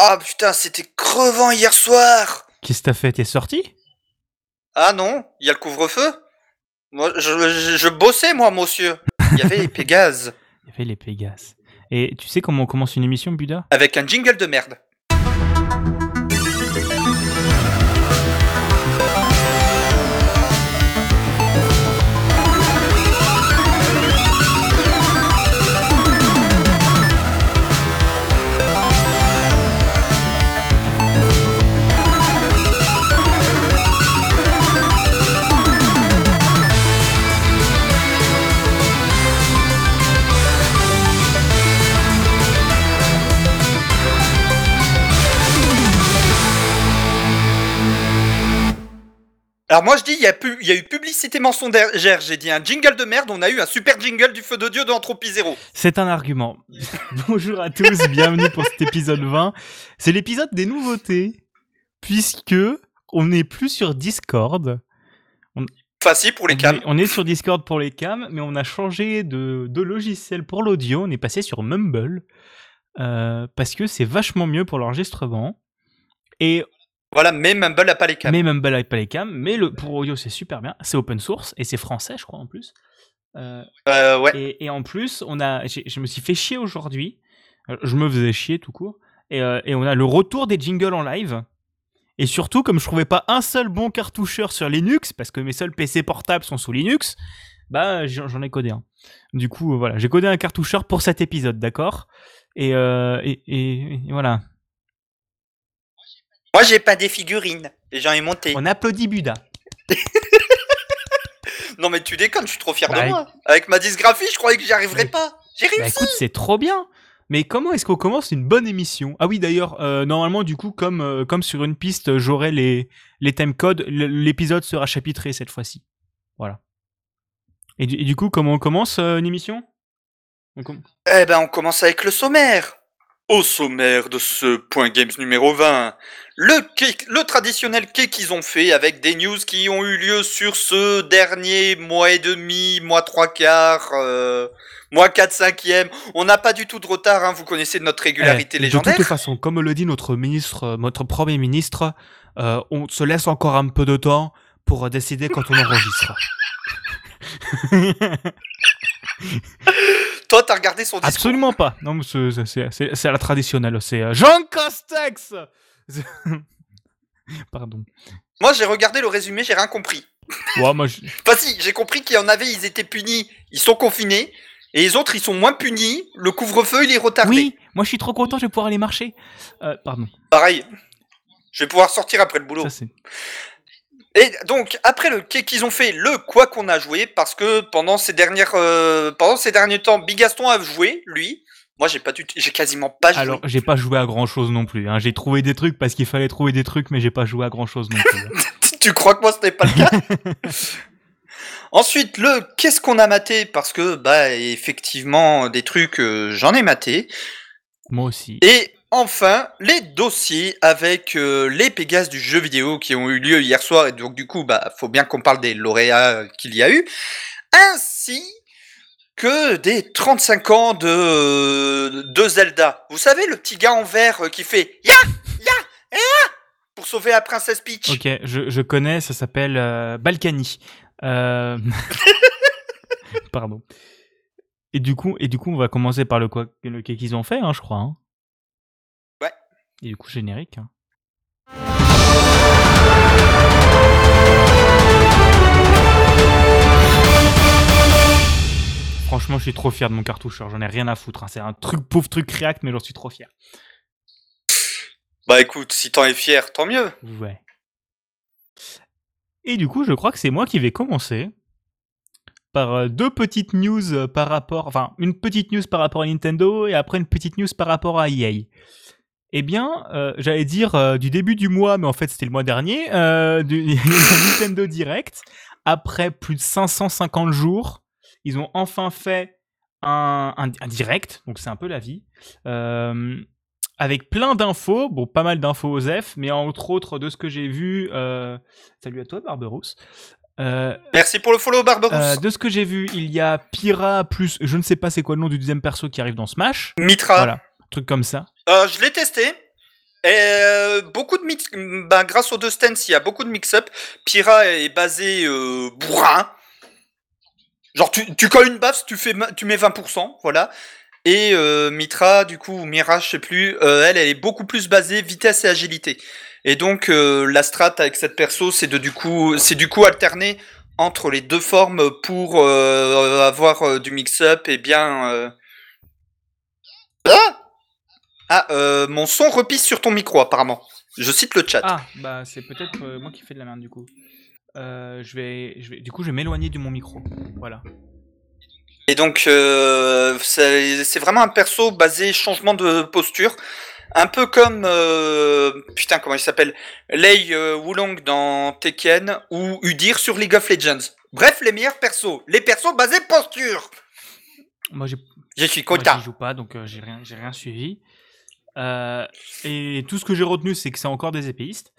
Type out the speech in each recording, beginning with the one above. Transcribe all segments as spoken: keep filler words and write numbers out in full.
Ah putain, c'était crevant hier soir. Qu'est-ce que t'as fait? T'es sorti? Ah non, il y a le couvre-feu. Moi, je, je, je bossais, moi, monsieur. Il y avait les Pégases. Il y avait les Pégases. Et tu sais comment on commence une émission, Buda? Avec un jingle de merde. Alors moi je dis, il y, a pu, il y a eu publicité mensongère, j'ai dit un jingle de merde, on a eu un super jingle du feu de Dieu de Entropie Zéro. C'est un argument. Bonjour à tous, bienvenue pour cet épisode vingt. C'est l'épisode des nouveautés, puisque on n'est plus sur Discord. On... Enfin si, pour les on cams. Est, on est sur Discord pour les cams, mais on a changé de, de logiciel pour l'audio, on est passé sur Mumble, euh, parce que c'est vachement mieux pour l'enregistrement. Et... Voilà, mais Mumble n'a pas les cams. Mais Mumble n'a pas les cams, mais le, pour audio c'est super bien, c'est open source et c'est français je crois en plus. Euh, euh, ouais. Et, et en plus, on a, je me suis fait chier aujourd'hui, je me faisais chier tout court, et, euh, et on a le retour des jingles en live. Et surtout, comme je trouvais pas un seul bon cartoucheur sur Linux, parce que mes seuls P C portables sont sous Linux, bah j'en ai codé un. Du coup, voilà, j'ai codé un cartoucheur pour cet épisode, d'accord et, euh, et, et, et voilà. Moi, j'ai pas des figurines. Et j'en ai monté. On applaudit Buda. Non, mais tu déconnes, je suis trop fier bah, de moi. Avec ma dysgraphie, je croyais que j'y arriverais mais... pas. J'ai réussi. Bah écoute, c'est trop bien. Mais comment est-ce qu'on commence une bonne émission? Ah oui, d'ailleurs, euh, normalement, du coup, comme, euh, comme sur une piste, j'aurai les, les timecodes. L'épisode sera chapitré cette fois-ci. Voilà. Et du, et du coup, comment on commence euh, une émission? on com- Eh ben, on commence avec le sommaire. Au sommaire de ce Point Games numéro vingt, le, cake, le traditionnel quai qu'ils ont fait avec des news qui ont eu lieu sur ce dernier mois et demi, mois trois quarts, euh, mois quatre cinquième. On n'a pas du tout de retard, hein, vous connaissez notre régularité eh, légendaire. De toute façon, comme le dit notre ministre, notre premier ministre, euh, on se laisse encore un peu de temps pour décider quand on enregistre. Toi, t'as regardé son discours? Absolument pas. Non, c'est, c'est, c'est, c'est à la traditionnelle. C'est euh, Jean Castex. Pardon. Moi, j'ai regardé le résumé, j'ai rien compris. Ouais, moi, je... Enfin, si, j'ai compris qu'il y en avait, ils étaient punis, ils sont confinés, et les autres, ils sont moins punis. Le couvre-feu, il est retardé. Oui, moi, je suis trop content, je vais pouvoir aller marcher. Euh, pardon. Pareil. Je vais pouvoir sortir après le boulot. Ça, c'est... Et donc, après le quai qu'ils ont fait, le quoi qu'on a joué, parce que pendant ces dernières, euh, pendant ces derniers temps, Bigaston a joué, lui. Moi, j'ai pas du, j'ai quasiment pas joué. Alors, j'ai pas joué à grand chose non plus. Hein. J'ai trouvé des trucs parce qu'il fallait trouver des trucs, mais j'ai pas joué à grand chose non plus. Hein. Tu crois que moi, ce n'est pas le cas? Ensuite, le qu'est-ce qu'on a maté, parce que bah effectivement, des trucs, euh, j'en ai maté. Moi aussi. Et enfin, les dossiers avec euh, les Pégases du jeu vidéo qui ont eu lieu hier soir, et donc du coup, bah, faut bien qu'on parle des lauréats qu'il y a eu, ainsi que des trente-cinq ans de, de Zelda. Vous savez, le petit gars en vert qui fait « Ya Ya Ya !» pour sauver la princesse Peach. Ok, je, je connais, ça s'appelle euh, Balkany. Euh... Pardon. Et du coup, et du coup, on va commencer par le quoi, le quai qu'ils ont fait, hein, je crois. Hein. Ouais. Et du coup, générique. Hein. Franchement, je suis trop fier de mon cartoucheur. J'en ai rien à foutre. Hein. C'est un truc, pauvre truc React, mais j'en suis trop fier. Bah écoute, si t'en es fier, tant mieux. Ouais. Et du coup, je crois que c'est moi qui vais commencer par deux petites news par rapport... Enfin, une petite news par rapport à Nintendo et après une petite news par rapport à E A. Eh bien, euh, j'allais dire euh, du début du mois, mais en fait c'était le mois dernier, euh, du Nintendo Direct. Après plus de cinq cent cinquante jours, ils ont enfin fait un, un, un direct, donc c'est un peu la vie, euh, avec plein d'infos, bon pas mal d'infos aux F, mais entre autres de ce que j'ai vu, euh, salut à toi Barberousse. Euh, Merci pour le follow Barberousse. Euh, de ce que j'ai vu, il y a Pyra plus, je ne sais pas c'est quoi le nom du deuxième perso qui arrive dans Smash. Mitra. Voilà, truc comme ça. Euh, je l'ai testé. Et euh, beaucoup de mix, bah, grâce aux deux stands, il y a beaucoup de mix-up. Pyra est basé euh, bourrin. Genre tu, tu colles une baffe, tu fais, tu mets vingt pour cent, voilà. Et euh, Mitra, du coup, ou Mira, je sais plus, euh, elle, elle est beaucoup plus basée vitesse et agilité. Et donc euh, la strat avec cette perso, c'est de du coup, c'est du coup alterner entre les deux formes pour euh, avoir euh, du mix-up et bien. Euh... Ah, ah euh, mon son repisse sur ton micro apparemment. Je cite le chat. Ah, bah c'est peut-être euh, moi qui fais de la merde du coup. Euh, je vais, je vais, du coup, je vais m'éloigner de mon micro. Voilà. Et donc, euh, c'est, c'est vraiment un perso basé changement de posture. Un peu comme, euh, putain, comment il s'appelle, Lei euh, Wulong dans Tekken ou Udyr sur League of Legends. Bref, les meilleurs persos. Les persos basés posture. Moi, j'ai, Je suis moi, content. j'y joue pas, donc euh, j'ai rien, j'ai rien suivi. Euh, et tout ce que j'ai retenu, c'est que c'est encore des épéistes.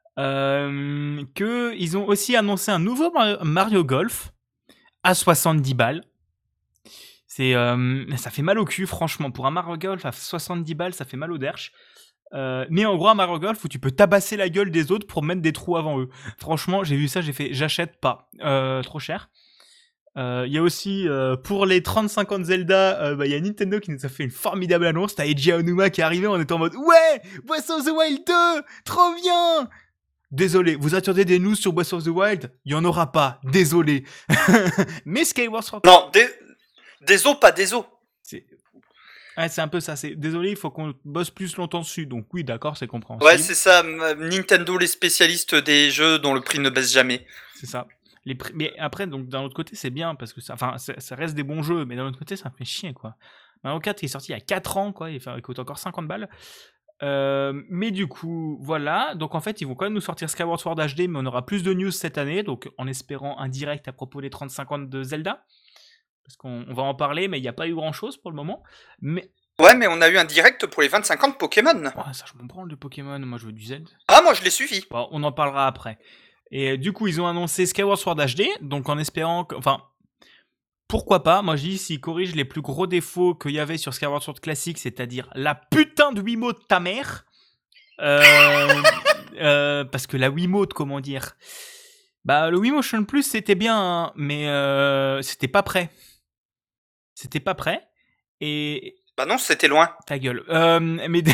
Euh, que ils ont aussi annoncé un nouveau Mario Golf à soixante-dix balles. C'est, euh, ça fait mal au cul, franchement. Pour un Mario Golf à soixante-dix balles, ça fait mal au derche. Euh, mais en gros, un Mario Golf où tu peux tabasser la gueule des autres pour mettre des trous avant eux. Franchement, j'ai vu ça, j'ai fait, j'achète pas. Euh, trop cher. Il euh, y a aussi, euh, pour les trente cinquante Zelda, il euh, bah, y a Nintendo qui nous a fait une formidable annonce. T'as Eiji Aonuma qui est arrivé, on était en mode « Ouais, Breath of the Wild deux, trop bien !» Désolé, vous attendez des news sur Breath of the Wild? Il y en aura pas, désolé. Mais Skyward Sword... Non, des, des os, pas des os. C'est... Ouais, c'est un peu ça. C'est... Désolé, il faut qu'on bosse plus longtemps dessus. Donc oui, d'accord, c'est compréhensible. Ouais, c'est ça. Nintendo, les spécialistes des jeux dont le prix ne baisse jamais. C'est ça. Les prix... Mais après, donc d'un autre côté, c'est bien parce que ça, enfin, ça, ça reste des bons jeux. Mais d'un autre côté, ça me fait chier, quoi. Mario quatre est sorti il y a quatre ans, quoi. Il, fait... il coûte encore cinquante balles. Euh, mais du coup, voilà. Donc en fait, ils vont quand même nous sortir Skyward Sword H D, mais on aura plus de news cette année. Donc en espérant un direct à propos des trente cinquante de Zelda. Parce qu'on on va en parler, mais il n'y a pas eu grand chose pour le moment. Mais... Ouais, mais on a eu un direct pour les vingt-cinq ans de Pokémon. Ouais, ça, je m'en branle de Pokémon. Moi, je veux du Zelda. Ah, moi, je l'ai suivi. Bon, on en parlera après. Et du coup, ils ont annoncé Skyward Sword H D. Donc en espérant que. Enfin. Pourquoi pas? Moi, je dis s'ils corrigent les plus gros défauts qu'il y avait sur Skyward Sword classique, c'est-à-dire la putain de Wiimote de ta mère. Euh, euh, parce que la Wiimote, comment dire, bah le Wiimotion Plus c'était bien, hein, mais euh, c'était pas prêt. C'était pas prêt. Et bah non, c'était loin. Ta gueule. Euh, mais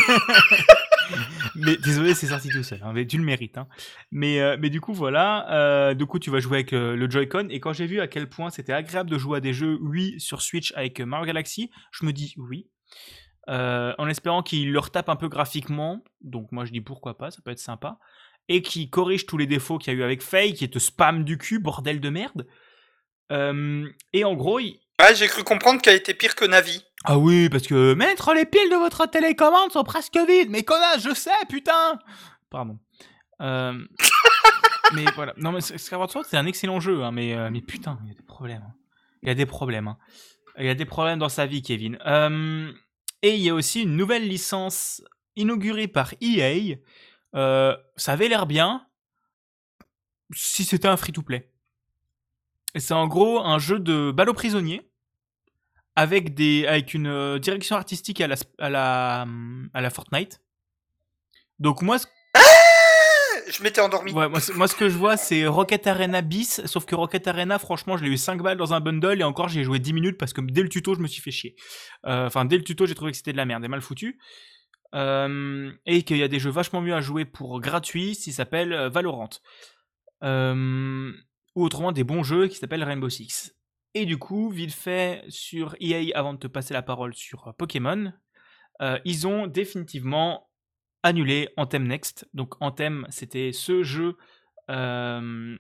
mais désolé, c'est sorti tout seul. Hein, mais tu le mérites. Hein. Mais euh, mais du coup voilà. Euh, du coup tu vas jouer avec le, le Joy-Con et quand j'ai vu à quel point c'était agréable de jouer à des jeux Wii sur Switch avec Mario Galaxy, je me dis oui. Euh, en espérant qu'il leur tape un peu graphiquement, donc moi je dis pourquoi pas, ça peut être sympa, et qu'il corrige tous les défauts qu'il y a eu avec Faye, qui te spam du cul, bordel de merde. Euh, et en gros, il... ouais, j'ai cru comprendre qu'elle était pire que Navi. Ah oui, parce que mettre les piles de votre télécommande sont presque vides, mais connasse, je sais, putain. Pardon. Euh... mais voilà, non mais Skyward Sword c'est un excellent jeu, hein, mais euh, mais putain, il y a des problèmes. Hein. Il y a des problèmes. Hein. Il y a des problèmes dans sa vie, Kevin. Euh... Et il y a aussi une nouvelle licence inaugurée par E A. Euh, ça avait l'air bien si c'était un free-to-play. Et c'est en gros un jeu de balle aux prisonniers avec, des, avec une euh, direction artistique à la, à, la, à la Fortnite. Donc moi... Ah, je m'étais endormi. Ouais, moi, moi ce que je vois c'est Rocket Arena bis, sauf que Rocket Arena franchement je l'ai eu cinq balles dans un bundle et encore j'ai joué dix minutes parce que dès le tuto je me suis fait chier. Enfin euh, dès le tuto j'ai trouvé que c'était de la merde et mal foutu. Euh, et qu'il y a des jeux vachement mieux à jouer pour gratuit qui s'appellent Valorant. Euh, ou autrement des bons jeux qui s'appellent Rainbow Six. Et du coup, vite fait sur E A, avant de te passer la parole sur Pokémon, euh, ils ont définitivement annulé Anthem Next. Donc Anthem, c'était ce jeu... Euh,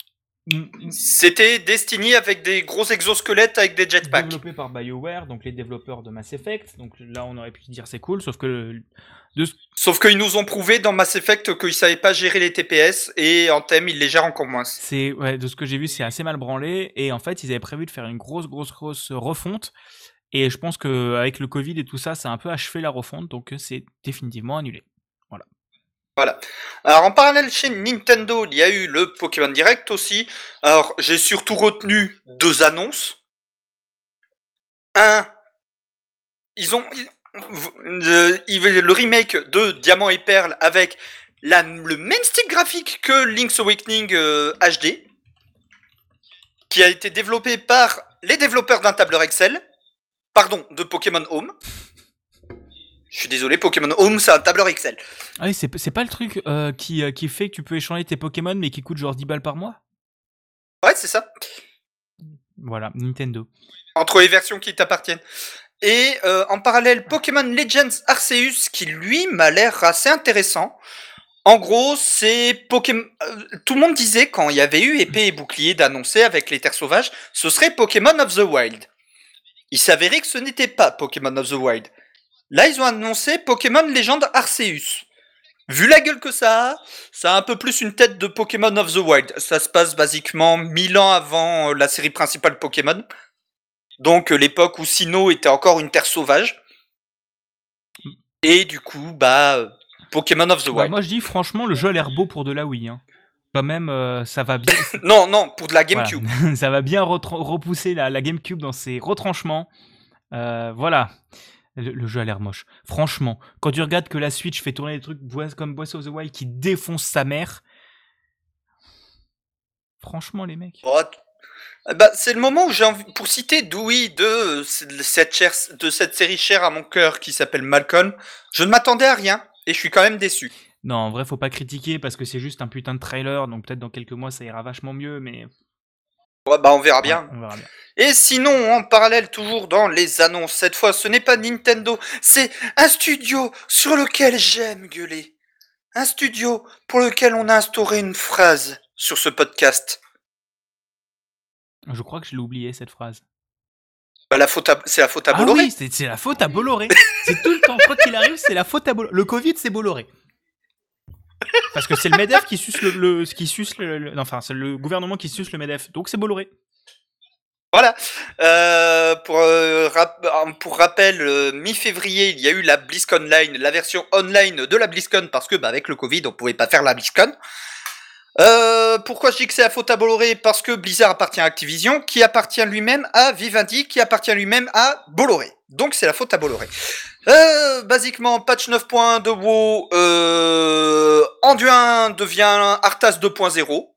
C'était Destiny avec des gros exosquelettes avec des jetpacks. Développé par BioWare, donc les développeurs de Mass Effect. Donc là, on aurait pu dire c'est cool, sauf que... De... Sauf qu'ils nous ont prouvé dans Mass Effect qu'ils savaient pas gérer les T P S et Anthem, ils les gèrent encore moins. C'est, ouais, de ce que j'ai vu, c'est assez mal branlé. Et en fait, ils avaient prévu de faire une grosse, grosse, grosse refonte. Et je pense qu'avec le Covid et tout ça, ça a un peu achevé la refonte. Donc c'est définitivement annulé. Voilà. Voilà. Alors en parallèle chez Nintendo, il y a eu le Pokémon Direct aussi. Alors j'ai surtout retenu deux annonces. Un, ils ont le, le remake de Diamant et Perle avec la, le même style graphique que Link's Awakening euh, H D, qui a été développé par les développeurs d'un tableur Excel, pardon, de Pokémon Home. Je suis désolé, Pokémon Home, c'est un tableur Excel. Ah oui, c'est, c'est pas le truc euh, qui, euh, qui fait que tu peux échanger tes Pokémon mais qui coûte genre dix balles par mois? Ouais, c'est ça. Voilà, Nintendo. Entre les versions qui t'appartiennent. Et euh, en parallèle, Pokémon Legends Arceus, qui lui m'a l'air assez intéressant. En gros, c'est Pokémon. Euh, tout le monde disait quand il y avait eu épée et bouclier d'annoncer avec les terres sauvages, ce serait Pokémon of the Wild. Il s'avérait que ce n'était pas Pokémon of the Wild. Là, ils ont annoncé Pokémon Legend Arceus. Vu la gueule que ça a, ça a un peu plus une tête de Pokémon of the Wild. Ça se passe basiquement mille ans avant la série principale Pokémon. Donc l'époque où Sinnoh était encore une terre sauvage. Et du coup, bah, Pokémon of the Wild. Bah, moi je dis franchement, le jeu a l'air beau pour de la Wii. Hein. Quand même, euh, ça va bien. non, non, pour de la GameCube. Voilà. Ça va bien retra- repousser la, la GameCube dans ses retranchements. Euh, voilà. Le, le jeu a l'air moche. Franchement, quand tu regardes que la Switch fait tourner des trucs comme Breath of the Wild qui défonce sa mère. Franchement, les mecs. Oh, bah, c'est le moment où j'ai envie, pour citer Dewey de cette, chère, de cette série chère à mon cœur qui s'appelle Malcolm, je ne m'attendais à rien et je suis quand même déçu. Non, en vrai, faut pas critiquer parce que c'est juste un putain de trailer, donc peut-être dans quelques mois ça ira vachement mieux, mais. Ouais, bah on verra bien. Ouais, on verra bien. Et sinon, en parallèle, toujours dans les annonces, cette fois, ce n'est pas Nintendo, c'est un studio sur lequel j'aime gueuler. Un studio pour lequel on a instauré une phrase sur ce podcast. Je crois que je l'ai oublié, cette phrase. Bah, la faute à, c'est la faute à ah Bolloré. Oui, c'est, c'est la faute à Bolloré. C'est tout le temps, quoi qu'il arrive, c'est la faute à Bolloré. Le Covid, c'est Bolloré. Parce que c'est le MEDEF qui suce le, le qui suce le, le, enfin c'est le gouvernement qui suce le MEDEF, donc c'est Bolloré. Voilà. Euh, pour, euh, rap, pour rappel, euh, mi-février, il y a eu la BlizzCon Online, la version online de la BlizzCon, parce que bah, avec le Covid, on pouvait pas faire la BlizzCon. Euh, pourquoi je dis que c'est la faute à Bolloré? Parce que Blizzard appartient à Activision, qui appartient lui-même à Vivendi, qui appartient lui-même à Bolloré. Donc c'est la faute à Bolloré. Euh, basiquement, patch neuf point un de WoW, euh, Anduin devient Arthas deux point zéro.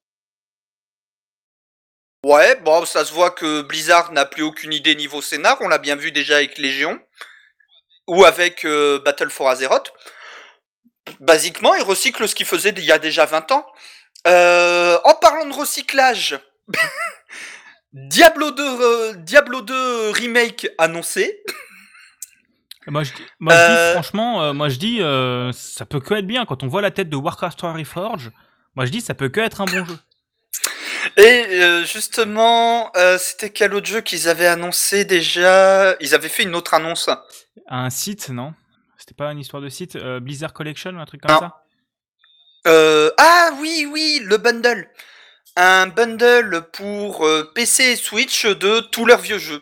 Ouais, bon, ça se voit que Blizzard n'a plus aucune idée niveau scénar, on l'a bien vu déjà avec Légion, ou avec euh, Battle for Azeroth. Basiquement, ils recyclent ce qu'ils faisaient il y a déjà vingt ans. Euh, en parlant de recyclage, Diablo deux, euh, Diablo deux remake annoncé. Moi je, moi, je euh... dis franchement, euh, moi je dis euh, ça peut que être bien quand on voit la tête de Warcraft trois Reforged. Moi je dis ça peut que être un bon jeu. Et euh, justement, euh, c'était quel autre jeu qu'ils avaient annoncé déjà? Ils avaient fait une autre annonce. Un site, non? C'était pas une histoire de site, euh, Blizzard Collection ou un truc comme non. ça? Euh, ah oui, oui, le bundle. Un bundle pour euh, P C et Switch de tous leurs vieux jeux.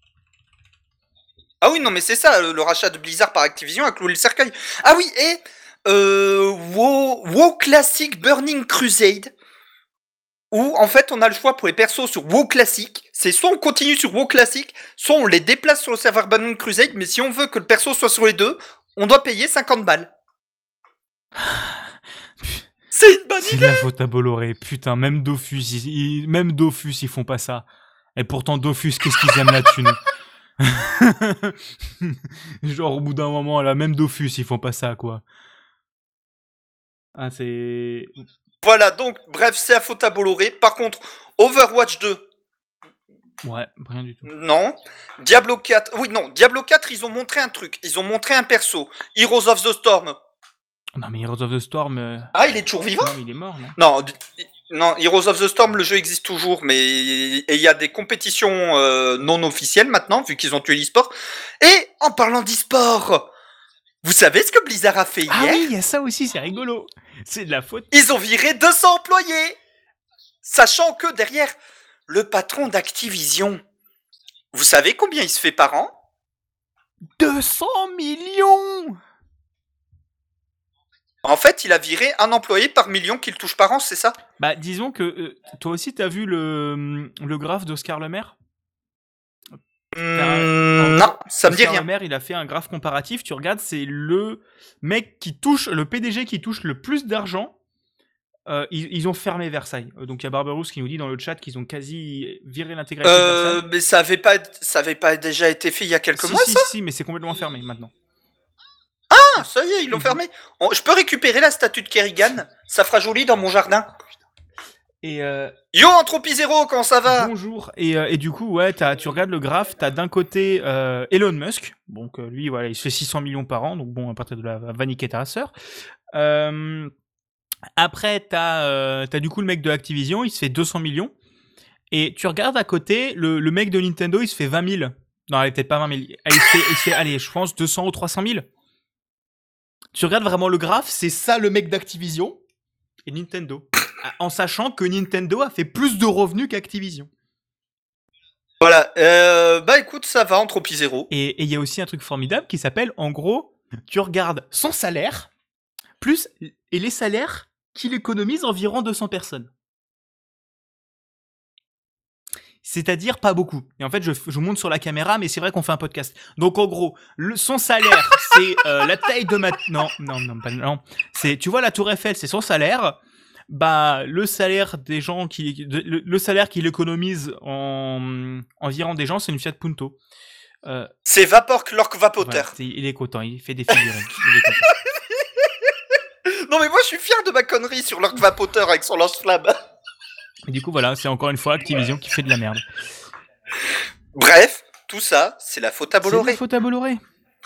Ah oui, non, mais c'est ça, le, le rachat de Blizzard par Activision a cloué le cercueil. Ah oui, et euh, WoW, WoW Classic Burning Crusade, où en fait on a le choix pour les persos sur WoW Classic. C'est soit on continue sur WoW Classic, soit on les déplace sur le serveur Burning Crusade, mais si on veut que le perso soit sur les deux, on doit payer cinquante balles. C'est une bonne c'est idée. C'est la faute à Bolloré. Putain, même Dofus, ils, ils, même Dofus, ils font pas ça. Et pourtant, Dofus, qu'est-ce qu'ils aiment la thune? Genre, au bout d'un moment, là, même Dofus, ils font pas ça, quoi. Ah, c'est... Voilà, donc, bref, c'est la faute à Bolloré. Par contre, Overwatch deux. Ouais, rien du tout. Non. Diablo quatre. Oui, non, Diablo quatre, ils ont montré un truc. Ils ont montré un perso. Heroes of the Storm. Non, mais Heroes of the Storm... Euh... Ah, il est toujours vivant? Non, il est mort, non? Non, non, Heroes of the Storm, le jeu existe toujours, mais il y a des compétitions euh, non officielles maintenant, vu qu'ils ont tué l'e-sport. Et en parlant d'e-sport, vous savez ce que Blizzard a fait hier? Ah oui, il y a ça aussi, c'est rigolo. C'est de la faute. Ils ont viré deux cents employés, sachant que derrière, le patron d'Activision, vous savez combien il se fait par an? deux cents millions. En fait, il a viré un employé par million qu'il touche par an, c'est ça? Bah, disons que euh, toi aussi, t'as vu le, le graphe d'Oscar Le Maire? mmh, non, ça me dit Oscar rien. Le Maire, il a fait un graphe comparatif. Tu regardes, c'est le mec qui touche, le P D G qui touche le plus d'argent. Euh, ils, ils ont fermé Versailles. Euh, donc il y a Barberousse qui nous dit dans le chat qu'ils ont quasi viré l'intégralité de Euh, Versailles. mais ça avait pas, ça avait pas déjà été fait il y a quelques Si, mois, si, ça si, mais c'est complètement fermé maintenant. Ah, ça y est, ils l'ont Mhm. fermé. On- je peux récupérer la statue de Kerrigan. Ça fera joli dans mon jardin. Et euh, Yo, Entropie Zéro, comment ça va? bonjour. Et, euh, et du coup, ouais, t'as- tu regardes le graphe, t'as d'un côté euh, Elon Musk. Donc euh, lui, voilà, il se fait six cents millions par an. Donc bon, à partir de là, va niquer ta sœur. Euh, après, t'as euh, t'as du coup le mec de Activision, il se fait deux cents millions. Et tu regardes à côté, le, le mec de Nintendo, il se fait vingt mille. Non, allez, peut-être pas vingt mille. Il se fait, il se fait, allez, je pense deux cents ou trois cent mille. Tu regardes vraiment le graphe, c'est ça le mec d'Activision et Nintendo. En sachant que Nintendo a fait plus de revenus qu'Activision. Voilà, euh, bah écoute, ça va, Entropie Zéro. Et il y a aussi un truc formidable qui s'appelle, en gros, tu regardes son salaire, plus, et les salaires qu'il économise environ deux cents personnes. C'est-à-dire pas beaucoup. Et en fait, je, je monte sur la caméra, mais c'est vrai qu'on fait un podcast. Donc en gros, le, son salaire, c'est euh, la taille de ma... Non, non, non, pas non. C'est, tu vois, la Tour Eiffel, c'est son salaire. Bah, le salaire des gens qui, de, le, le salaire qu'il économise en environ des gens, c'est une Fiat Punto. Euh, C'est Vapor Clork Vapoter. voilà, c'est- il est content, il fait des figurines. Il est content. Non mais moi je suis fier de ma connerie sur Lork Vapoter avec son lance-flamme. Et du coup, voilà, c'est encore une fois Activision qui fait de la merde. Bref, tout ça, c'est la faute à C'est de Bolloré. la faute à Bolloré.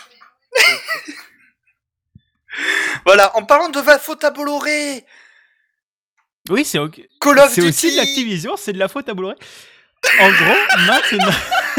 Voilà, en parlant de la faute à Bolloré, Oui, c'est ok. Call of C'est Duty. aussi de l'Activision, c'est de la faute à Bolloré. En gros, maintenant,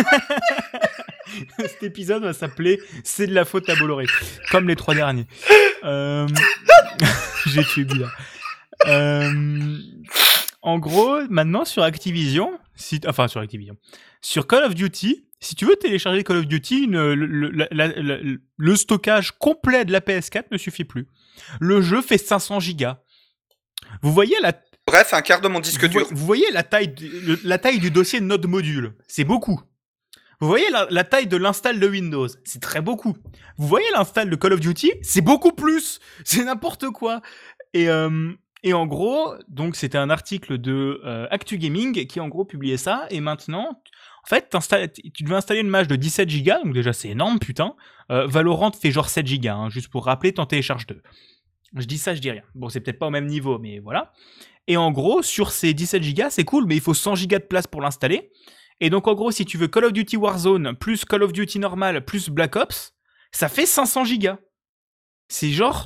cet épisode va s'appeler C'est de la faute à Bolloré, comme les trois derniers. Euh... J'ai tué Bila. Euh... En gros, maintenant sur Activision, si... enfin sur Activision, sur Call of Duty, si tu veux télécharger Call of Duty, une, le, le, la, la, la, le stockage complet de la P S quatre ne suffit plus. Le jeu fait cinq cents gigas. Vous voyez la Bref, un quart de mon disque vous, dur. vous voyez la taille, du, le, la taille du dossier de Node Module, c'est beaucoup. Vous voyez la, la taille de l'install de Windows, c'est très beaucoup. Vous voyez l'install de Call of Duty, c'est beaucoup plus. C'est n'importe quoi. Et, euh, et en gros, donc c'était un article de euh, Actu Gaming qui en gros publiait ça. Et maintenant, en fait, tu devais installer une mage de dix-sept gigas, donc déjà c'est énorme, putain. Euh, Valorant fait genre sept gigas, hein, juste pour rappeler, t'en télécharges deux. Je dis ça, je dis rien. Bon, c'est peut-être pas au même niveau, mais voilà. Et en gros, sur ces dix-sept gigas, c'est cool, mais il faut cent gigas de place pour l'installer. Et donc, en gros, si tu veux Call of Duty Warzone, plus Call of Duty normal, plus Black Ops, ça fait cinq cents gigas. C'est genre...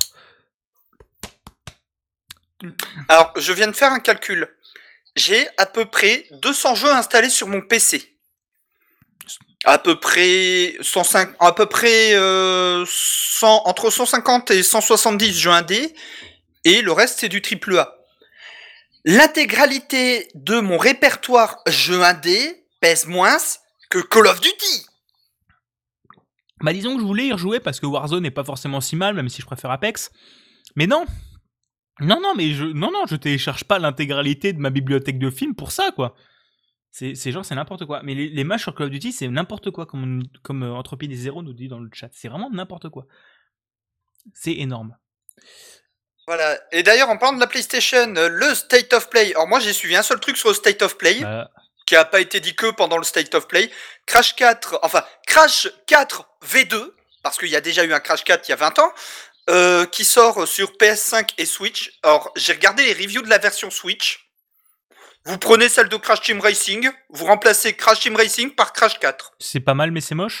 Alors, je viens de faire un calcul. J'ai à peu près deux cents jeux installés sur mon P C. À peu près cent cinq, à peu près euh, cent, entre cent cinquante et cent soixante-dix jeux indés, et le reste c'est du triple A. L'intégralité de mon répertoire jeux indés pèse moins que Call of Duty. Bah disons que je voulais y rejouer parce que Warzone n'est pas forcément si mal, même si je préfère Apex. Mais non, non, non, mais je, non, non, je télécharge pas l'intégralité de ma bibliothèque de films pour ça, quoi. C'est, c'est genre, c'est n'importe quoi. Mais les, les matchs sur Call of Duty, c'est n'importe quoi, comme, comme euh, Entropie des Zéros nous dit dans le chat. C'est vraiment n'importe quoi. C'est énorme. Voilà. Et d'ailleurs, en parlant de la PlayStation, le State of Play. Alors moi, j'ai suivi un seul truc sur le State of Play, Euh, qui a pas été dit que pendant le State of Play. Crash quatre, enfin Crash quatre V deux, parce qu'il y a déjà eu un Crash quatre il y a vingt ans, euh, qui sort sur P S cinq et Switch. Alors, j'ai regardé les reviews de la version Switch. Vous prenez celle de Crash Team Racing, vous remplacez Crash Team Racing par Crash quatre. c'est pas mal, mais c'est moche.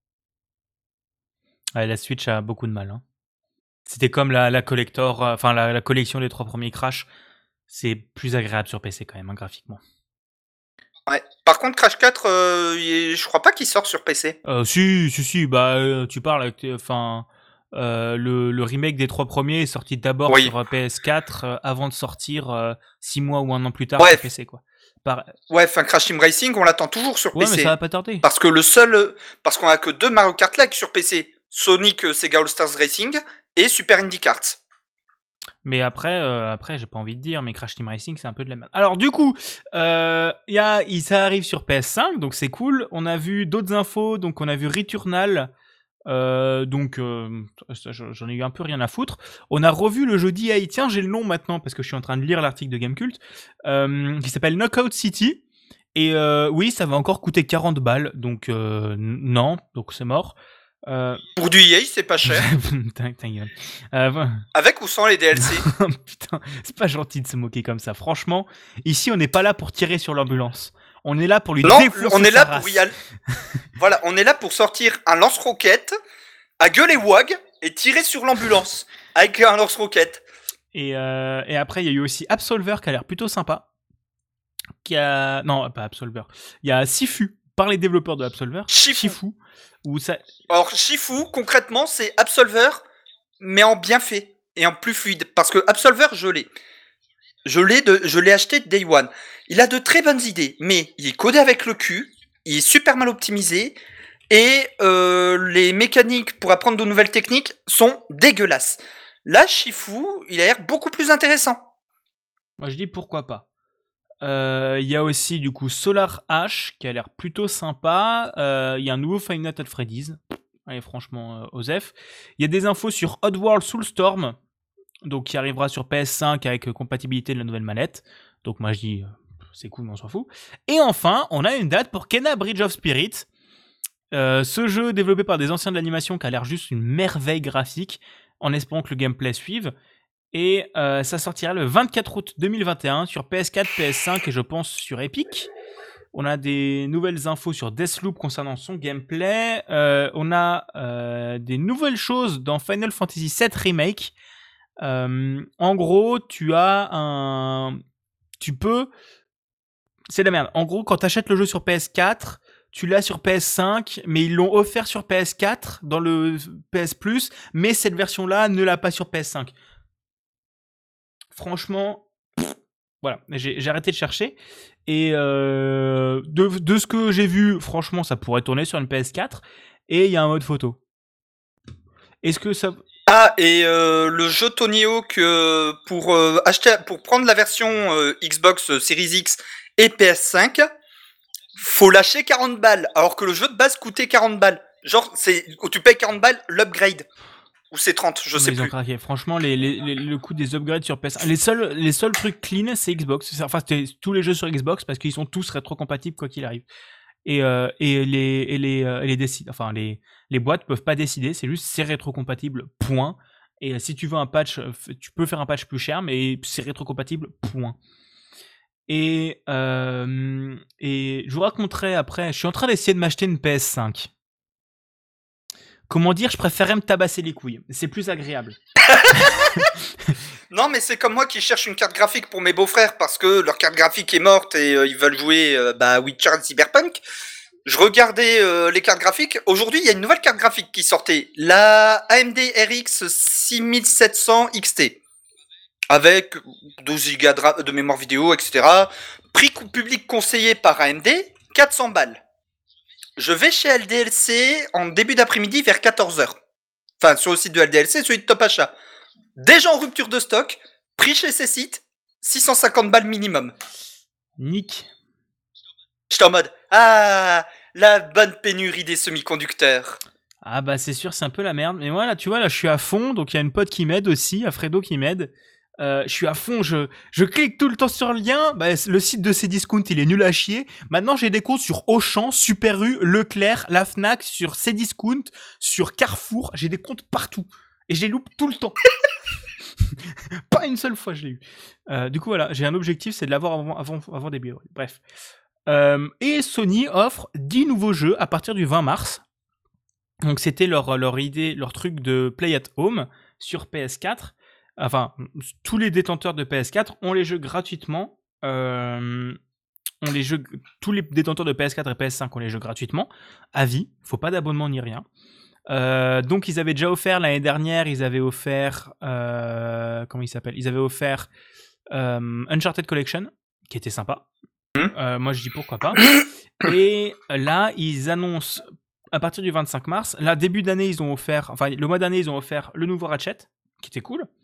Ouais, la Switch a beaucoup de mal. Hein. C'était comme la, la collector, euh, enfin la, la collection des trois premiers Crash. C'est plus agréable sur P C quand même, hein, graphiquement. Ouais. Par contre, Crash quatre, euh, je crois pas qu'il sort sur P C. Euh, si, si, si, bah euh, tu parles avec, enfin, euh, le, le remake des trois premiers est sorti d'abord Oui. sur P S quatre euh, avant de sortir euh, six mois ou un an plus tard Ouais. sur P C, quoi. Par... Ouais, enfin Crash Team Racing, on l'attend toujours sur Ouais, P C. mais ça va pas tarder. Parce que le seul, parce qu'on a que deux Mario Kart Like sur P C, Sonic Sega All Stars Racing et Super Indy Karts. Mais après, euh, après, j'ai pas envie de dire, mais Crash Team Racing, c'est un peu de la merde. Alors du coup, euh, y a, il, ça arrive sur P S cinq, donc c'est cool. On a vu d'autres infos, donc on a vu Returnal, euh, donc euh, ça, j'en ai eu un peu rien à foutre. On a revu le jeu d'E A, tiens, j'ai le nom maintenant parce que je suis en train de lire l'article de Gamecult, euh, qui s'appelle Knockout City. Et euh, oui, ça va encore coûter quarante balles, donc euh, non, donc c'est mort. Euh... Pour du E A, c'est pas cher. ta, ta gueule. Euh, voilà. Avec ou sans les D L C? Putain, c'est pas gentil de se moquer comme ça. Franchement, ici, on n'est pas là pour tirer sur l'ambulance. On est là pour lui non, défoncer on est sa là race. pour y aller. Voilà, on est là pour sortir un lance-roquette, à gueuler wag et tirer sur l'ambulance avec un lance-roquette. Et, euh, et après, il y a eu aussi Absolver qui a l'air plutôt sympa. Qui a... Non, pas Absolver. Il y a Sifu, par les développeurs de Absolver. Shifu. Shifu. Où ça... Alors, Shifu, concrètement, c'est Absolver, mais en bien fait et en plus fluide. Parce que Absolver, je l'ai. Je l'ai, de, je l'ai acheté Day One. Il a de très bonnes idées, mais il est codé avec le cul, il est super mal optimisé, et euh, les mécaniques pour apprendre de nouvelles techniques sont dégueulasses. Là, Shifu, il a l'air beaucoup plus intéressant. Moi, je dis pourquoi pas. Il euh, y a aussi du coup Solar Ash qui a l'air plutôt sympa. Il euh, y a un nouveau Five Nights at Freddy's. Allez, franchement, euh, Osef. Il y a des infos sur Oddworld Soulstorm, donc qui arrivera sur P S cinq avec euh, compatibilité de la nouvelle manette. Donc moi je dis, euh, c'est cool, mais on s'en fout. Et enfin, on a une date pour Kena Bridge of Spirits. Euh, ce jeu développé par des anciens de l'animation qui a l'air juste une merveille graphique, en espérant que le gameplay suive. Et euh, ça sortira le vingt-quatre août deux mille vingt et un sur P S quatre, P S cinq et je pense sur Epic. On a des nouvelles infos sur Deathloop concernant son gameplay. Euh, on a euh, des nouvelles choses dans Final Fantasy sept Remake. Euh, en gros, tu as un... Tu peux... C'est de la merde. En gros, quand tu achètes le jeu sur P S quatre, tu l'as sur P S cinq, mais ils l'ont offert sur P S quatre dans le P S Plus, mais cette version-là ne l'a pas sur P S cinq. Franchement, pff, voilà, j'ai, j'ai arrêté de chercher. Et euh, de, de ce que j'ai vu, franchement, ça pourrait tourner sur une P S quatre. Et il y a un mode photo. Est-ce que ça... Ah, et euh, le jeu Tony Hawk, euh, pour, euh, acheter, pour prendre la version euh, Xbox Series X et P S cinq, faut lâcher quarante balles, alors que le jeu de base coûtait quarante balles. Genre, c'est, tu payes quarante balles l'upgrade. Ou c'est trente, je mais sais ils plus. ont craqué. Franchement, les, les, les, le coût des upgrades sur P S un. Les seuls, les seuls trucs clean, c'est Xbox. Enfin, c'était tous les jeux sur Xbox parce qu'ils sont tous rétrocompatibles quoi qu'il arrive. Et, euh, et les, et les, euh, et les, décide, enfin, les, les boîtes peuvent pas décider, c'est juste c'est rétrocompatible, point. Et euh, si tu veux un patch, tu peux faire un patch plus cher, mais c'est rétrocompatible, point. Et, euh, et je vous raconterai après, je suis en train d'essayer de m'acheter une P S cinq. Comment dire, je préférerais me tabasser les couilles. C'est plus agréable. Non, mais c'est comme moi qui cherche une carte graphique pour mes beaux-frères parce que leur carte graphique est morte et euh, ils veulent jouer euh, bah, Witcher et Cyberpunk. Je regardais euh, les cartes graphiques. Aujourd'hui, il y a une nouvelle carte graphique qui sortait. La A M D R X six mille sept cents X T. Avec douze gigas de, de mémoire vidéo, et cetera. Prix public conseillé par A M D, quatre cents balles. Je vais chez L D L C en début d'après-midi vers quatorze heures. Enfin, sur le site de L D L C, celui de Top Achat. Déjà en rupture de stock, prix chez ces sites, six cent cinquante balles minimum. Nick. J'étais en mode, ah, la bonne pénurie des semi-conducteurs. Ah bah c'est sûr, c'est un peu la merde. Mais moi là, tu vois, là je suis à fond, donc il y a une pote qui m'aide aussi, Alfredo qui m'aide. Euh, je suis à fond, je, je clique tout le temps sur le lien, bah, le site de Cdiscount il est nul à chier. Maintenant j'ai des comptes sur Auchan, Super U, Leclerc, la Fnac, sur Cdiscount, sur Carrefour, j'ai des comptes partout. Et je les loupe tout le temps. Pas une seule fois je l'ai eu. Euh, du coup voilà, j'ai un objectif, c'est de l'avoir avant, avant, avant début. Ouais. Bref. Euh, et Sony offre dix nouveaux jeux à partir du vingt mars. Donc c'était leur, leur idée, leur truc de Play at Home sur P S quatre. Enfin, tous les détenteurs de P S quatre ont les jeux gratuitement. Euh, ont les jeux, tous les détenteurs de P S quatre et P S cinq ont les jeux gratuitement, à vie. Faut pas d'abonnement ni rien. Euh, donc ils avaient déjà offert l'année dernière, ils avaient offert, euh, comment il s'appelle ? Ils avaient offert euh, Uncharted Collection, qui était sympa. Euh, moi je dis pourquoi pas. Et là ils annoncent à partir du vingt-cinq mars. Là début d'année ils ont offert, enfin le mois d'année ils ont offert le nouveau Ratchet, qui était cool.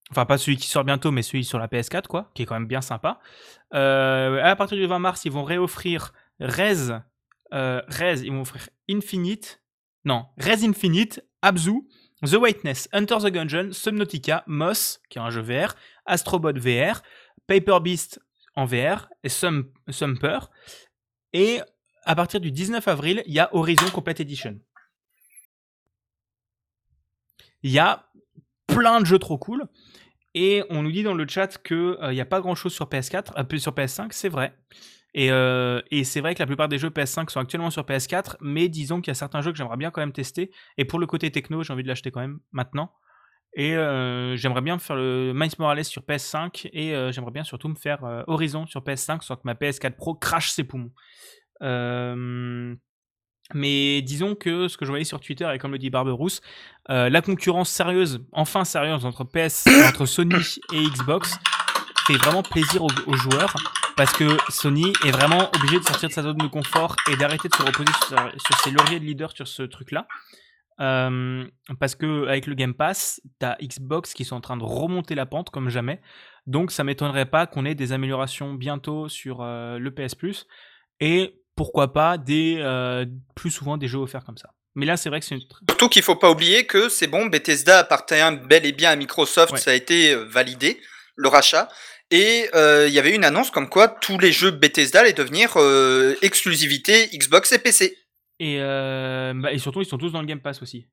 Enfin, pas celui qui sort bientôt, mais celui sur la P S quatre, quoi, qui est quand même bien sympa. Euh, à partir du vingt mars, ils vont réoffrir Rez. Euh, Rez, ils vont offrir Infinite. Non, Rez Infinite, Abzu, The Whiteness, Enter the Gungeon, Subnautica, Moss, qui est un jeu V R, Astrobot V R, Paper Beast en V R, et Sum, Sumper. Et à partir du dix-neuf avril, il y a Horizon Complete Edition. Il y a plein de jeux trop cool. Et on nous dit dans le chat qu'il n'y euh, a pas grand-chose sur P S quatre, euh, sur P S cinq, c'est vrai. Et, euh, et c'est vrai que la plupart des jeux P S cinq sont actuellement sur P S quatre, mais disons qu'il y a certains jeux que j'aimerais bien quand même tester. Et pour le côté techno, j'ai envie de l'acheter quand même maintenant. Et euh, j'aimerais bien faire le Miles Morales sur P S cinq, et euh, j'aimerais bien surtout me faire euh, Horizon sur P S cinq, sans que ma P S quatre Pro crache ses poumons. Euh... Mais disons que ce que je voyais sur Twitter, et comme le dit Barberousse, euh, la concurrence sérieuse, enfin sérieuse, entre P S, entre Sony et Xbox fait vraiment plaisir aux, aux joueurs, parce que Sony est vraiment obligé de sortir de sa zone de confort et d'arrêter de se reposer sur, sur ses lauriers de leader sur ce truc-là. Euh, parce que avec le Game Pass, t'as Xbox qui sont en train de remonter la pente comme jamais. Donc ça m'étonnerait pas qu'on ait des améliorations bientôt sur euh, le P S Plus, et pourquoi pas des euh, plus souvent des jeux offerts comme ça. Mais là, c'est vrai que c'est une... Surtout qu'il faut pas oublier que c'est bon, Bethesda appartient bel et bien à Microsoft, ouais. Ça a été validé, le rachat. Et il euh, y avait une annonce comme quoi tous les jeux Bethesda allaient devenir euh, exclusivité Xbox et P C. Et, euh, bah, et surtout, ils sont tous dans le Game Pass aussi.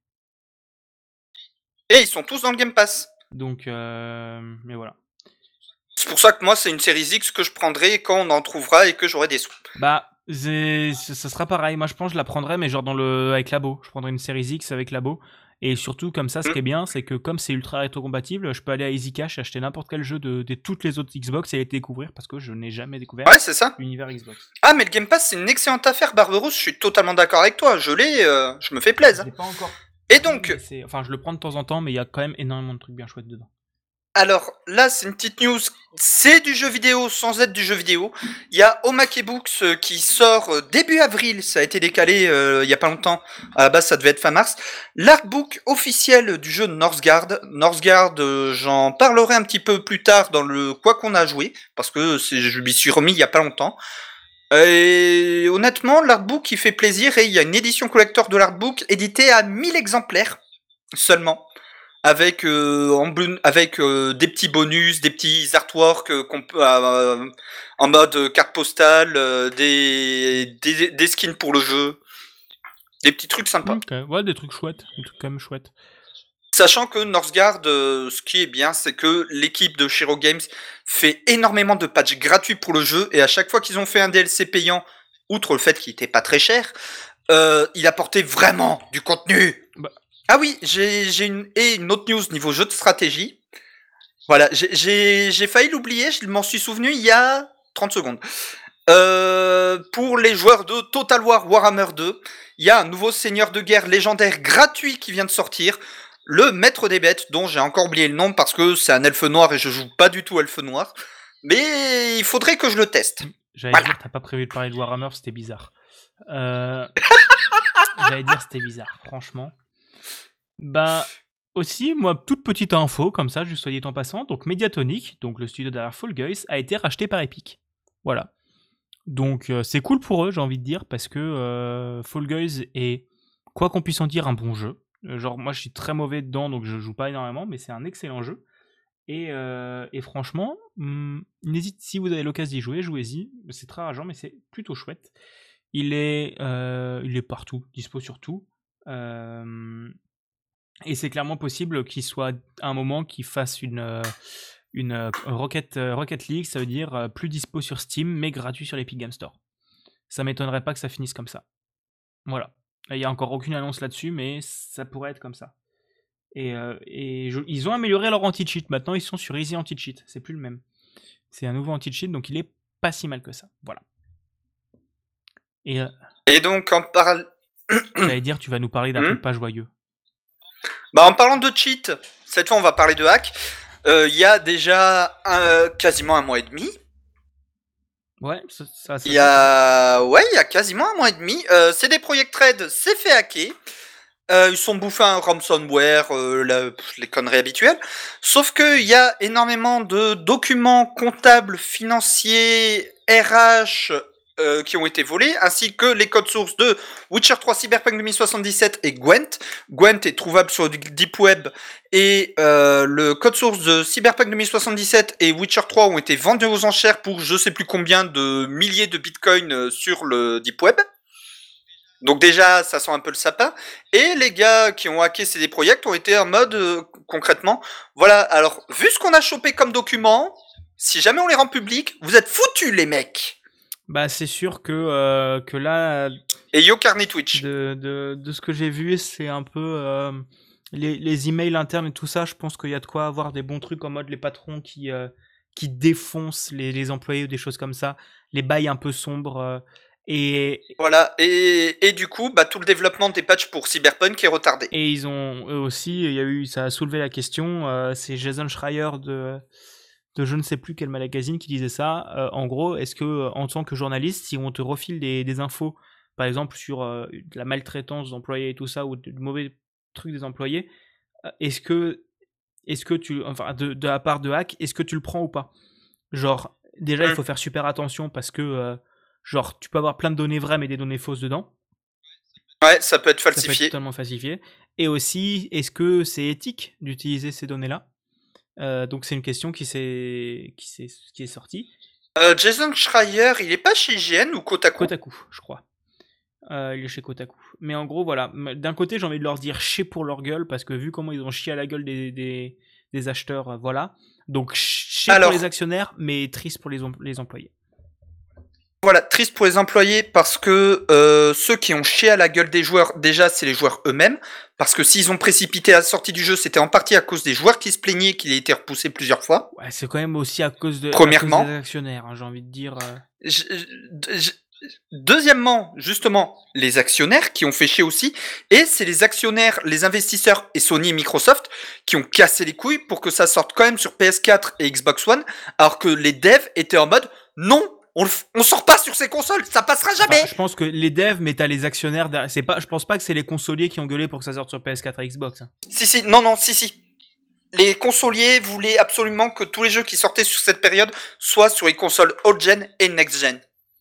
Et ils sont tous dans le Game Pass. Donc, euh, mais voilà. C'est pour ça que moi, c'est une série X que je prendrai quand on en trouvera et que j'aurai des sous. Bah, c'est, ça sera pareil. Moi, je pense que je la prendrai, mais genre dans le, avec labo. Je prendrai une série X avec labo. Et surtout, comme ça, ce mmh. qui est bien, c'est que comme c'est ultra rétro-compatible, je peux aller à EasyCash et acheter n'importe quel jeu de, de toutes les autres Xbox et les découvrir, parce que je n'ai jamais découvert ouais, c'est ça. l'univers Xbox. Ah, mais le Game Pass, c'est une excellente affaire, Barberousse. Je suis totalement d'accord avec toi. Je l'ai, euh, je me fais plaisir. Je l'ai pas encore. Et donc... Enfin, je le prends de temps en temps, mais il y a quand même énormément de trucs bien chouettes dedans. Alors là, c'est une petite news, c'est du jeu vidéo sans être du jeu vidéo. Il y a Omake Books qui sort début avril, ça a été décalé euh, il y a pas longtemps, à la base ça devait être fin mars. L'artbook officiel du jeu Northgard. Northgard, euh, j'en parlerai un petit peu plus tard dans le quoi qu'on a joué, parce que c'est, je m'y suis remis il y a pas longtemps. Et honnêtement, l'artbook il fait plaisir, et il y a une édition collector de l'artbook éditée à mille exemplaires seulement. Avec euh, en, avec euh, des petits bonus, des petits artworks euh, qu'on peut euh, en mode carte postale, euh, des, des des skins pour le jeu, des petits trucs sympas. Okay. Ouais, des trucs chouettes, des trucs quand même chouettes. Sachant que Northgard, euh, ce qui est bien, c'est que l'équipe de Shiro Games fait énormément de patchs gratuits pour le jeu, et à chaque fois qu'ils ont fait un D L C payant, outre le fait qu'il était pas très cher, euh, il apportait vraiment du contenu. Bah. Ah oui, j'ai, j'ai une, et une autre news niveau jeu de stratégie. Voilà, j'ai, j'ai, j'ai failli l'oublier, je m'en suis souvenu il y a trente secondes. Euh, pour les joueurs de Total War Warhammer deux, il y a un nouveau seigneur de guerre légendaire gratuit qui vient de sortir, le Maître des Bêtes, dont j'ai encore oublié le nom parce que c'est un elfe noir et je joue pas du tout elfe noir. Mais il faudrait que je le teste. J'allais voilà. dire, t'as pas prévu de parler de Warhammer, c'était bizarre. Euh... J'allais dire, c'était bizarre, franchement. Bah, aussi, moi, toute petite info, comme ça, juste soit dit en passant. Donc, Mediatonic, donc le studio derrière Fall Guys, a été racheté par Epic. Voilà. Donc, euh, c'est cool pour eux, j'ai envie de dire, parce que euh, Fall Guys est, quoi qu'on puisse en dire, un bon jeu. Euh, genre, moi, je suis très mauvais dedans, donc je joue pas énormément, mais c'est un excellent jeu. Et, euh, et franchement, hum, n'hésite, si vous avez l'occasion d'y jouer, jouez-y. C'est très rageant, mais c'est plutôt chouette. Il est, euh, il est partout, dispo sur tout. Euh, et c'est clairement possible qu'il soit à un moment qu'il fasse une, euh, une euh, Rocket, euh, Rocket League, ça veut dire euh, plus dispo sur Steam, mais gratuit sur l'Epic Game Store. Ça m'étonnerait pas que ça finisse comme ça. Voilà. Il n'y a encore aucune annonce là-dessus, mais ça pourrait être comme ça. Et, euh, et je, ils ont amélioré leur anti-cheat. Maintenant, ils sont sur Easy Anti-Cheat. C'est plus le même. C'est un nouveau anti-cheat, donc il est pas si mal que ça. Voilà. Et, euh, et donc, en parlant... J'allais dire, tu vas nous parler d'un mmh. truc pas joyeux. Bah, en parlant de cheat, cette fois, on va parler de hack. Il euh, y a déjà un, quasiment un mois et demi. Ouais, ça, ça, ça Il y a, ouais, il y a quasiment un mois et demi. Euh, C D Projekt Red s'est fait hacker. Euh, ils sont bouffés un ransomware, euh, la, les conneries habituelles. Sauf qu'il y a énormément de documents comptables, financiers, R H euh, qui ont été volés, ainsi que les codes sources de Witcher trois, Cyberpunk deux mille soixante-dix-sept et Gwent. Gwent est trouvable sur le Deep Web et euh, le code source de Cyberpunk deux mille soixante-dix-sept et Witcher trois ont été vendus aux enchères pour je sais plus combien de milliers de bitcoins sur le Deep Web. Donc déjà, ça sent un peu le sapin. Et les gars qui ont hacké C D Projekt ont été en mode, euh, concrètement, voilà, alors, vu ce qu'on a chopé comme document, si jamais on les rend publics, vous êtes foutus, les mecs. Bah, c'est sûr que, euh, que là... Et yo, Carney Twitch. De, de, de ce que j'ai vu, c'est un peu... Euh, les, les emails internes et tout ça, je pense qu'il y a de quoi avoir des bons trucs en mode les patrons qui, euh, qui défoncent les, les employés ou des choses comme ça, les bails un peu sombres... Euh, Et voilà, et, et du coup, bah, tout le développement des patchs pour Cyberpunk est retardé. Et ils ont eux aussi, il y a eu, ça a soulevé la question. Euh, c'est Jason Schreier de, de je ne sais plus quel magazine qui disait ça. Euh, en gros, est-ce que en tant que journaliste, si on te refile des, des infos, par exemple sur euh, la maltraitance d'employés et tout ça, ou de, de mauvais trucs des employés, est-ce que, est-ce que tu, enfin, de, de la part de Hack, est-ce que tu le prends ou pas? Genre, déjà, mmh. il faut faire super attention parce que euh, genre, tu peux avoir plein de données vraies mais des données fausses dedans. Ouais, ça peut être falsifié. Ça peut être totalement falsifié. Et aussi, est-ce que c'est éthique d'utiliser ces données-là? euh, Donc c'est une question qui, s'est, qui, s'est, qui est sortie. Euh, Jason Schreier, il est pas chez I G N ou Kotaku? Kotaku, je crois. Euh, il est chez Kotaku. Mais en gros, voilà. D'un côté, j'ai envie de leur dire chier pour leur gueule, parce que vu comment ils ont chié à la gueule des, des, des acheteurs, voilà. Donc chier Alors, pour les actionnaires, mais triste pour les, les employés. Voilà, triste pour les employés parce que euh, ceux qui ont chié à la gueule des joueurs, déjà, c'est les joueurs eux-mêmes. Parce que s'ils ont précipité la sortie du jeu, c'était en partie à cause des joueurs qui se plaignaient qu'il ait été repoussé plusieurs fois. Ouais, c'est quand même aussi à cause, de, Premièrement, à cause des actionnaires, hein, j'ai envie de dire. Euh... Je, je, deuxièmement, justement, les actionnaires qui ont fait chier aussi. Et c'est les actionnaires, les investisseurs et Sony et Microsoft qui ont cassé les couilles pour que ça sorte quand même sur P S quatre et Xbox One, alors que les devs étaient en mode non. On, on sort pas sur ces consoles, ça passera jamais. Enfin, je pense que les devs, mais t'as les actionnaires. C'est pas, je pense pas que c'est les consoliers qui ont gueulé pour que ça sorte sur P S quatre et Xbox. Hein. Si si, non non, si si. Les consoliers voulaient absolument que tous les jeux qui sortaient sur cette période soient sur les consoles old-gen et next-gen.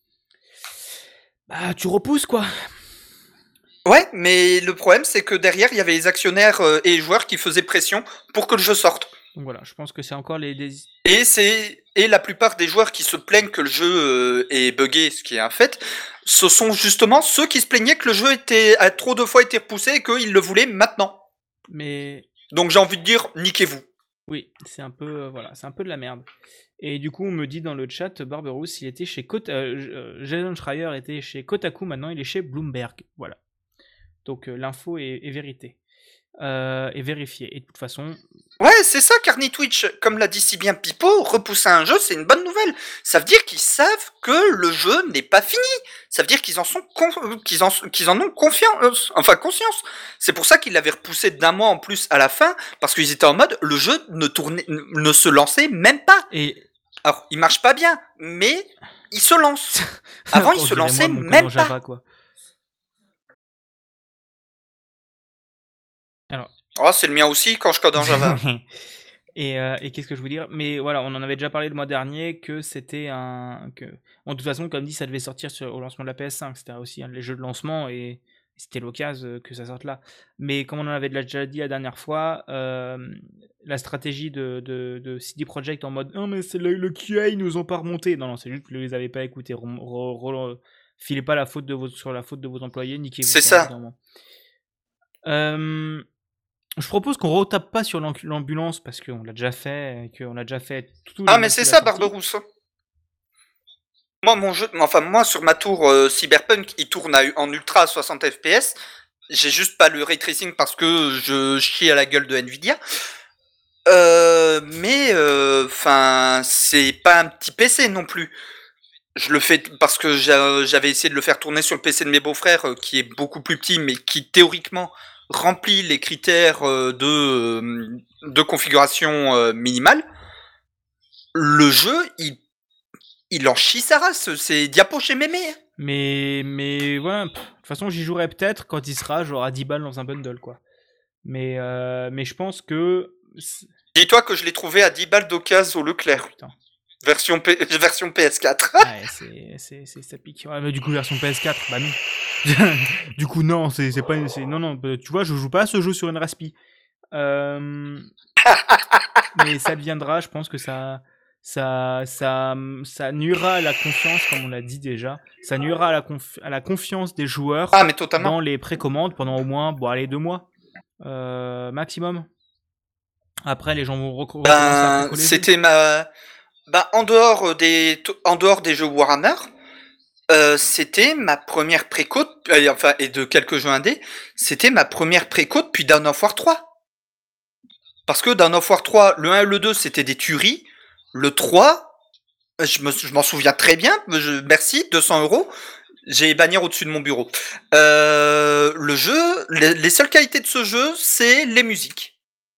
Bah, tu repousses quoi. Ouais, mais le problème c'est que derrière il y avait les actionnaires et les joueurs qui faisaient pression pour que le jeu sorte. Donc voilà, je pense que c'est encore les, les... Et c'est et la plupart des joueurs qui se plaignent que le jeu euh, est buggé, ce qui est un fait, ce sont justement ceux qui se plaignaient que le jeu était a trop de fois été repoussé et qu'ils le voulaient maintenant. Mais donc j'ai envie de dire niquez-vous. Oui, c'est un peu euh, voilà, c'est un peu de la merde. Et du coup, on me dit dans le chat, Barberousse, il était chez Kota... euh, Jason Schreier était chez Kotaku, maintenant il est chez Bloomberg. Voilà. Donc euh, l'info est, est vérité. Euh, est vérifiée. Et de toute façon... Ouais, c'est ça, Carney Twitch. Comme l'a dit si bien Pipo, repousser un jeu, c'est une bonne nouvelle. Ça veut dire qu'ils savent que le jeu n'est pas fini. Ça veut dire qu'ils en sont con... qu'ils en... qu'ils en ont confiance, enfin conscience. C'est pour ça qu'ils l'avaient repoussé d'un mois en plus à la fin, parce qu'ils étaient en mode, le jeu ne tournait, ne se lançait même pas. Et alors, il marche pas bien, mais il se lance. Avant, il se lançait moi, même pas. Java, quoi. Alors. Oh, c'est le mien aussi quand je code en Java. et, euh, et qu'est-ce que je veux dire? Mais voilà, on en avait déjà parlé le mois dernier que c'était un. Que... Bon, de toute façon, comme dit, ça devait sortir sur... au lancement de la P S cinq. C'était aussi un des jeux de lancement et c'était l'occasion que ça sorte là. Mais comme on en avait déjà dit la dernière fois, euh, la stratégie de, de, de C D Projekt en mode non, mais c'est le, le Q A, ils nous ont pas remonté. Non, non, c'est juste que vous les avez pas écoutés. Re, re, re, filez pas la faute de vos, sur la faute de vos employés, niquez-vous. C'est ça. Euh. Je propose qu'on retape pas sur l'ambulance parce qu'on l'a déjà fait, qu'on a déjà fait tout. Ah mais c'est ça, Barberousse. Moi, mon jeu, enfin moi sur ma tour euh, Cyberpunk, il tourne à, en ultra à soixante F P S. J'ai juste pas le ray tracing parce que je chie à la gueule de Nvidia. Euh, mais enfin, euh, c'est pas un petit P C non plus. Je le fais parce que j'avais essayé de le faire tourner sur le P C de mes beaux-frères, euh, qui est beaucoup plus petit, mais qui théoriquement remplit les critères de, de configuration minimale. Le jeu, il, il en chie sa race. C'est diapo chez mémé. Mais, mais ouais, pff, de toute façon, j'y jouerai peut-être quand il sera genre à dix balles dans un bundle, quoi. Mais, euh, mais je pense que. c'est- Dis-toi que je l'ai trouvé à dix balles d'occasion au Leclerc. Putain. Version, P... version P S quatre. Ouais, c'est, c'est, c'est, ça pique. Ouais, mais du coup, version P S quatre, bah non. Du coup, non, c'est, c'est pas. C'est, non, non, bah, tu vois, je joue pas à ce jeu sur une raspi. Euh, mais ça deviendra, je pense que ça, ça, ça, ça nuira à la confiance, comme on l'a dit déjà. Ça nuira à la, conf- à la confiance des joueurs Ah, mais totalement. dans les précommandes pendant au moins, bon, allez, deux mois euh, maximum. Après, les gens vont rec- recommencer à Ben, précoller. c'était ma. Ben, en dehors des, en dehors des jeux Warhammer, euh, c'était ma première préco, euh, enfin, et de quelques jeux indés, c'était ma première préco depuis Dawn of War trois. Parce que Dawn of War trois, le un et le deux, c'était des tueries. Le trois, je, me, je m'en souviens très bien. Je, merci, deux cents euros. J'ai les bannières au-dessus de mon bureau. Euh, le jeu, les, les seules qualités de ce jeu, c'est les musiques.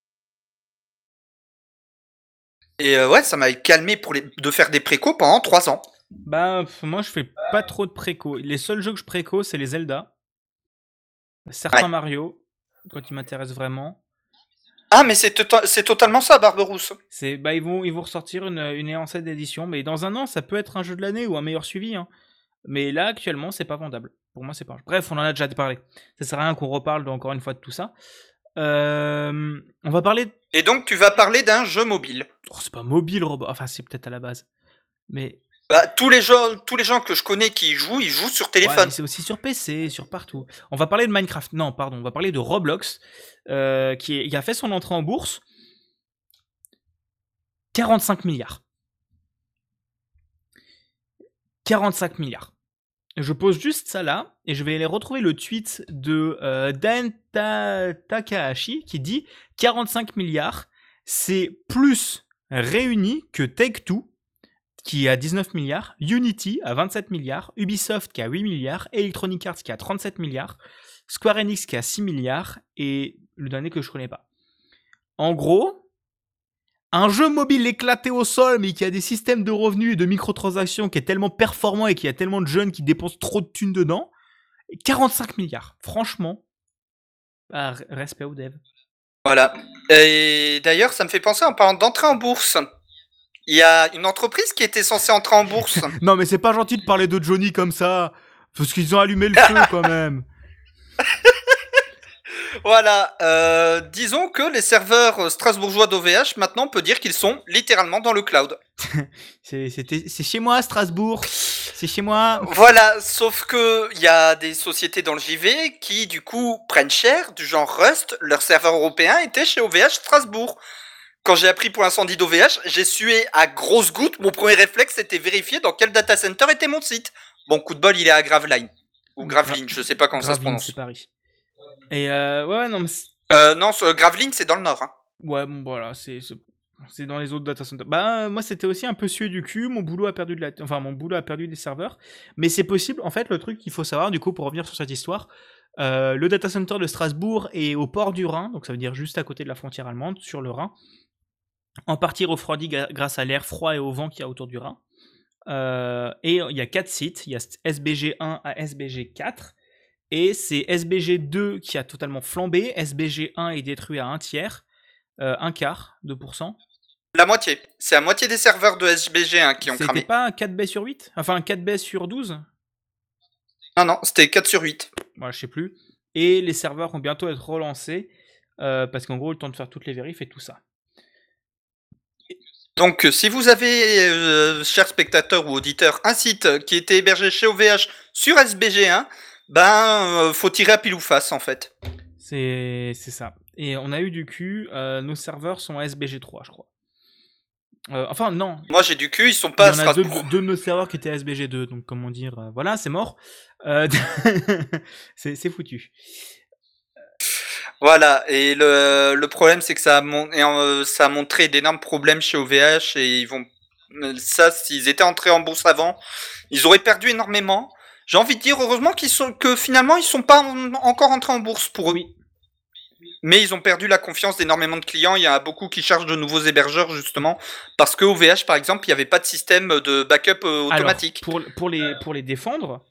Et euh, ouais, ça m'a calmé pour les, de faire des précos pendant trois ans. Bah, moi, je fais pas trop de préco. Les seuls jeux que je préco, c'est les Zelda. Certains Ouais. Mario, quand ils m'intéressent vraiment. Ah, mais c'est, to- c'est totalement ça, Barberousse. C'est, bah, ils vont, ils vont ressortir une, une Néant sept d'édition, mais dans un an, ça peut être un jeu de l'année ou un meilleur suivi. Hein. Mais là, actuellement, c'est pas vendable. Pour moi, c'est pas. Bref, on en a déjà parlé. Ça sert à rien qu'on reparle de- encore une fois de tout ça. Euh, on va parler. Et donc, tu vas parler d'un jeu mobile. Oh, c'est pas mobile, robot. Enfin, c'est peut-être à la base. Mais. Bah, tous les gens, tous les gens que je connais qui y jouent, ils jouent sur Ouais, téléphone. mais c'est aussi sur P C, sur partout. On va parler de Minecraft. Non, pardon, on va parler de Roblox, euh, qui, est- qui a fait son entrée en bourse. quarante-cinq milliards. quarante-cinq milliards. Je pose juste ça là, et je vais aller retrouver le tweet de euh, Dan Ta- Takahashi qui dit quarante-cinq milliards, c'est plus réuni que Take-Two, qui a dix-neuf milliards, Unity à vingt-sept milliards, Ubisoft qui a huit milliards, Electronic Arts qui a trente-sept milliards, Square Enix qui a six milliards, et le dernier que je connais pas. En gros, un jeu mobile éclaté au sol, mais qui a des systèmes de revenus et de microtransactions qui est tellement performant et qui a tellement de jeunes qui dépensent trop de thunes dedans, quarante-cinq milliards. Franchement, bah, respect aux devs. Voilà. Et d'ailleurs, ça me fait penser en parlant d'entrée en bourse. Il y a une entreprise qui était censée entrer en bourse. Non, mais c'est pas gentil de parler de Johnny comme ça, parce qu'ils ont allumé le feu quand même. Voilà. Euh, disons que les serveurs strasbourgeois d'O V H, maintenant, on peut dire qu'ils sont littéralement dans le cloud. C'est, c'était, c'est chez moi, Strasbourg. C'est chez moi. Voilà, sauf que il y a des sociétés dans le J V qui, du coup, prennent cher, du genre Rust. Leur serveur européen était chez O V H Strasbourg. Quand j'ai appris pour l'incendie d'O V H, j'ai sué à grosses gouttes. Mon premier réflexe, c'était vérifier dans quel data center était mon site. Bon, coup de bol, il est à Gravelines. Ou Gravelines, je sais pas comment ça se Gravelines, prononce. c'est Paris. Et euh, ouais, ouais, non, mais c'est- Euh, non, ce- Gravelines, c'est dans le nord. Hein. ouais, bon, voilà, c'est, c'est, c'est dans les autres data centers. Bah, moi, c'était aussi un peu sué du cul. Mon boulot a perdu de la, enfin, mon boulot a perdu des serveurs. Mais c'est possible. En fait, le truc qu'il faut savoir, du coup, pour revenir sur cette histoire, euh, le data center de Strasbourg est au port du Rhin, donc ça veut dire juste à côté de la frontière allemande, sur le Rhin. En partie refroidi gra- grâce à l'air froid et au vent qu'il y a autour du Rhin. Euh, et il y a quatre sites. Il y a S B G un à S B G quatre. Et c'est S B G deux qui a totalement flambé. S B G un est détruit à un tiers. Euh, un quart, deux pour cent. La moitié. C'est la moitié des serveurs de S B G hein, qui ont C'était cramé. pas un quatre bay sur huit? Enfin, un quatre bay sur douze? Non, non, c'était quatre sur huit. Moi, je sais plus. Et les serveurs vont bientôt être relancés. Euh, parce qu'en gros, le temps de faire toutes les vérifs et tout ça. Donc, si vous avez, euh, chers spectateurs ou auditeurs, un site qui était hébergé chez O V H sur S B G un, ben, euh, faut tirer à pile ou face, en fait. C'est, c'est ça. Et on a eu du cul. Euh, nos serveurs sont à S B G trois, je crois. Euh, enfin, non. Moi, j'ai du cul, ils sont Il pas y à en a deux, Strasbourg. deux de nos serveurs qui étaient à S B G deux. Donc, comment dire, euh, voilà, c'est mort. Euh, c'est, c'est foutu. Voilà, et le, le problème, c'est que ça a, mon- et, euh, ça a montré d'énormes problèmes chez O V H, et ils vont... Ça, s'ils étaient entrés en bourse avant, ils auraient perdu énormément. J'ai envie de dire, heureusement qu'ils sont, que finalement, ils sont pas en- encore entrés en bourse pour eux. Oui. Mais ils ont perdu la confiance d'énormément de clients. Il y en a beaucoup qui chargent de nouveaux hébergeurs, justement, parce que O V H, par exemple, il n'y avait pas de système de backup euh, automatique. Alors, pour, pour, les, pour les défendre,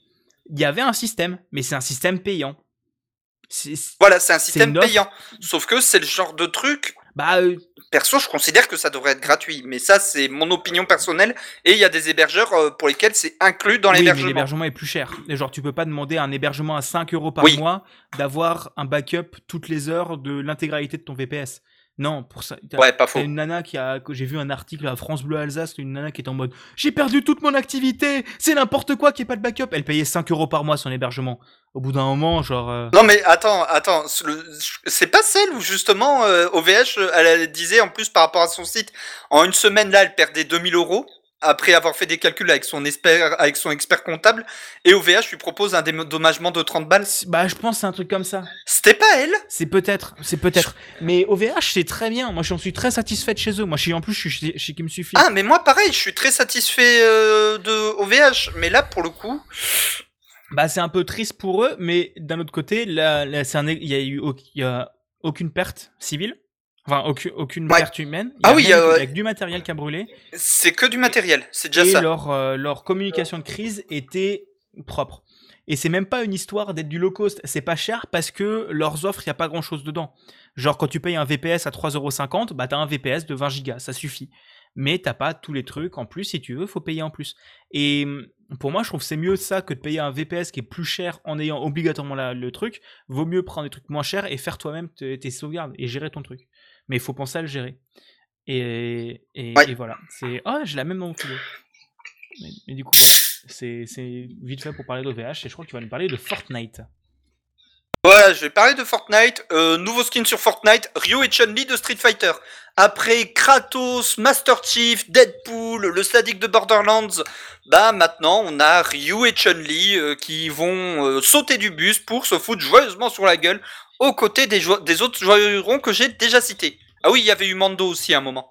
il y avait un système, mais c'est un système payant. C'est, voilà, c'est un système c'est payant. Sauf que c'est le genre de truc. Bah, euh... perso, je considère que ça devrait être gratuit. Mais ça, c'est mon opinion personnelle. Et il y a des hébergeurs pour lesquels c'est inclus dans oui, l'hébergement. Mais l'hébergement est plus cher. Et genre, tu peux pas demander un hébergement à cinq euros par oui. mois d'avoir un backup toutes les heures de l'intégralité de ton V P S. Non, pour ça. Ouais, pas faux. Une nana qui a, j'ai vu un article à France Bleu Alsace, une nana qui est en mode, j'ai perdu toute mon activité, c'est n'importe quoi qu'il n'y ait pas de backup. Elle payait cinq euros par mois son hébergement. Au bout d'un moment, genre. Euh... Non mais attends, attends, c'est pas celle où justement euh, O V H, elle, elle disait en plus par rapport à son site, en une semaine là, elle perdait deux mille euros. Après avoir fait des calculs avec son expert, avec son expert comptable, et O V H lui propose un dédommagement de trente balles. Bah, je pense que c'est un truc comme ça. C'était pas elle? C'est peut-être, c'est peut-être. Mais O V H, c'est très bien. Moi, j'en suis très satisfait de chez eux. Moi, je suis, en plus, je suis chez qui me suffit. Ah, mais moi, pareil, je suis très satisfait euh, de O V H. Mais là, pour le coup. Bah, c'est un peu triste pour eux, mais d'un autre côté, là, là c'est un, il y a eu, il y a aucune perte civile. Enfin, aucune, aucune ouais. perte humaine. Il y a ah oui, il y a, avec du matériel qui a brûlé. C'est que du matériel, c'est déjà et ça. Et leur, euh, leur communication de crise était propre. Et c'est même pas une histoire d'être du low cost. C'est pas cher parce que leurs offres, il n'y a pas grand chose dedans. Genre, quand tu payes un V P S à trois euros cinquante, bah, t'as un V P S de vingt gigas, ça suffit. Mais t'as pas tous les trucs en plus. Si tu veux, faut payer en plus. Et pour moi, je trouve que c'est mieux ça que de payer un V P S qui est plus cher en ayant obligatoirement la, le truc. Vaut mieux prendre des trucs moins chers et faire toi-même tes, tes sauvegardes et gérer ton truc. Mais il faut penser à le gérer. Et, et, ouais. et voilà. C'est... Oh, j'ai la même dans mon studio. Mais, mais du coup, c'est, c'est vite fait pour parler d'O V H et je crois que tu vas nous parler de Fortnite. Voilà, je vais parler de Fortnite. Euh, nouveau skin sur Fortnite, Ryu et Chun-Li de Street Fighter. Après Kratos, Master Chief, Deadpool, le sadique de Borderlands, bah maintenant on a Ryu et Chun-Li euh, qui vont euh, sauter du bus pour se foutre joyeusement sur la gueule aux côtés des, jo- des autres joueurs que j'ai déjà cités. Ah oui, il y avait eu Mando aussi à un moment.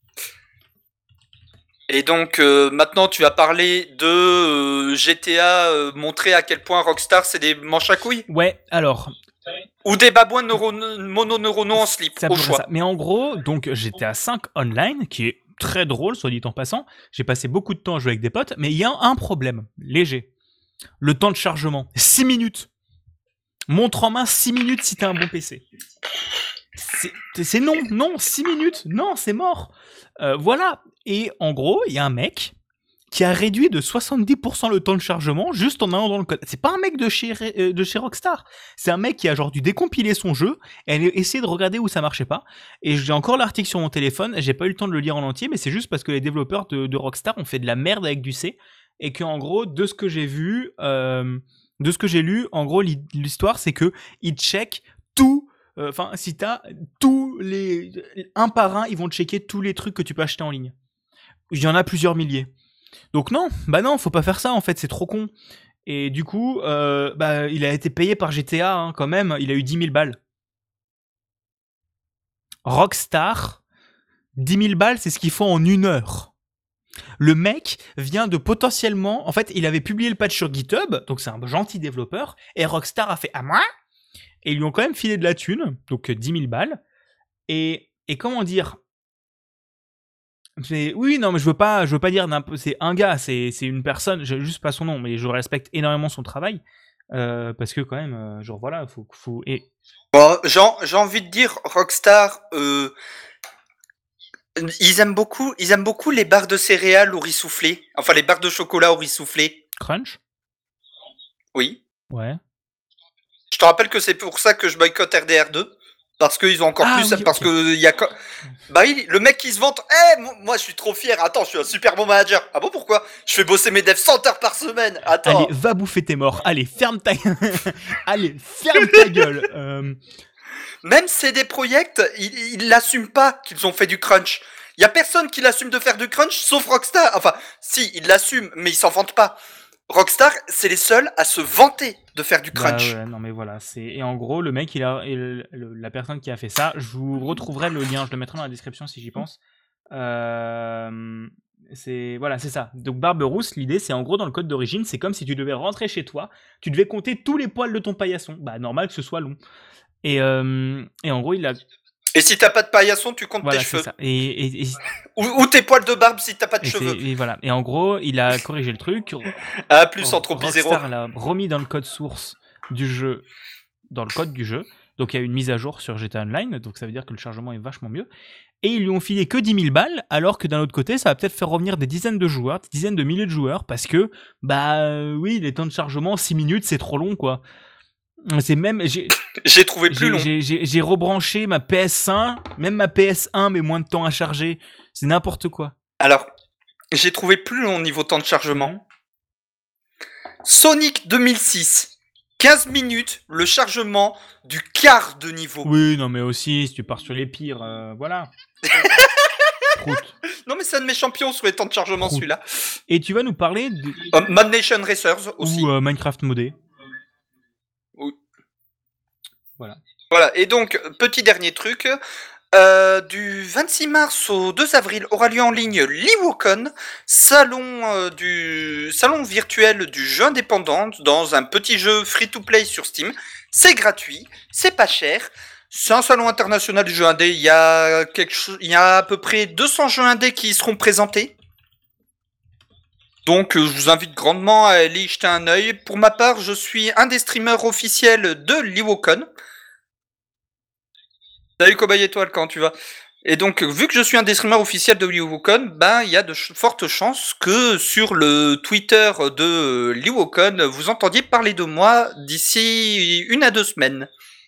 Et donc euh, maintenant tu vas parler de euh, G T A, euh, montrer à quel point Rockstar c'est des manches à couilles. Ouais, alors... Ou des babouins neuro- mononeuronaux en slip, ça au choix. Ça. Mais en gros, donc G T A cinq Online, qui est très drôle, soit dit en passant, j'ai passé beaucoup de temps à jouer avec des potes, mais il y a un problème, léger. Le temps de chargement, six minutes. Montre en main, six minutes si t'as un bon P C. C'est, c'est non, non, six minutes, non, c'est mort. Euh, voilà. Et en gros, il y a un mec qui a réduit de soixante-dix pour cent le temps de chargement juste en allant dans le code. C'est pas un mec de chez, euh, de chez Rockstar. C'est un mec qui a genre dû décompiler son jeu et essayer de regarder où ça marchait pas. Et j'ai encore l'article sur mon téléphone. J'ai pas eu le temps de le lire en entier, mais c'est juste parce que les développeurs de, de Rockstar ont fait de la merde avec du C. Et qu'en gros, de ce que j'ai vu, euh, de ce que j'ai lu, en gros, l'histoire, c'est que ils checkent tout. Enfin, euh, si t'as tous les... Un par un, ils vont checker tous les trucs que tu peux acheter en ligne. Il y en a plusieurs milliers. Donc non, bah non, faut pas faire ça en fait, c'est trop con. Et du coup, euh, bah, il a été payé par G T A hein, quand même, il a eu dix mille balles. Rockstar, dix mille balles, c'est ce qu'il faut en une heure. Le mec vient de potentiellement... En fait, il avait publié le patch sur GitHub, donc c'est un gentil développeur, et Rockstar a fait « à moi ?» et ils lui ont quand même filé de la thune, donc dix mille balles. Et, et comment dire... C'est... Oui, non, mais je veux pas, je veux pas dire c'est un gars, c'est, c'est une personne, j'ai juste pas son nom, mais je respecte énormément son travail euh, parce que quand même, euh, genre voilà, faut, faut et. Bon, j'ai, j'ai envie de dire Rockstar, euh, ils aiment beaucoup, ils aiment beaucoup les barres de céréales au riz soufflé, enfin les barres de chocolat au riz soufflé. Crunch. Oui. Ouais. Je te rappelle que c'est pour ça que je boycotte R D R deux. Parce qu'ils ont encore ah, plus, oui, parce okay. que il y a bah oui, le mec qui se vante, eh hey, moi je suis trop fier. Attends, je suis un super bon manager. Ah bon, pourquoi? Je fais bosser mes devs cent heures par semaine. Attends. Allez, va bouffer tes morts. Allez, ferme ta Allez, ferme ta gueule. Euh... Même C D Projekt, ils, ils l'assument pas qu'ils ont fait du crunch. Il y a personne qui l'assume de faire du crunch sauf Rockstar. Enfin, si, ils l'assument, mais ils s'en vantent pas. Rockstar, c'est les seuls à se vanter de faire du crunch. Bah ouais, non mais voilà, c'est et en gros le mec, il a et le, le, la personne qui a fait ça, je vous retrouverai le lien, je le mettrai dans la description si j'y pense. Euh, c'est voilà, c'est ça. Donc Barberousse, l'idée c'est en gros dans le code d'origine, c'est comme si tu devais rentrer chez toi, tu devais compter tous les poils de ton paillasson. Bah normal que ce soit long. Et euh, et en gros il a Et si t'as pas de paillasson, tu comptes Voilà, tes c'est cheveux. ça. Et, et, et, Ou, ou tes poils de barbe si t'as pas de et, c'est- cheveux. et voilà. Et en gros, il a corrigé le truc. Ah, plus Ro- Entropie zéro. Rockstar l'a remis dans le code source du jeu, dans le code du jeu. Donc il y a une mise à jour sur G T A Online, donc ça veut dire que le chargement est vachement mieux. Et ils lui ont filé que dix mille balles, alors que d'un autre côté, ça va peut-être faire revenir des dizaines de joueurs, des dizaines de milliers de joueurs, parce que, bah euh, oui, les temps de chargement, six minutes, c'est trop long, quoi. C'est même... J'ai, J'ai trouvé plus j'ai, long. j'ai, j'ai, j'ai rebranché ma P S un, même ma P S un met moins de temps à charger. C'est n'importe quoi. Alors, j'ai trouvé plus long niveau temps de chargement. Mhm. Sonic deux mille six. quinze minutes, le chargement du quart de niveau. Oui, non, mais aussi, si tu pars sur les pires, euh, voilà. Prout. Non, mais c'est un de mes champions sur les temps de chargement, Prout. celui-là. Et tu vas nous parler de... Euh, Mad Nation Racers aussi. ou euh, Minecraft modé. Oui. Voilà. Voilà, et donc, petit dernier truc. Euh, du vingt-six mars au deux avril aura lieu en ligne l'Iwocon, salon euh, du salon virtuel du jeu indépendant dans un petit jeu free-to-play sur Steam. C'est gratuit, c'est pas cher. C'est un salon international du jeu indé. Il y a quelque chose, il y a à peu près deux cents jeux indés qui y seront présentés. Donc, euh, je vous invite grandement à aller y jeter un œil. Pour ma part, je suis un des streamers officiels de l'Iwocon. Salut Cobaye Étoile, comment tu vas? Et donc, vu que je suis un des streamers officiels de l'Iwocon, ben, il y a de ch- fortes chances que sur le Twitter de l'Iwocon, vous entendiez parler de moi d'ici une à deux semaines.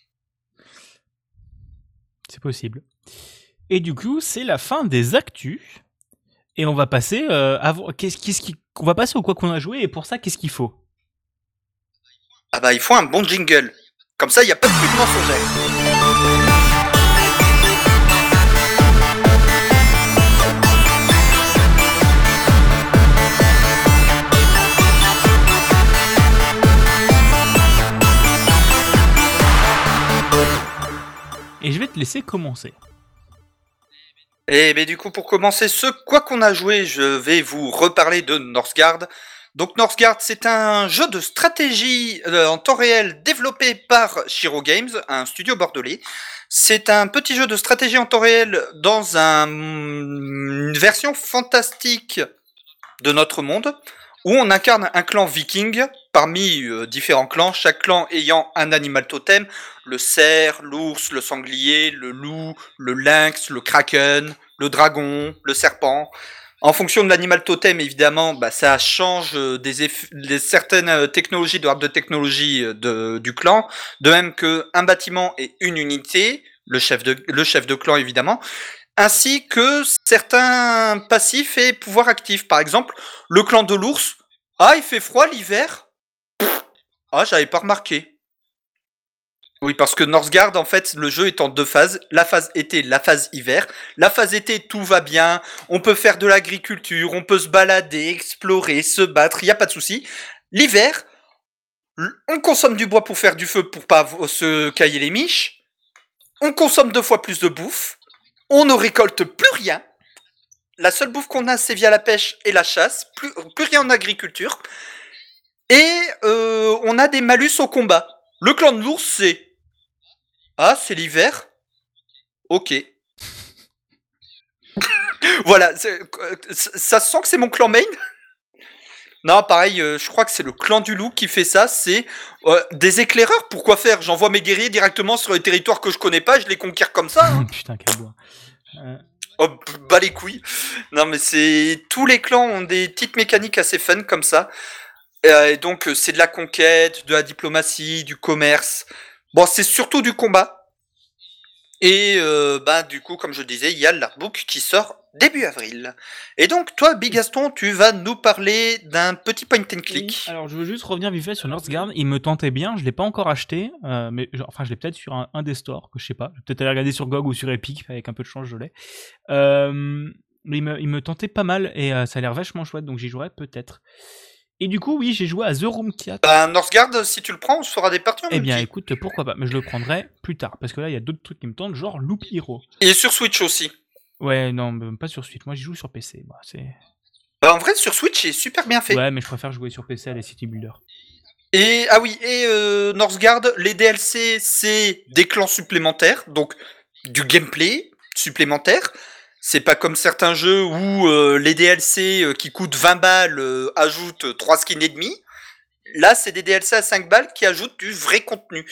C'est possible. Et du coup, c'est la fin des actus. Et on va passer euh, avant... Qu'est-ce, qu'est-ce qui... On va passer au quoi qu'on a joué, et pour ça, qu'est-ce qu'il faut? Ah bah, il faut un bon jingle. Comme ça, il n'y a pas de pub mensongère. Et je vais te laisser commencer. Et ben du coup, pour commencer ce quoi qu'on a joué, je vais vous reparler de Northgard. Donc Northgard, c'est un jeu de stratégie euh, en temps réel développé par Shiro Games, un studio bordelais. C'est un petit jeu de stratégie en temps réel dans un, une version fantastique de notre monde, où on incarne un clan viking parmi euh, différents clans, chaque clan ayant un animal totem, le cerf, l'ours, le sanglier, le loup, le lynx, le kraken, le dragon, le serpent. En fonction de l'animal totem, évidemment, bah, ça change des, eff- des certaines technologies, de l'arbre de technologie de, du clan, de même qu'un bâtiment et une unité, le chef de, le chef de clan évidemment, ainsi que certains passifs et pouvoirs actifs. Par exemple, le clan de l'ours, ah, il fait froid l'hiver. Ah, j'avais pas remarqué. Oui, parce que Northgard, en fait, le jeu est en deux phases. La phase été, la phase hiver. La phase été, tout va bien. On peut faire de l'agriculture, on peut se balader, explorer, se battre, il n'y a pas de souci. L'hiver, on consomme du bois pour faire du feu pour pas se cailler les miches. On consomme deux fois plus de bouffe. On ne récolte plus rien. La seule bouffe qu'on a, c'est via la pêche et la chasse. Plus, plus rien en agriculture. Et euh, on a des malus au combat. Le clan de l'ours, c'est... Ah, c'est l'hiver. Ok. Voilà, ça se sent que c'est mon clan main. Non, pareil, euh, je crois que c'est le clan du loup qui fait ça. C'est euh, des éclaireurs. Pourquoi faire? J'envoie mes guerriers directement sur les territoires que je connais pas. Je les conquiers comme ça. Hein. Putain, quel bois. Euh... Oh, bah les couilles. Non, mais c'est... Tous les clans ont des petites mécaniques assez fun comme ça. Euh, et donc, c'est de la conquête, de la diplomatie, du commerce. Bon, c'est surtout du combat. Et euh, bah du coup, comme je disais, il y a l'artbook qui sort début avril. Et donc, toi, Big Gaston, tu vas nous parler d'un petit point and click. Oui, alors, je veux juste revenir vite fait sur Northgard. Il me tentait bien, je l'ai pas encore acheté, euh, mais genre, enfin, je l'ai peut-être sur un, un des stores, que je sais pas. Je vais peut-être aller regarder sur G O G ou sur Epic, avec un peu de chance, je l'ai. Euh, mais il me, il me tentait pas mal et euh, ça a l'air vachement chouette, donc j'y jouerai peut-être. Et du coup, oui, j'ai joué à The Room quatre. Bah, Northgard, si tu le prends, on se fera des parties en Eh bien, multi. écoute, pourquoi pas, mais je le prendrai plus tard, parce que là, il y a d'autres trucs qui me tentent, genre Loop Hero. Et sur Switch aussi. Ouais, non, même pas sur Switch, moi j'y joue sur P C. Bah, c'est... Bah, en vrai, sur Switch, c'est super bien fait. Ouais, mais je préfère jouer sur P C à la City Builder. Et, ah oui, et euh, Northgard, les D L C, c'est des clans supplémentaires, donc du gameplay supplémentaire. C'est pas comme certains jeux où euh, les D L C euh, qui coûtent vingt balles euh, ajoutent trois skins et demi. Là, c'est des D L C à cinq balles qui ajoutent du vrai contenu.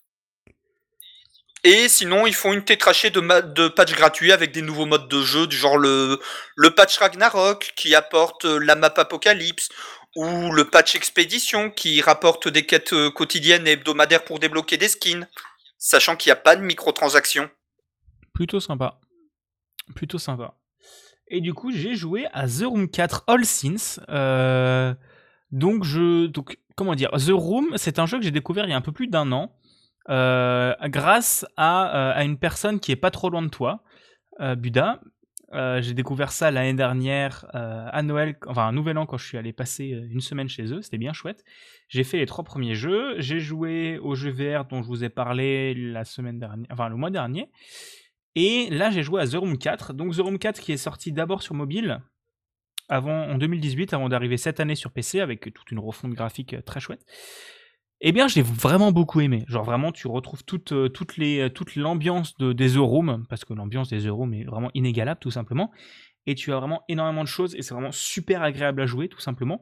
Et sinon, ils font une tétrachée de, ma- de patchs gratuits avec des nouveaux modes de jeu, du genre le, le patch Ragnarok qui apporte euh, la map Apocalypse, ou le patch Expédition qui rapporte des quêtes euh, quotidiennes et hebdomadaires pour débloquer des skins, sachant qu'il n'y a pas de microtransactions. Plutôt sympa. Plutôt sympa. Et du coup, j'ai joué à The Room quatre All Sins. Euh, donc, je, donc, comment dire, The Room, c'est un jeu que j'ai découvert il y a un peu plus d'un an, euh, grâce à, euh, à une personne qui est pas trop loin de toi, euh, Buda. Euh, j'ai découvert ça l'année dernière euh, à Noël, enfin un nouvel an quand je suis allé passer une semaine chez eux, c'était bien chouette. J'ai fait les trois premiers jeux, j'ai joué au jeu V R dont je vous ai parlé la semaine dernière, enfin le mois dernier. Et là, j'ai joué à The Room quatre. Donc The Room quatre qui est sorti d'abord sur mobile, avant, en deux mille dix-huit, avant d'arriver cette année sur P C, avec toute une refonte graphique très chouette. Eh bien, j'ai vraiment beaucoup aimé. Genre vraiment, tu retrouves toute, euh, toute, les, toute l'ambiance de, des The Room, parce que l'ambiance des The Room est vraiment inégalable, tout simplement. Et tu as vraiment énormément de choses, et c'est vraiment super agréable à jouer, tout simplement.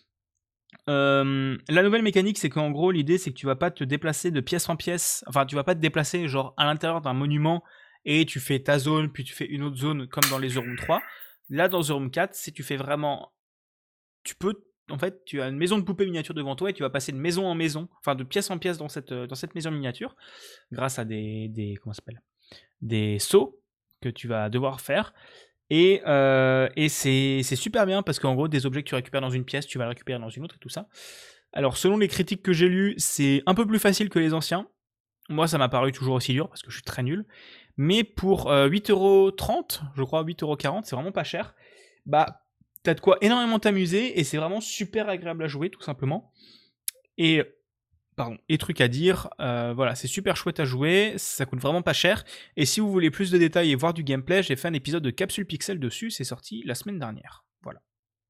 Euh, la nouvelle mécanique, c'est qu'en gros, l'idée, c'est que tu vas pas te déplacer de pièce en pièce. Enfin, tu vas pas te déplacer genre à l'intérieur d'un monument et tu fais ta zone, puis tu fais une autre zone comme dans les The Room trois. Là, dans The Room quatre, si tu fais vraiment... Tu peux... En fait, tu as une maison de poupée miniature devant toi et tu vas passer de maison en maison, enfin de pièce en pièce dans cette, dans cette maison miniature, grâce à des... des comment ça s'appelle ? Des sauts que tu vas devoir faire. Et, euh, et c'est, c'est super bien parce qu'en gros, des objets que tu récupères dans une pièce, tu vas les récupérer dans une autre et tout ça. Alors, selon les critiques que j'ai lues, c'est un peu plus facile que les anciens. Moi, ça m'a paru toujours aussi dur parce que je suis très nul. Mais pour euh, huit euros trente, je crois huit euros quarante, c'est vraiment pas cher. Bah, t'as de quoi énormément t'amuser et c'est vraiment super agréable à jouer, tout simplement. Et, pardon, et truc à dire, euh, voilà, c'est super chouette à jouer, ça coûte vraiment pas cher. Et si vous voulez plus de détails et voir du gameplay, j'ai fait un épisode de Capsule Pixel dessus, c'est sorti la semaine dernière. Voilà.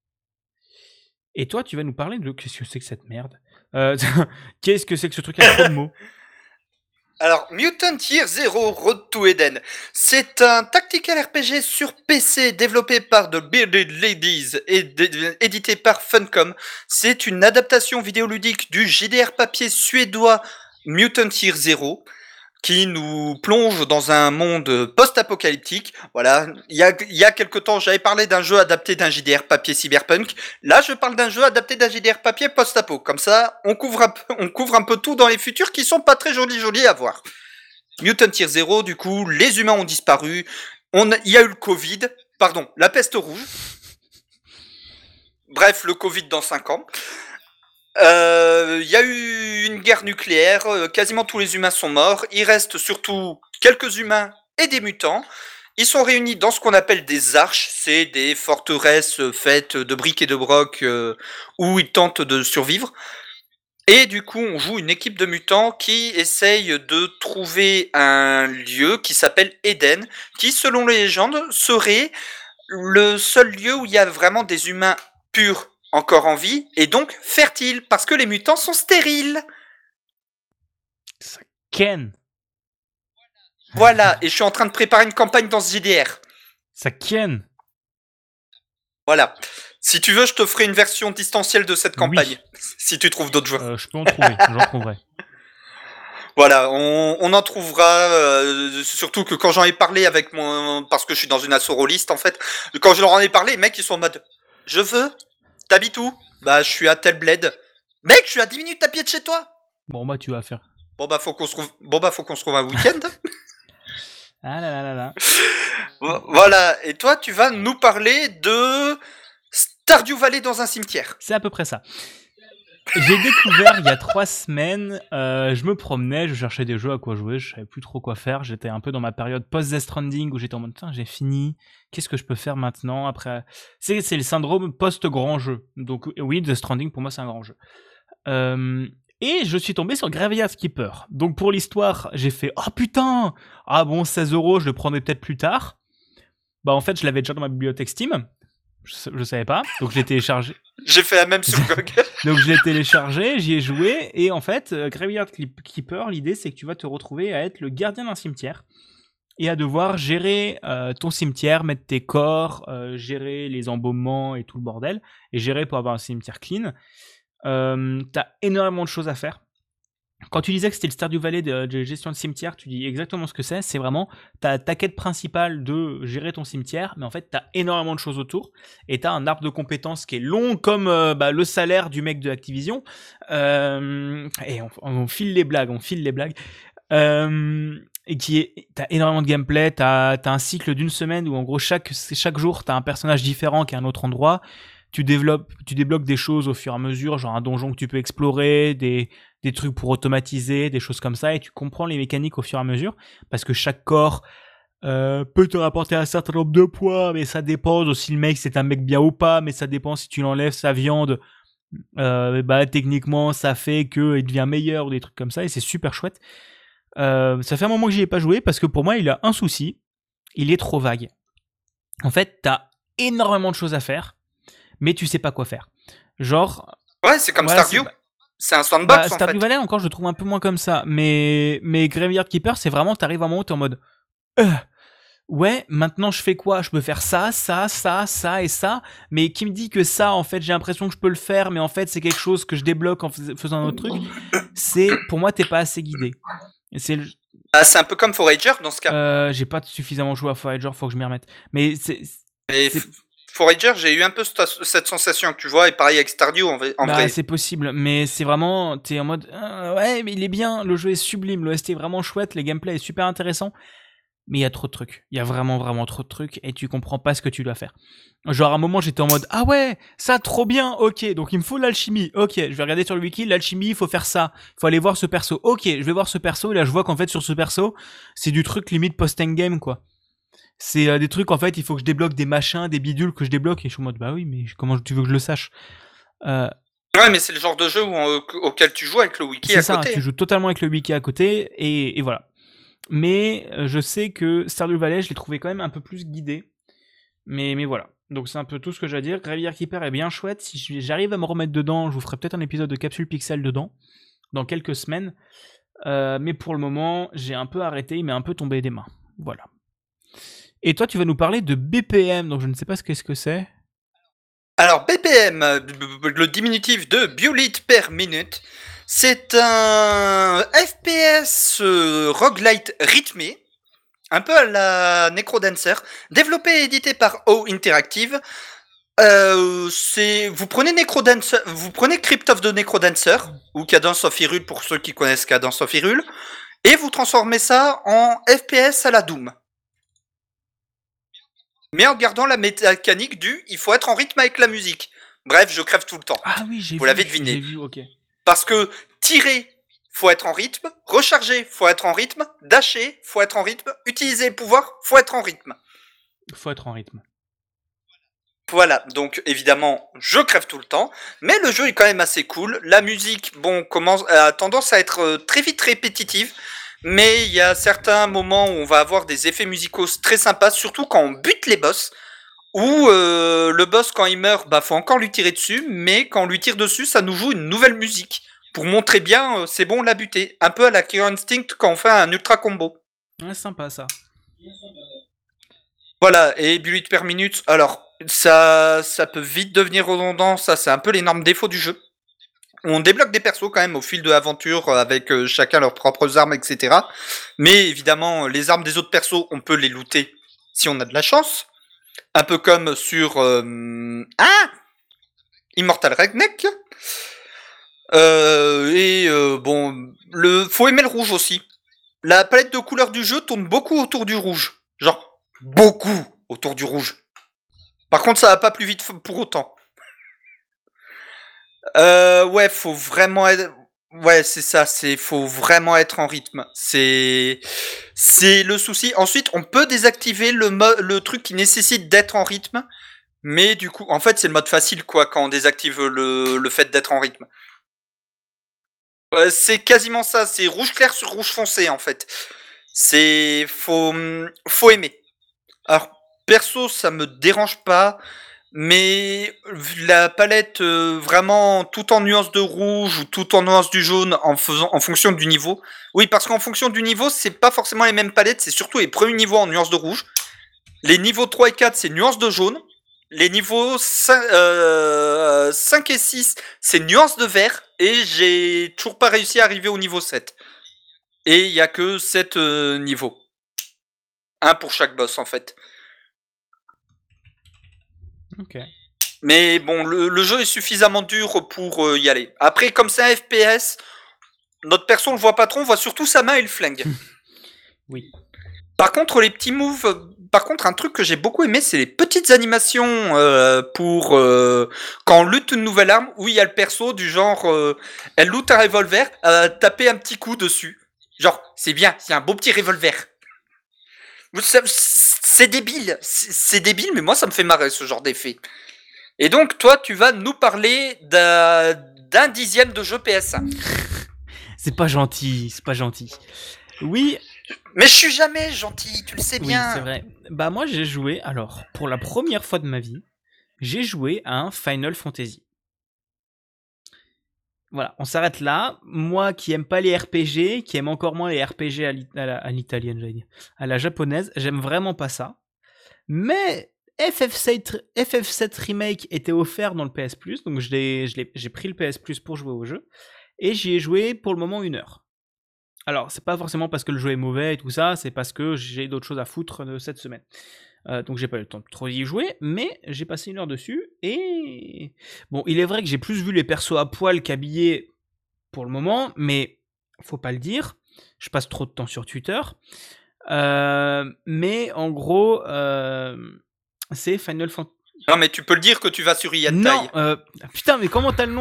Et toi, tu vas nous parler de... Qu'est-ce que c'est que cette merde euh, Qu'est-ce que c'est que ce truc avec trop de mots? Alors, Mutant Year Zero Road to Eden, c'est un tactical R P G sur P C développé par The Bearded Ladies et d- édité par Funcom. C'est une adaptation vidéoludique du J D R papier suédois Mutant Year Zero, qui nous plonge dans un monde post-apocalyptique. Voilà, il y a, il y a quelque temps, j'avais parlé d'un jeu adapté d'un J D R papier cyberpunk. Là, je parle d'un jeu adapté d'un J D R papier post-apo. Comme ça, on couvre un peu, on couvre un peu tout dans les futurs qui sont pas très jolis jolis à voir. Mutant Year Zero, du coup, les humains ont disparu. On a, il y a eu le Covid, pardon, la peste rouge. Bref, le Covid dans cinq ans. Il euh, y a eu une guerre nucléaire, euh, quasiment tous les humains sont morts, il reste surtout quelques humains et des mutants. Ils sont réunis dans ce qu'on appelle des arches, c'est des forteresses faites de briques et de brocs euh, où ils tentent de survivre. Et du coup, on joue une équipe de mutants qui essaye de trouver un lieu qui s'appelle Eden, qui, selon les légendes, serait le seul lieu où il y a vraiment des humains purs encore en vie, et donc fertile, parce que les mutants sont stériles. Ça ken. Voilà, et je suis en train de préparer une campagne dans ce J D R. Ça ken. Voilà. Si tu veux, je te ferai une version distancielle de cette campagne, oui. Si tu trouves d'autres joueurs. Euh, je peux en trouver, j'en trouverai. Voilà, on, on en trouvera, euh, surtout que quand j'en ai parlé avec mon... Parce que je suis dans une asso rôliste, en fait. Quand je leur en ai parlé, les mecs, ils sont en mode... Je veux. T'habites où? Bah, je suis à tel bled. Mec, je suis à dix minutes à pied de chez toi. Bon, bah, tu vas faire. Bon, bah, faut qu'on se trouve, bon, bah, faut qu'on se trouve un week-end. Ah là là là là. Voilà, et toi, tu vas nous parler de Stardew Valley dans un cimetière. C'est à peu près ça. J'ai découvert il y a trois semaines, euh, je me promenais, je cherchais des jeux à quoi jouer, je savais plus trop quoi faire, j'étais un peu dans ma période post-Death Stranding où j'étais en mode, putain, j'ai fini, qu'est-ce que je peux faire maintenant après? C'est, c'est le syndrome post-grand jeu. Donc oui, Death Stranding pour moi c'est un grand jeu. Euh, et je suis tombé sur Graveyard Keeper. Donc pour l'histoire, j'ai fait, oh putain, ah bon, seize euros, je le prendrai peut-être plus tard. Bah en fait, je l'avais déjà dans ma bibliothèque Steam. Je, je savais pas, donc je l'ai téléchargé. J'ai fait la même sur Google. Donc je l'ai téléchargé, j'y ai joué, et en fait, euh, Graveyard Keeper, l'idée c'est que tu vas te retrouver à être le gardien d'un cimetière. et à devoir gérer euh, ton cimetière, mettre tes corps, euh, gérer les embaumements et tout le bordel, et gérer pour avoir un cimetière clean. Euh, t'as énormément de choses à faire. Quand tu disais que c'était le Stardew Valley de, de gestion de cimetière, tu dis exactement ce que c'est. C'est vraiment ta, ta quête principale de gérer ton cimetière, mais en fait, t'as énormément de choses autour. Et t'as un arbre de compétences qui est long comme euh, bah, le salaire du mec de Activision. Euh, et on, on file les blagues, on file les blagues. Euh, et qui est, t'as énormément de gameplay. T'as, t'as un cycle d'une semaine où en gros chaque, chaque jour, t'as un personnage différent qui est à un autre endroit. Tu développes, tu débloques des choses au fur et à mesure, genre un donjon que tu peux explorer, des, des trucs pour automatiser, des choses comme ça, et tu comprends les mécaniques au fur et à mesure, parce que chaque corps euh, peut te rapporter un certain nombre de points, mais ça dépend de si le mec c'est un mec bien ou pas, mais ça dépend si tu l'enlèves sa viande, euh, bah techniquement ça fait qu'il devient meilleur ou des trucs comme ça, et c'est super chouette. Euh, ça fait un moment que j'y ai pas joué, parce que pour moi il a un souci, il est trop vague. En fait, t'as énormément de choses à faire, mais tu sais pas quoi faire. Genre... Ouais, c'est comme voilà, Stardew. c'est... C'est un sandbox Bah, en Stardew fait. Valley, encore, je le trouve un peu moins comme ça. Mais, mais Graveyard Keeper, c'est vraiment, t'arrives à un moment où t'es en mode, euh, ouais, maintenant je fais quoi? Je peux faire ça, ça, ça, ça et ça. Mais qui me dit que ça, en fait, j'ai l'impression que je peux le faire, mais en fait, c'est quelque chose que je débloque en fais- faisant un autre truc. C'est, pour moi, t'es pas assez guidé. Et c'est, le- Ah, c'est un peu comme Forager dans ce cas. euh, j'ai pas suffisamment joué à Forager, faut que je m'y remette. Mais c'est, Mais c'est, F- Forager, j'ai eu un peu cette, cette sensation, tu vois, et pareil avec Stardew en, vrai- en bah, vrai. c'est possible, mais c'est vraiment, t'es en mode, euh, ouais, mais il est bien, le jeu est sublime, l'O S T est vraiment chouette, les gameplay est super intéressant, mais il y a trop de trucs. Il y a vraiment, vraiment trop de trucs, et tu comprends pas ce que tu dois faire. Genre, à un moment, j'étais en mode, ah ouais, ça, trop bien, ok, donc il me faut l'alchimie, ok, je vais regarder sur le wiki, l'alchimie, il faut faire ça, il faut aller voir ce perso, ok, je vais voir ce perso, et là, je vois qu'en fait, sur ce perso, c'est du truc limite post-endgame, quoi. C'est euh, des trucs, en fait, il faut que je débloque des machins, des bidules que je débloque, et je suis en mode, bah oui, mais comment tu veux que je le sache? euh, Ouais, mais c'est le genre de jeu où, euh, auquel tu joues avec le wiki C'est à ça, côté. tu joues totalement avec le wiki à côté, et, et voilà. Mais euh, je sais que Stardew Valley, je l'ai trouvé quand même un peu plus guidé. Mais, mais voilà. Donc c'est un peu tout ce que j'ai à dire. Graveyard Keeper est bien chouette. Si j'arrive à me remettre dedans, je vous ferai peut-être un épisode de Capsule Pixel dedans, dans quelques semaines. Euh, mais pour le moment, j'ai un peu arrêté, il m'est un peu tombé des mains. Voilà. Et toi, tu vas nous parler de B P M, donc je ne sais pas ce qu'est-ce que c'est. Alors, B P M, euh, b- b- le diminutif de Bullet per minute, c'est un F P S euh, roguelite rythmé, un peu à la Necrodancer, développé et édité par O Interactive. Euh, c'est vous prenez Necrodancer, vous prenez Crypt of the Necrodancer ou Cadence of Hyrule pour ceux qui connaissent Cadence of Hyrule, et vous transformez ça en F P S à la Doom. Mais en gardant la mécanique du il faut être en rythme avec la musique. Bref, je crève tout le temps. Ah oui, j'ai Vous vu. l'avez J'ai deviné. vu, ok. Parce que tirer, faut être en rythme. Recharger, faut être en rythme. Dasher, faut être en rythme. Utiliser le pouvoir, faut être en rythme. Faut être en rythme. Voilà, donc évidemment, je crève tout le temps, mais le jeu est quand même assez cool. La musique, bon, commence, a tendance à être euh, très vite répétitive, mais il y a certains moments où on va avoir des effets musicaux très sympas, surtout quand on bute les boss, ou euh, le boss quand il meurt, bah faut encore lui tirer dessus, mais quand on lui tire dessus, ça nous joue une nouvelle musique pour montrer bien, euh, c'est bon, on l'a buté, un peu à la Killer Instinct quand on fait un ultra combo. Ouais, sympa ça. Voilà, et bullet per minute, alors ça, ça peut vite devenir redondant, ça c'est un peu l'énorme défaut du jeu. On débloque des persos quand même au fil de l'aventure avec euh, chacun leurs propres armes, et cetera. Mais évidemment, les armes des autres persos, on peut les looter si on a de la chance. Un peu comme sur... Euh... Ah Immortal Redneck. Euh, et euh, bon, le faut aimer le rouge aussi. La palette de couleurs du jeu tourne beaucoup autour du rouge. Genre, beaucoup autour du rouge. Par contre, ça va pas plus vite pour autant. Euh, ouais, faut vraiment être... Ouais, c'est ça, c'est faut vraiment être en rythme. C'est c'est le souci. Ensuite, on peut désactiver le mo- le truc qui nécessite d'être en rythme, mais du coup, en fait, c'est le mode facile quoi quand on désactive le le fait d'être en rythme. Euh, c'est quasiment ça, c'est rouge clair sur rouge foncé en fait. C'est faut faut aimer. Alors perso, ça me dérange pas. Mais la palette euh, vraiment tout en nuances de rouge ou tout en nuances du jaune en faisant en fonction du niveau. Oui, parce qu'en fonction du niveau, c'est pas forcément les mêmes palettes, c'est surtout les premiers niveaux en nuances de rouge. Les niveaux trois et quatre, c'est nuances de jaune. Les niveaux cinq, euh, cinq et six, c'est nuances de vert. Et j'ai toujours pas réussi à arriver au niveau sept. Et il y a que sept euh, niveaux. Un pour chaque boss en fait. Ok. Mais bon, le, le jeu est suffisamment dur pour euh, y aller. Après, comme c'est un F P S, notre perso on le voit pas trop, on voit surtout sa main et le flingue. Oui. Par contre, les petits moves. Par contre, un truc que j'ai beaucoup aimé, c'est les petites animations euh, pour euh, quand on lutte une nouvelle arme, où il y a le perso du genre, euh, elle loot un revolver, euh, taper un petit coup dessus. Genre, c'est bien, c'est un beau petit revolver. C'est débile, c'est débile, mais moi ça me fait marrer ce genre d'effet. Et donc, toi, tu vas nous parler d'un, d'un dixième de jeu P S un. C'est pas gentil, c'est pas gentil. Oui. Mais je suis jamais gentil, tu le sais bien. Oui, c'est vrai. Bah moi, j'ai joué, alors, pour la première fois de ma vie, j'ai joué à un Final Fantasy. Voilà, on s'arrête là. Moi qui aime pas les R P G, qui aime encore moins les R P G à, l'it- à, la, à l'italienne, j'allais dire, à la japonaise, j'aime vraiment pas ça. Mais F F sept, F F sept Remake était offert dans le P S Plus, donc je l'ai, je l'ai, j'ai pris le P S Plus pour jouer au jeu, et j'y ai joué pour le moment une heure. Alors, c'est pas forcément parce que le jeu est mauvais et tout ça, c'est parce que j'ai d'autres choses à foutre de cette semaine. Euh, donc j'ai pas eu le temps de trop y jouer, mais j'ai passé une heure dessus, et... Bon, il est vrai que j'ai plus vu les persos à poil qu'habillés pour le moment, mais faut pas le dire, je passe trop de temps sur Twitter. Euh, mais en gros, euh, c'est Final Fantasy. Non, mais tu peux le dire que tu vas sur Yantai. Non, euh, putain, mais comment t'as le nom?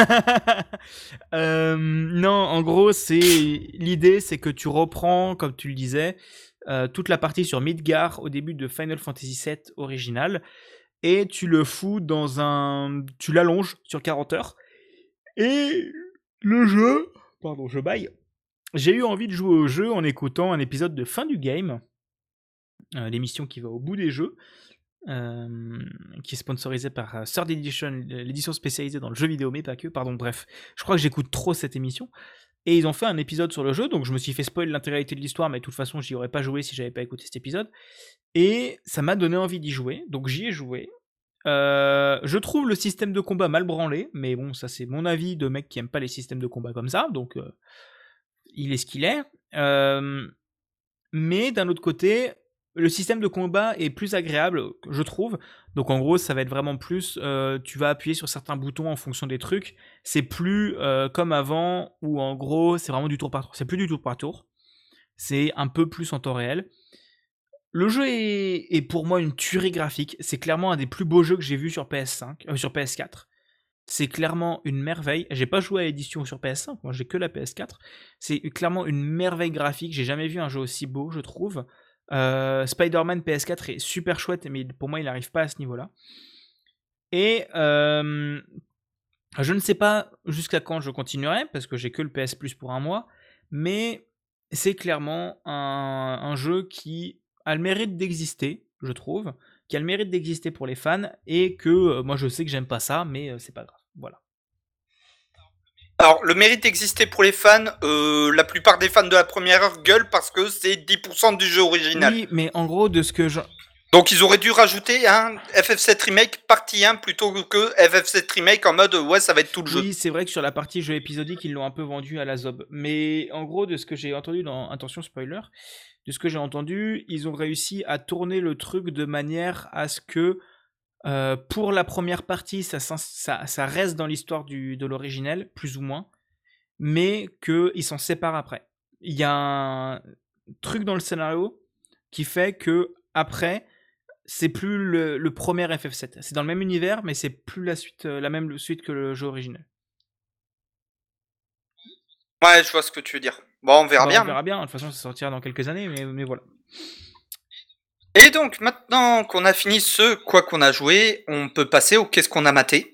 euh, Non, en gros, c'est l'idée, c'est que tu reprends, comme tu le disais, euh, toute la partie sur Midgar au début de Final Fantasy sept original, et tu le fous dans un, tu l'allonges sur quarante heures, et le jeu, pardon, je baille. J'ai eu envie de jouer au jeu en écoutant un épisode de Fin du Game, euh, l'émission qui va au bout des jeux. Euh, qui est sponsorisé par euh, Third Edition, l'édition spécialisée dans le jeu vidéo, mais pas que. Pardon, bref, je crois que j'écoute trop cette émission. Et ils ont fait un épisode sur le jeu, donc je me suis fait spoil l'intégralité de l'histoire, mais de toute façon, j'y aurais pas joué si j'avais pas écouté cet épisode. Et ça m'a donné envie d'y jouer, donc j'y ai joué. Euh, je trouve le système de combat mal branlé, mais bon, ça c'est mon avis de mec qui aime pas les systèmes de combat comme ça, donc euh, il est ce qu'il est. Euh, mais d'un autre côté, le système de combat est plus agréable, je trouve. Donc en gros, ça va être vraiment plus, euh, tu vas appuyer sur certains boutons en fonction des trucs. C'est plus euh, comme avant, où en gros, c'est vraiment du tour par tour. C'est plus du tour par tour. C'est un peu plus en temps réel. Le jeu est, est pour moi une tuerie graphique. C'est clairement un des plus beaux jeux que j'ai vu sur P S cinq, euh, sur P S quatre. C'est clairement une merveille. J'ai pas joué à l'édition sur P S cinq, moi j'ai que la P S quatre. C'est clairement une merveille graphique. J'ai jamais vu un jeu aussi beau, je trouve. Euh, Spider-Man P S quatre est super chouette, mais pour moi il n'arrive pas à ce niveau-là. Et euh, je ne sais pas jusqu'à quand je continuerai, parce que j'ai que le P S Plus pour un mois, mais c'est clairement un, un jeu qui a le mérite d'exister, je trouve, qui a le mérite d'exister pour les fans, et que euh, moi je sais que j'aime pas ça, mais euh, c'est pas grave. Voilà. Alors, le mérite d'exister pour les fans, euh, la plupart des fans de la première heure gueulent parce que c'est dix pour cent du jeu original. Oui, mais en gros, de ce que je... Donc, ils auraient dû rajouter un F F sept Remake partie un plutôt que F F sept Remake en mode ouais, ça va être tout le jeu. Oui, c'est vrai que sur la partie jeu épisodique, ils l'ont un peu vendu à la zob. Mais en gros, de ce que j'ai entendu dans... Attention, spoiler. De ce que j'ai entendu, ils ont réussi à tourner le truc de manière à ce que Euh, pour la première partie, ça, ça, ça reste dans l'histoire du, de l'originel, plus ou moins, mais qu'ils s'en séparent après. Il y a un truc dans le scénario qui fait que après, c'est plus le, le premier F F sept. C'est dans le même univers, mais c'est plus la suite, la même suite que le jeu original. Ouais, je vois ce que tu veux dire. Bon, on verra bon, bien. On verra bien. De toute façon, ça sortira dans quelques années, mais, mais voilà. Et donc, maintenant qu'on a fini ce quoi qu'on a joué, on peut passer au qu'est-ce qu'on a maté.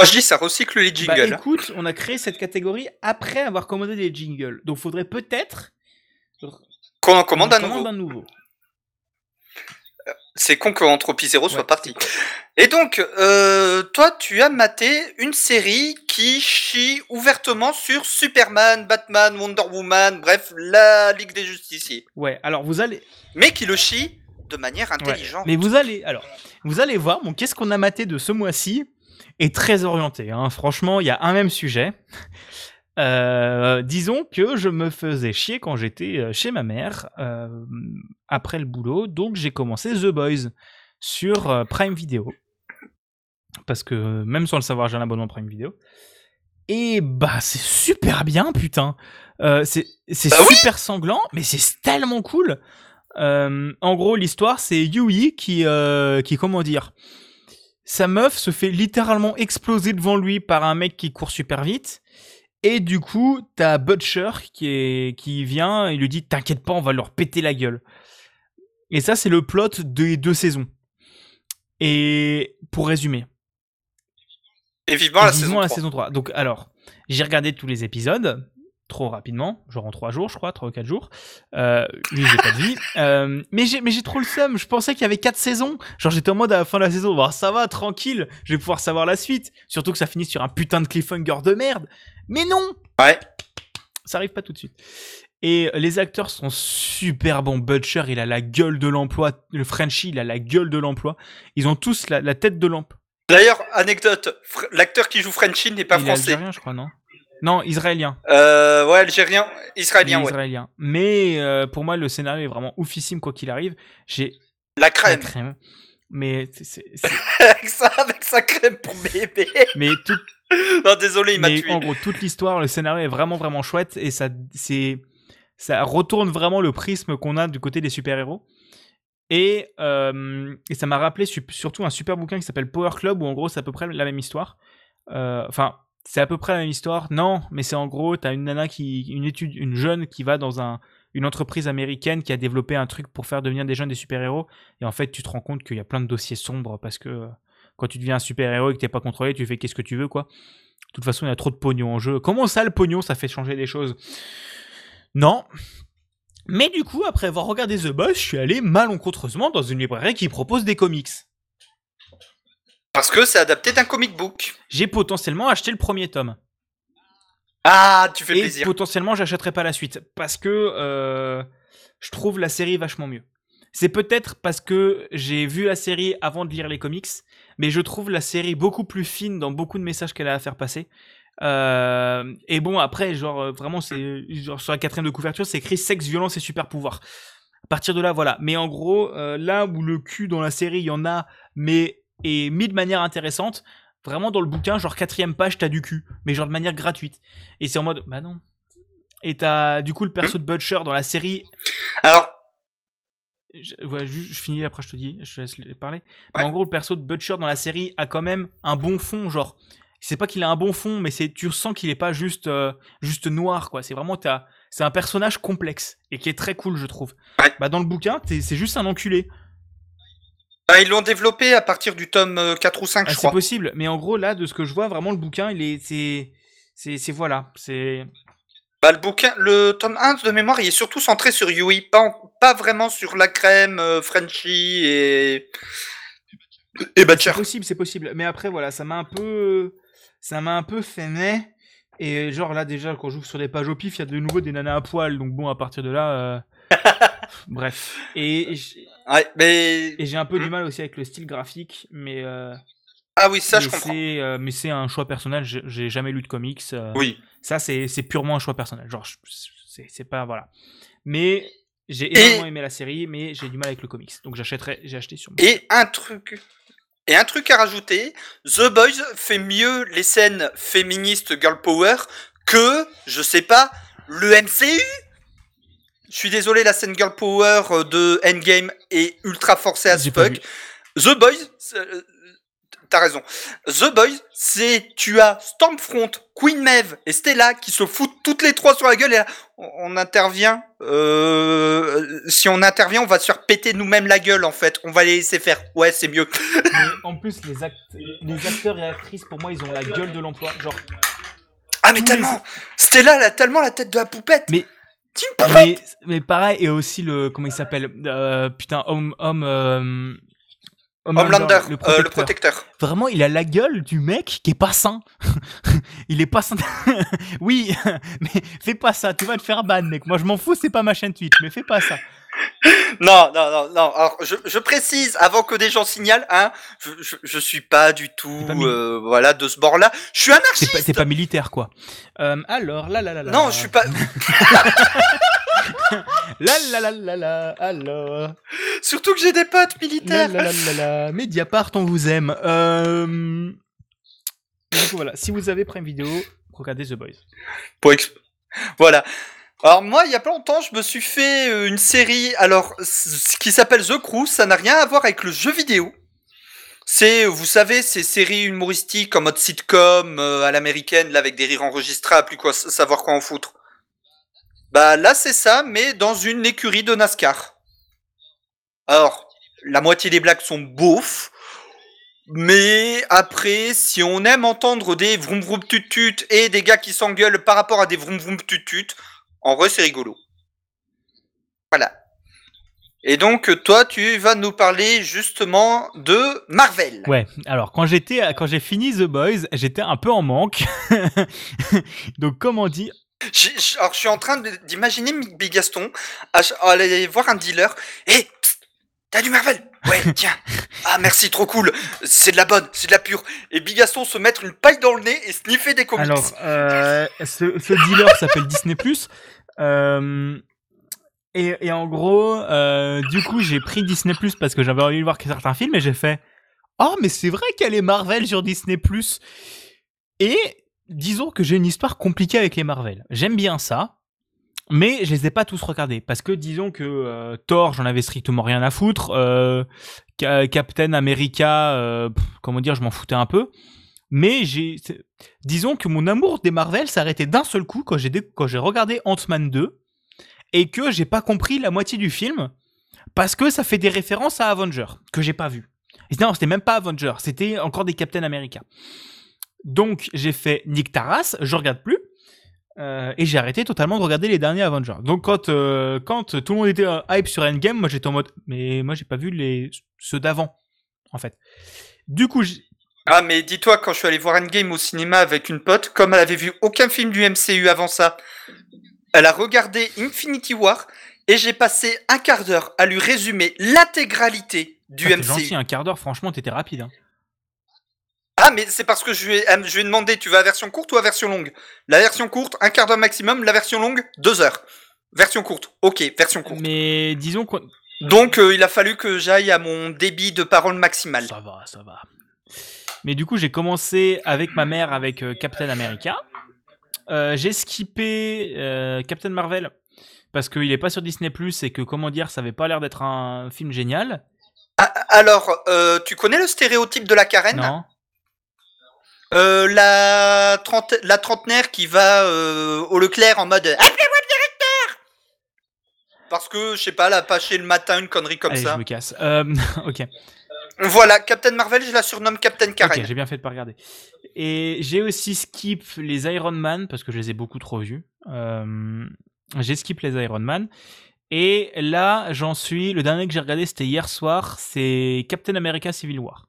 Moi je dis ça recycle les jingles. Bah écoute, on a créé cette catégorie après avoir commandé des jingles. Donc faudrait peut-être qu'on en commande, on en un, commande nouveau. un nouveau. C'est con que Entropie Zero Ouais, soit parti. Et donc, euh, toi, tu as maté une série qui chie ouvertement sur Superman, Batman, Wonder Woman, bref, la Ligue des Justiciers. Ouais, alors vous allez... Mais qui le chie de manière intelligente. Ouais, mais vous allez... Alors, vous allez voir, bon, qu'est-ce qu'on a maté de ce mois-ci est très orienté. Hein. Franchement, il y a un même sujet. Euh, disons que je me faisais chier quand j'étais chez ma mère euh, après le boulot, donc j'ai commencé The Boys sur euh, Prime Video parce que même sans le savoir j'ai un abonnement Prime Video et bah c'est super bien putain euh, c'est c'est bah super oui sanglant mais c'est tellement cool. Euh, en gros l'histoire c'est Yui qui euh, qui comment dire, sa meuf se fait littéralement exploser devant lui par un mec qui court super vite. Et du coup, t'as Butcher qui, est, qui vient et lui dit « T'inquiète pas, on va leur péter la gueule ». Et ça, c'est le plot des deux saisons. Et pour résumer. Et vivement, et la, vivement saison la trois. saison trois. Donc alors, j'ai regardé tous les épisodes, trop rapidement, genre en trois jours, je crois, trois ou quatre jours. Euh, lui, j'ai pas de vie. Euh, mais, j'ai, mais j'ai trop le seum, je pensais qu'il y avait quatre saisons. Genre j'étais en mode à la fin de la saison, bah, ça va, tranquille, je vais pouvoir savoir la suite. Surtout que ça finit sur un putain de cliffhanger de merde. Mais non! Ouais. Ça arrive pas tout de suite. Et les acteurs sont super bons. Butcher, il a la gueule de l'emploi. Le Frenchie, il a la gueule de l'emploi. Ils ont tous la, la tête de l'emploi. D'ailleurs, anecdote, fr- l'acteur qui joue Frenchie n'est pas il français. Il est algérien, je crois, non? Non, israélien. Euh, ouais, algérien, israélien, il est ouais. Israélien. Mais euh, pour moi, le scénario est vraiment oufissime quoi qu'il arrive. J'ai la crème. La crème. Mais c'est, c'est, c'est... avec ça, avec sa crème pour bébé. Mais tout. Non, désolé, il m'a mais tué. En gros, toute l'histoire, le scénario est vraiment vraiment chouette et ça, c'est, ça retourne vraiment le prisme qu'on a du côté des super-héros. Et, euh, et ça m'a rappelé su- surtout un super bouquin qui s'appelle Power Club où en gros c'est à peu près la même histoire. Euh, Enfin, c'est à peu près la même histoire. Non, mais c'est en gros, t'as une nana qui, une étude, une jeune qui va dans un, une entreprise américaine qui a développé un truc pour faire devenir des jeunes des super-héros. Et en fait, tu te rends compte qu'il y a plein de dossiers sombres parce que euh, quand tu deviens un super-héros et que t'es pas contrôlé, tu fais qu'est-ce que tu veux, quoi. De toute façon, il y a trop de pognon en jeu. Comment ça, le pognon, ça fait changer les choses? Non. Mais du coup, après avoir regardé The Boys, je suis allé malencontreusement dans une librairie qui propose des comics. Parce que c'est adapté d'un comic book. J'ai potentiellement acheté le premier tome. Ah, tu fais et plaisir. Et potentiellement, j'achèterai pas la suite. Parce que euh, je trouve la série vachement mieux. C'est peut-être parce que j'ai vu la série avant de lire les comics, mais je trouve la série beaucoup plus fine dans beaucoup de messages qu'elle a à faire passer. Euh, et bon, après, genre, vraiment, c'est genre, sur la quatrième de couverture, c'est écrit sexe, violence et super pouvoir. À partir de là, voilà. Mais en gros, euh, là où le cul dans la série, il y en a, mais est mis de manière intéressante, vraiment dans le bouquin, genre quatrième page, t'as du cul, mais genre de manière gratuite. Et c'est en mode, bah non. Et t'as du coup le perso de Butcher dans la série. Alors. Je, ouais, je, je finis après je te dis, je te laisse parler. Ouais. Mais en gros, le perso de Butcher dans la série a quand même un bon fond, genre. C'est pas qu'il a un bon fond, mais c'est tu sens qu'il est pas juste euh, juste noir, quoi. C'est vraiment t'as, c'est un personnage complexe et qui est très cool, je trouve. Ouais. Bah dans le bouquin, c'est juste un enculé. Ah, ils l'ont développé à partir du tome quatre ou cinq, ah, je crois. C'est possible, mais en gros là, de ce que je vois, vraiment le bouquin, il est, c'est, c'est, c'est voilà, c'est. Bah, le bouquin, le tome un de mémoire, il est surtout centré sur Yui, pas, en, pas vraiment sur la crème, euh, Frenchie et. Et Butcher. C'est possible, c'est possible. Mais après, voilà, ça m'a un peu. Ça m'a un peu fait mais. Et genre là, déjà, quand j'ouvre sur les pages au pif, il y a de nouveau des nanas à poil. Donc bon, à partir de là. Euh... Bref. Et, et j'ai ouais, mais... un peu mmh. du mal aussi avec le style graphique. Mais. Euh... Ah oui, ça, mais je comprends. C'est, euh, mais c'est un choix personnel. J'ai, j'ai jamais lu de comics. Euh... Oui. Ça, c'est, c'est purement un choix personnel. Genre, c'est, c'est pas. Voilà. Mais. J'ai énormément et... aimé la série, mais j'ai du mal avec le comics. Donc j'achèterai, j'ai acheté sur moi. Et un truc. Et un truc à rajouter, The Boys fait mieux les scènes féministes girl power que, je sais pas, le M C U. Je suis désolé, la scène girl power de Endgame est ultra forcée as fuck. The Boys, t'as raison. The Boys, c'est tu as Stormfront, Queen Maeve et Stella qui se foutent toutes les trois sur la gueule et là, on, on intervient. Euh, si on intervient, on va se faire péter nous-mêmes la gueule en fait. On va les laisser faire. Ouais, c'est mieux. Mais en plus, les, act- les acteurs et actrices, pour moi, ils ont la gueule de l'emploi. Genre. Ah mais tellement. Les... Stella, elle a tellement la tête de la poupette. Mais. Mais, mais pareil, et aussi le. Comment il s'appelle euh, Putain, homme. homme euh, Homelander, Homelander le, protecteur. Euh, le protecteur. Vraiment, il a la gueule du mec qui est pas sain. Il est pas sain. Oui, mais fais pas ça, tu vas te faire ban, mec. Moi, je m'en fous, c'est pas ma chaîne Twitch, mais fais pas ça. Non, non, non, non. Alors, je, je précise, avant que des gens signalent, hein, je, je, je suis pas du tout, pas euh, voilà, de ce bord-là. Je suis anarchiste. T'es pas, t'es pas militaire, quoi. Euh, alors, là, là, là, là. Non, je suis pas. La la la la la, alors. Surtout que j'ai des potes militaires. La la la la la, Mediapart, on vous aime. Euh... Du coup, voilà, si vous avez Prime Video, regardez The Boys. Pour exp... Voilà. Alors moi, il y a pas longtemps, je me suis fait une série, alors, qui s'appelle The Crew. Ça n'a rien à voir avec le jeu vidéo. C'est, vous savez, ces séries humoristiques en mode sitcom euh, à l'américaine, là, avec des rires enregistrés, à plus quoi savoir quoi en foutre. Bah là c'est ça, mais dans une écurie de NASCAR. Alors, la moitié des blagues sont beaufs, mais après, si on aime entendre des vroom vroom tut tut et des gars qui s'engueulent par rapport à des vroom vroom tut tut, en vrai c'est rigolo. Voilà. Et donc toi tu vas nous parler justement de Marvel. Ouais, alors quand j'étais, quand j'ai fini The Boys, j'étais un peu en manque. Donc comment dire... J'ai, alors je suis en train d'imaginer Big Gaston aller voir un dealer. Hé, hey, t'as du Marvel? Ouais, tiens. Ah merci, trop cool. C'est de la bonne, c'est de la pure. Et Big Gaston se mettre une paille dans le nez et sniffer des comics. Alors, euh, ce, ce dealer s'appelle Disney plus. Euh, et, et en gros, euh, du coup, j'ai pris Disney plus parce que j'avais envie de voir certains films et j'ai fait « Oh, mais c'est vrai qu'elle est Marvel sur Disney plus. » Et... disons que j'ai une histoire compliquée avec les Marvel. J'aime bien ça, mais je les ai pas tous regardés. Parce que disons que euh, Thor, j'en avais strictement rien à foutre. Euh, Captain America, euh, pff, comment dire, je m'en foutais un peu. Mais j'ai, disons que mon amour des Marvel s'est arrêté d'un seul coup quand j'ai, dé... quand j'ai regardé Ant-Man deux et que j'ai pas compris la moitié du film parce que ça fait des références à Avengers que j'ai pas vu. Et non, c'était même pas Avengers, c'était encore des Captain America. Donc, j'ai fait Nick Taras, je regarde plus, euh, et j'ai arrêté totalement de regarder les derniers Avengers. Donc, quand, euh, quand tout le monde était euh, hype sur Endgame, moi j'étais en mode, mais moi j'ai pas vu les ceux d'avant, en fait. Du coup, j'ai... Ah, mais dis-toi, quand je suis allé voir Endgame au cinéma avec une pote, comme elle avait vu aucun film du M C U avant ça, elle a regardé Infinity War, et j'ai passé un quart d'heure à lui résumer l'intégralité du ah, M C U. C'est gentil, un quart d'heure, franchement, t'étais rapide, hein. Ah, mais c'est parce que je lui, ai, je lui ai demandé, tu veux la version courte ou la version longue? La version courte, un quart d'heure maximum. La version longue, deux heures. Version courte. Ok, version courte. Mais disons quoi. Donc, euh, il a fallu que j'aille à mon débit de parole maximal. Ça va, ça va. Mais du coup, j'ai commencé avec ma mère avec euh, Captain America. Euh, j'ai skippé euh, Captain Marvel parce qu'il est pas sur Disney plus, et que, comment dire, ça avait pas l'air d'être un film génial. Ah, alors, euh, tu connais le stéréotype de la Karen? Non. Euh, la, trente, la trentenaire qui va euh, au Leclerc en mode « Appelez-moi le directeur !» Parce que, je sais pas, elle a pâché le matin, une connerie comme Allez, ça. je me casse. Euh, ok. Voilà, Captain Marvel, je la surnomme Captain Karen. Ok, j'ai bien fait de pas regarder. Et j'ai aussi skip les Iron Man, parce que je les ai beaucoup trop vus. Euh, j'ai skip les Iron Man. Et là, j'en suis... Le dernier que j'ai regardé, c'était hier soir. C'est Captain America Civil War.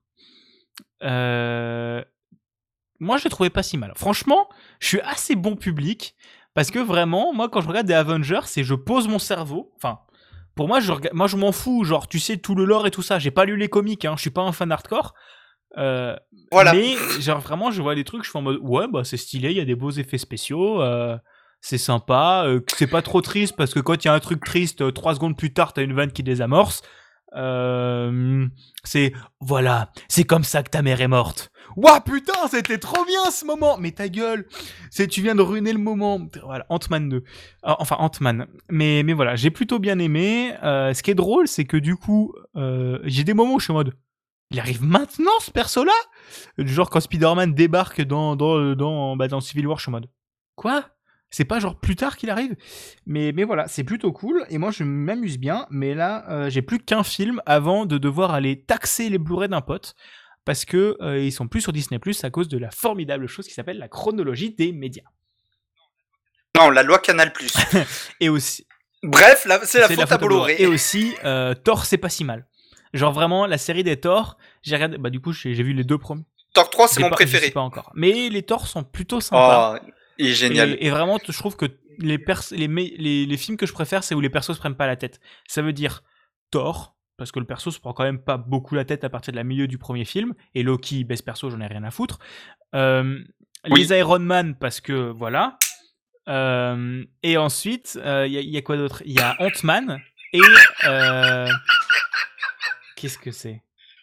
Euh... Moi, je l'ai trouvé pas si mal. Franchement, je suis assez bon public. Parce que vraiment, moi, quand je regarde des Avengers, c'est je pose mon cerveau. Enfin, pour moi, je, regarde, moi, je m'en fous. Genre, tu sais, tout le lore et tout ça. J'ai pas lu les comics, hein. Je suis pas un fan hardcore. Euh, voilà. Mais, genre, vraiment, je vois des trucs, je suis en mode, ouais, bah, c'est stylé, il y a des beaux effets spéciaux. Euh, c'est sympa. Euh, c'est pas trop triste parce que quand il y a un truc triste, trois secondes plus tard, t'as une vanne qui désamorce. Euh, c'est, voilà, c'est comme ça que ta mère est morte. Ouah, putain, c'était trop bien ce moment. Mais ta gueule, c'est, tu viens de ruiner le moment. Voilà, Ant-Man deux. Enfin, Ant-Man. Mais, mais voilà, j'ai plutôt bien aimé. Euh, ce qui est drôle, c'est que du coup, euh, j'ai des moments où je suis en mode, il arrive maintenant ce perso-là. Du genre quand Spider-Man débarque dans dans dans bah, dans Civil War, je suis en mode quoi? C'est pas genre plus tard qu'il arrive? Mais mais voilà, c'est plutôt cool et moi je m'amuse bien. Mais là, euh, j'ai plus qu'un film avant de devoir aller taxer les Blu-ray d'un pote parce que euh, ils sont plus sur Disney Plus à cause de la formidable chose qui s'appelle la chronologie des médias. Non, la loi Canal Plus. Et aussi. Bref, là, c'est la C'est faute la à Bolloré. Et aussi, euh, Thor, c'est pas si mal. Genre vraiment, la série des Thor, j'ai regardé, bah du coup, j'ai, j'ai vu les deux premiers. Thor trois, c'est J'ai mon pas, préféré. Je sais pas encore. Mais les Thor sont plutôt sympas. Oh, il est génial. Et, et vraiment, je trouve que les, pers- les, les, les films que je préfère, c'est où les persos se prennent pas la tête. Ça veut dire Thor, parce que le perso se prend quand même pas beaucoup la tête à partir de la milieu du premier film. Et Loki, baisse perso, j'en ai rien à foutre. Euh, Oui. Les Iron Man, parce que voilà. Euh, et ensuite, il euh, y, y a quoi d'autre? Il y a Ant-Man et euh... qu'est-ce que c'est?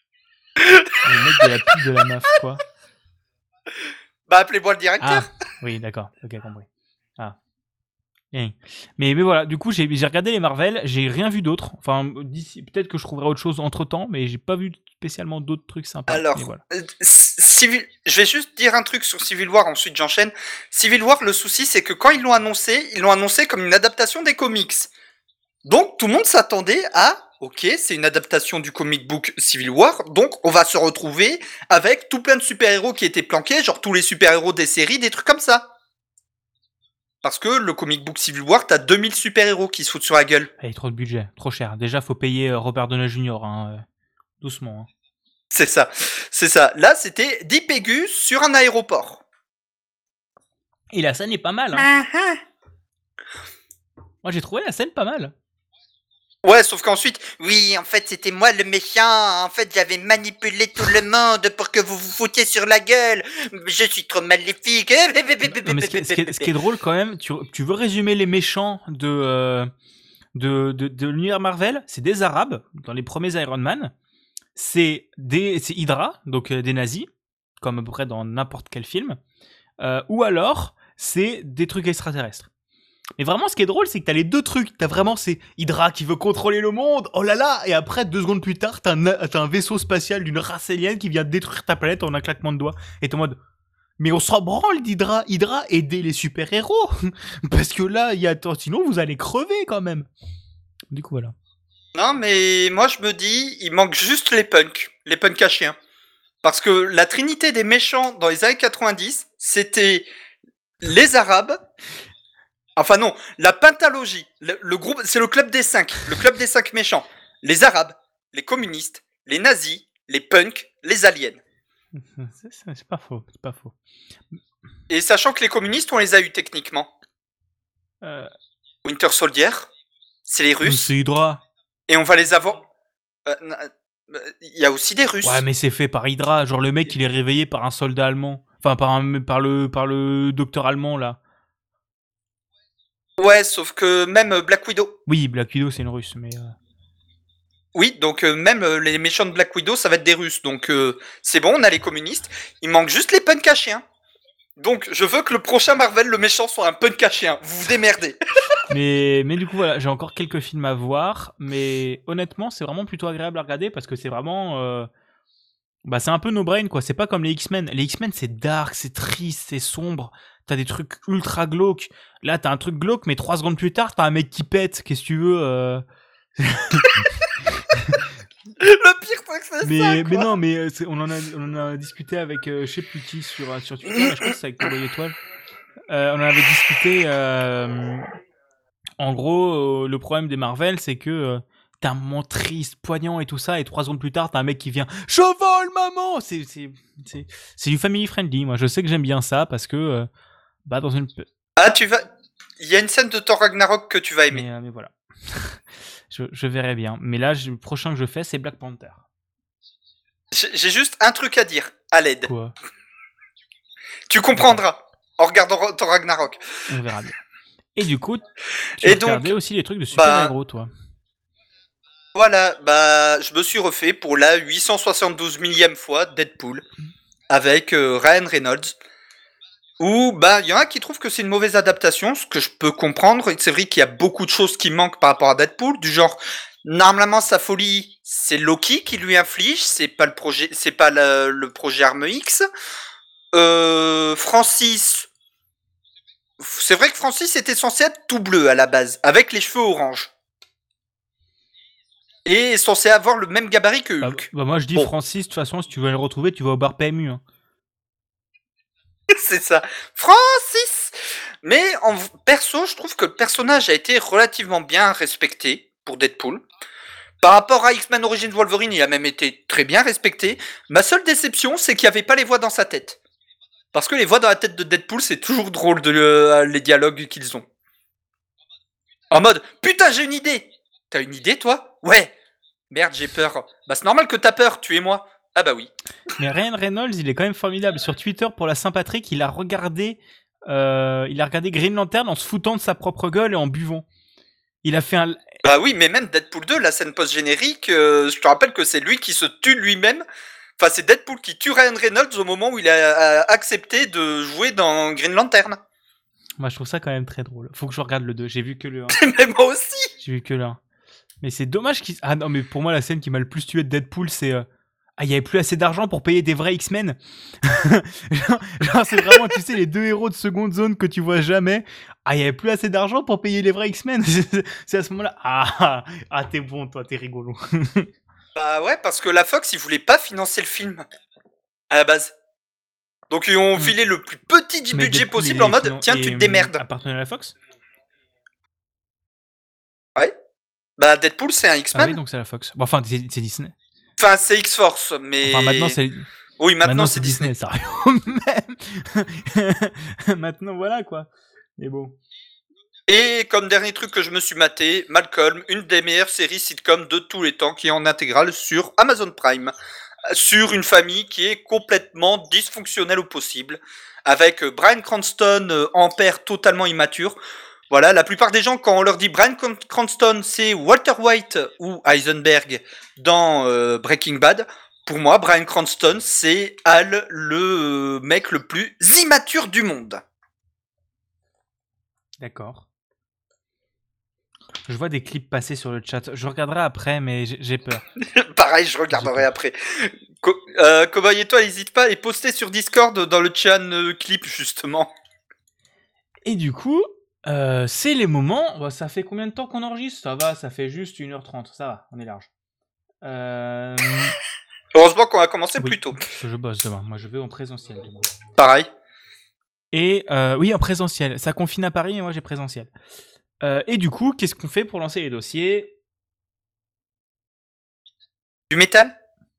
Le mec de la pub de la meuf, quoi. Bah appelez-moi le directeur. Ah, oui, d'accord, ok, compris. Ah. Mais, mais voilà, du coup, j'ai, j'ai regardé les Marvel, j'ai rien vu d'autre. Enfin, d'ici, peut-être que je trouverai autre chose entre temps, mais j'ai pas vu spécialement d'autres trucs sympas. Alors, voilà. euh, Civil... je vais juste dire un truc sur Civil War, ensuite j'enchaîne. Civil War, le souci, c'est que quand ils l'ont annoncé, ils l'ont annoncé comme une adaptation des comics. Donc, tout le monde s'attendait à, ok, c'est une adaptation du comic book Civil War, donc on va se retrouver avec tout plein de super-héros qui étaient planqués, genre tous les super-héros des séries, des trucs comme ça. Parce que le comic book Civil War, t'as deux mille super-héros qui se foutent sur la gueule. Allez, trop de budget, trop cher. Déjà, faut payer Robert Downey junior, hein, euh, doucement. Hein. C'est ça, c'est ça. Là, c'était Deep Pégus sur un aéroport. Et la scène est pas mal. Hein. Uh-huh. Moi, j'ai trouvé la scène pas mal. Ouais, sauf qu'ensuite, oui, en fait, c'était moi le méchant. En fait, j'avais manipulé tout le monde pour que vous vous foutiez sur la gueule. Je suis trop maléfique. Non, mais ce, qui est, ce, qui est, ce qui est drôle quand même, tu, tu veux résumer les méchants de, euh, de, de, de l'univers Marvel, c'est des Arabes, dans les premiers Iron Man. C'est, des, c'est Hydra, donc euh, des nazis, comme à peu près dans n'importe quel film. Euh, ou alors, c'est des trucs extraterrestres. Mais vraiment, ce qui est drôle, c'est que t'as les deux trucs. T'as vraiment c'est Hydra qui veut contrôler le monde, oh là là, et après, deux secondes plus tard, t'as un, t'as un vaisseau spatial d'une race alien qui vient détruire ta planète en un claquement de doigts. Et t'es en mode, mais on s'en branle d'Hydra. Hydra, aidez les super-héros. Parce que là, y a, sinon, vous allez crever quand même. Du coup, voilà. Non, mais moi, je me dis, il manque juste les punks. Les punks à chiens. Parce que la trinité des méchants dans les années quatre-vingt-dix, c'était les Arabes. Enfin non, la pentalogie, le, le groupe, c'est le club des cinq, le club des cinq méchants. Les Arabes, les communistes, les nazis, les punks, les aliens. C'est, c'est, c'est pas faux, c'est pas faux. Et sachant que les communistes, on les a eu techniquement. Euh... Winter Soldier, c'est les Russes. C'est Hydra. Et on va les avoir... Il euh, y a aussi des Russes. Ouais, mais c'est fait par Hydra, genre le mec il est réveillé par un soldat allemand. Enfin, par, un, par, le, par le docteur allemand, là. Ouais, sauf que même Black Widow. Oui, Black Widow, c'est une russe, mais... Euh... Oui, donc euh, même euh, les méchants de Black Widow, ça va être des Russes. Donc euh, c'est bon, on a les communistes. Il manque juste les punks à chiens. Donc je veux que le prochain Marvel, le méchant, soit un punk à chien. Vous vous démerdez. mais, mais du coup, voilà, j'ai encore quelques films à voir. Mais honnêtement, c'est vraiment plutôt agréable à regarder parce que c'est vraiment... Euh... Bah, c'est un peu no-brain, quoi. C'est pas comme les X-Men. Les X-Men, c'est dark, c'est triste, c'est sombre. T'as des trucs ultra glauques. Là, t'as un truc glauque, mais trois secondes plus tard, t'as un mec qui pète. Qu'est-ce que tu veux euh... Le pire truc, c'est mais, ça, quoi. Mais non, mais c'est, on, en a, on en a discuté avec, euh, je sais plus qui, sur, sur Twitter. Je crois que c'est avec Cowboy Étoile. Euh, on en avait discuté... Euh... En gros, euh, le problème des Marvel, c'est que... Euh, t'as un moment triste, poignant et tout ça, et trois secondes plus tard, t'as un mec qui vient « Je vole, maman !» C'est, c'est, c'est, c'est du family friendly. Moi, je sais que j'aime bien ça parce que, euh, bah, dans une... Ah, tu vas... Il y a une scène de Thor Ragnarok que tu vas aimer. Mais, euh, mais voilà. je, je verrai bien. Mais là, je, le prochain que je fais, c'est Black Panther. J'ai, j'ai juste un truc à dire, à l'aide. Quoi ? Tu comprendras en regardant Thor Ragnarok. On verra bien. Et du coup, tu et regardais donc, aussi les trucs de super-héros, bah, toi. Voilà, bah, je me suis refait pour la huit cent soixante-douze millième fois Deadpool avec euh, Ryan Reynolds. Où, bah, il y en a qui trouvent que c'est une mauvaise adaptation, ce que je peux comprendre. C'est vrai qu'il y a beaucoup de choses qui manquent par rapport à Deadpool, du genre, Normalement, sa folie, c'est Loki qui lui inflige, c'est pas le projet, c'est pas le, le projet Arme X. Euh, Francis, c'est vrai que Francis était censé être tout bleu à la base, avec les cheveux orange. Et est censé avoir le même gabarit que Hulk. Bah, bah moi je dis bon. Francis, de toute façon, si tu veux le retrouver, tu vas au bar P M U. Hein. C'est ça. Francis. Mais en perso, je trouve que le personnage a été relativement bien respecté pour Deadpool. Par rapport à X-Men Origins Wolverine, il a même été très bien respecté. Ma seule déception, c'est qu'il n'y avait pas les voix dans sa tête. Parce que les voix dans la tête de Deadpool, c'est toujours drôle de le, les dialogues qu'ils ont. En mode, putain, j'ai une idée. T'as une idée, toi? Ouais. Merde, j'ai peur. Bah, c'est normal que t'as peur, tuez-moi. Ah bah oui. Mais Ryan Reynolds, il est quand même formidable. Sur Twitter, pour la Saint-Patrick, il a regardé, euh, il a regardé Green Lantern en se foutant de sa propre gueule et en buvant. Il a fait un... Bah oui, mais même Deadpool deux, la scène post-générique, euh, je te rappelle que c'est lui qui se tue lui-même. Enfin, c'est Deadpool qui tue Ryan Reynolds au moment où il a accepté de jouer dans Green Lantern. Moi, je trouve ça quand même très drôle. Faut que je regarde le deux. J'ai vu que le un. Mais moi aussi. J'ai vu que le un. Mais c'est dommage qu'il... Ah non, mais pour moi, la scène qui m'a le plus tué de Deadpool, c'est... Euh... Ah, il n'y avait plus assez d'argent pour payer des vrais X-Men. genre, genre, c'est vraiment, tu sais, les deux héros de seconde zone que tu vois jamais. Ah, il n'y avait plus assez d'argent pour payer les vrais X-Men. C'est à ce moment-là. Ah, ah t'es bon, toi, t'es rigolo. Bah ouais, parce que la Fox, ils voulaient pas financer le film à la base. Donc ils ont filé le plus petit du budget Deadpool possible en mode, finan- tiens, tu te démerdes. Appartenait à la Fox ? Ouais. Bah Deadpool, c'est un X-Men. Ah oui, donc c'est la Fox. Bon, enfin, c'est, c'est Disney. Enfin, c'est X-Force, mais... Enfin, maintenant, c'est... Oui, maintenant, maintenant c'est, c'est Disney. Disney, ça Maintenant, voilà, quoi. Mais bon. Et comme dernier truc que je me suis maté, Malcolm, une des meilleures séries sitcom de tous les temps, qui est en intégrale sur Amazon Prime. Sur une famille qui est complètement dysfonctionnelle au possible, avec Bryan Cranston en père totalement immature. Voilà, la plupart des gens, quand on leur dit Bryan Cranston, c'est Walter White ou Heisenberg dans euh, Breaking Bad. Pour moi, Bryan Cranston, c'est Hal, le mec le plus immature du monde. D'accord. Je vois des clips passer sur le chat. Je regarderai après, mais j'ai peur. Pareil, je regarderai après. Co- euh, Cowboy et toi, n'hésite pas à les poster sur Discord dans le chat euh, clip, justement. Et du coup, euh, c'est les moments... Bah, ça fait combien de temps qu'on enregistre ? Ça va, ça fait juste une heure trente. Ça va, on est large. Euh... Heureusement qu'on a commencé oui, plus tôt. Je bosse demain. Moi, je vais en présentiel demain. Pareil. Et euh, oui, en présentiel. Ça confine à Paris, mais moi, j'ai présentiel. Euh, et du coup, qu'est-ce qu'on fait pour lancer les dossiers ? Du métal ?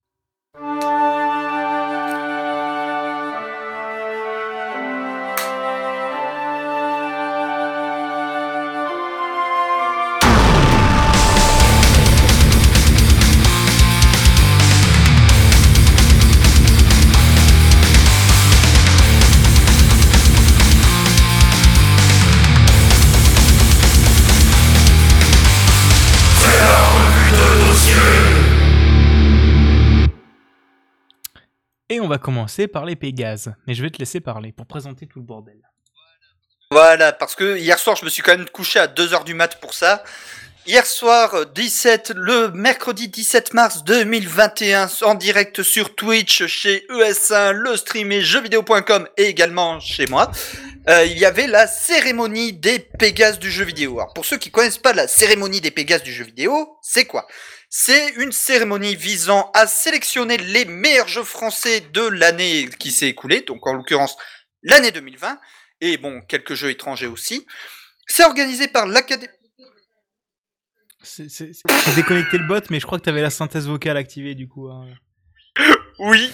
Et on va commencer par les Pégases. Mais je vais te laisser parler pour présenter tout le bordel. Voilà, parce que hier soir, je me suis quand même couché à deux heures du mat pour ça. Hier soir, dix-sept, le mercredi dix-sept mars deux mille vingt et un, en direct sur Twitch, chez E S un, le stream et jeuxvideo point com, et également chez moi, euh, il y avait la cérémonie des Pégases du jeu vidéo. Alors, pour ceux qui connaissent pas la cérémonie des Pégases du jeu vidéo, c'est quoi ? C'est une cérémonie visant à sélectionner les meilleurs jeux français de l'année qui s'est écoulée, donc en l'occurrence l'année deux mille vingt, et bon, quelques jeux étrangers aussi. C'est organisé par l'Académie... C'est, c'est, c'est... J'ai déconnecté le bot, mais je crois que t'avais la synthèse vocale activée, du coup. Hein. Oui.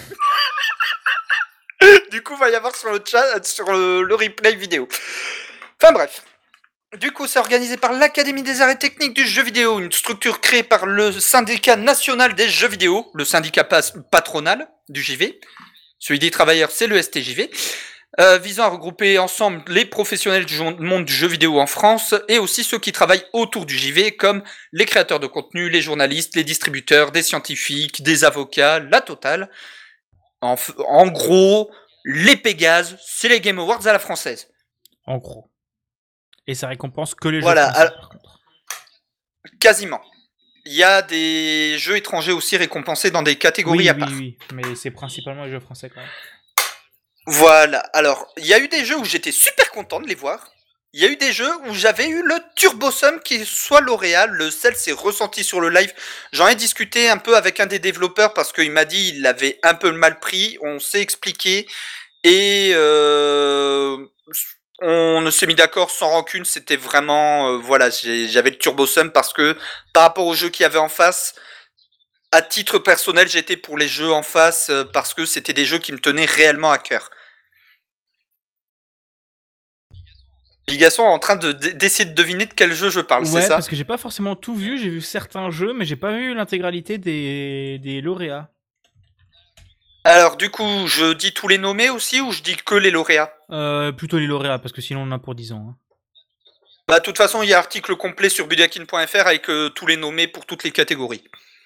Du coup, il va y avoir sur le chat, sur le, le replay vidéo. Enfin bref. Du coup, c'est organisé par l'Académie des arts et techniques du jeu vidéo, une structure créée par le syndicat national des jeux vidéo, le syndicat patronal du J V. Celui des travailleurs, c'est le S T J V. Euh, visant à regrouper ensemble les professionnels du monde du jeu vidéo en France et aussi ceux qui travaillent autour du J V, comme les créateurs de contenu, les journalistes, les distributeurs, des scientifiques, des avocats, la totale. En, en gros, les Pégases, c'est les Game Awards à la française. En gros. Et ça récompense que les jeux voilà, français, à... par contre. Quasiment. il y a des jeux étrangers aussi récompensés dans des catégories oui, à oui, part. oui, mais c'est principalement les jeux français quand même. Voilà, alors, il y a eu des jeux où j'étais super content de les voir. Il y a eu des jeux où j'avais eu le Turbosum qui soit lauréat, le sel s'est ressenti sur le live. J'en ai discuté un peu avec un des développeurs parce qu'il m'a dit il l'avait un peu mal pris, on s'est expliqué et euh, on s'est mis d'accord sans rancune, c'était vraiment, euh, voilà, j'avais le Turbosum parce que par rapport aux jeux qu'il y avait en face, à titre personnel j'étais pour les jeux en face parce que c'était des jeux qui me tenaient réellement à cœur. Gigason est en train de, d'essayer de deviner de quel jeu je parle, ouais, c'est ça? parce que j'ai pas forcément tout vu, j'ai vu certains jeux, mais j'ai pas vu l'intégralité des, des lauréats. Alors du coup, je dis tous les nommés aussi ou je dis que les lauréats? Euh, plutôt les lauréats, parce que sinon on en a pour dix ans. Hein. Bah de toute façon, il y a article complet sur budakin point f r avec euh, tous les nommés pour toutes les catégories.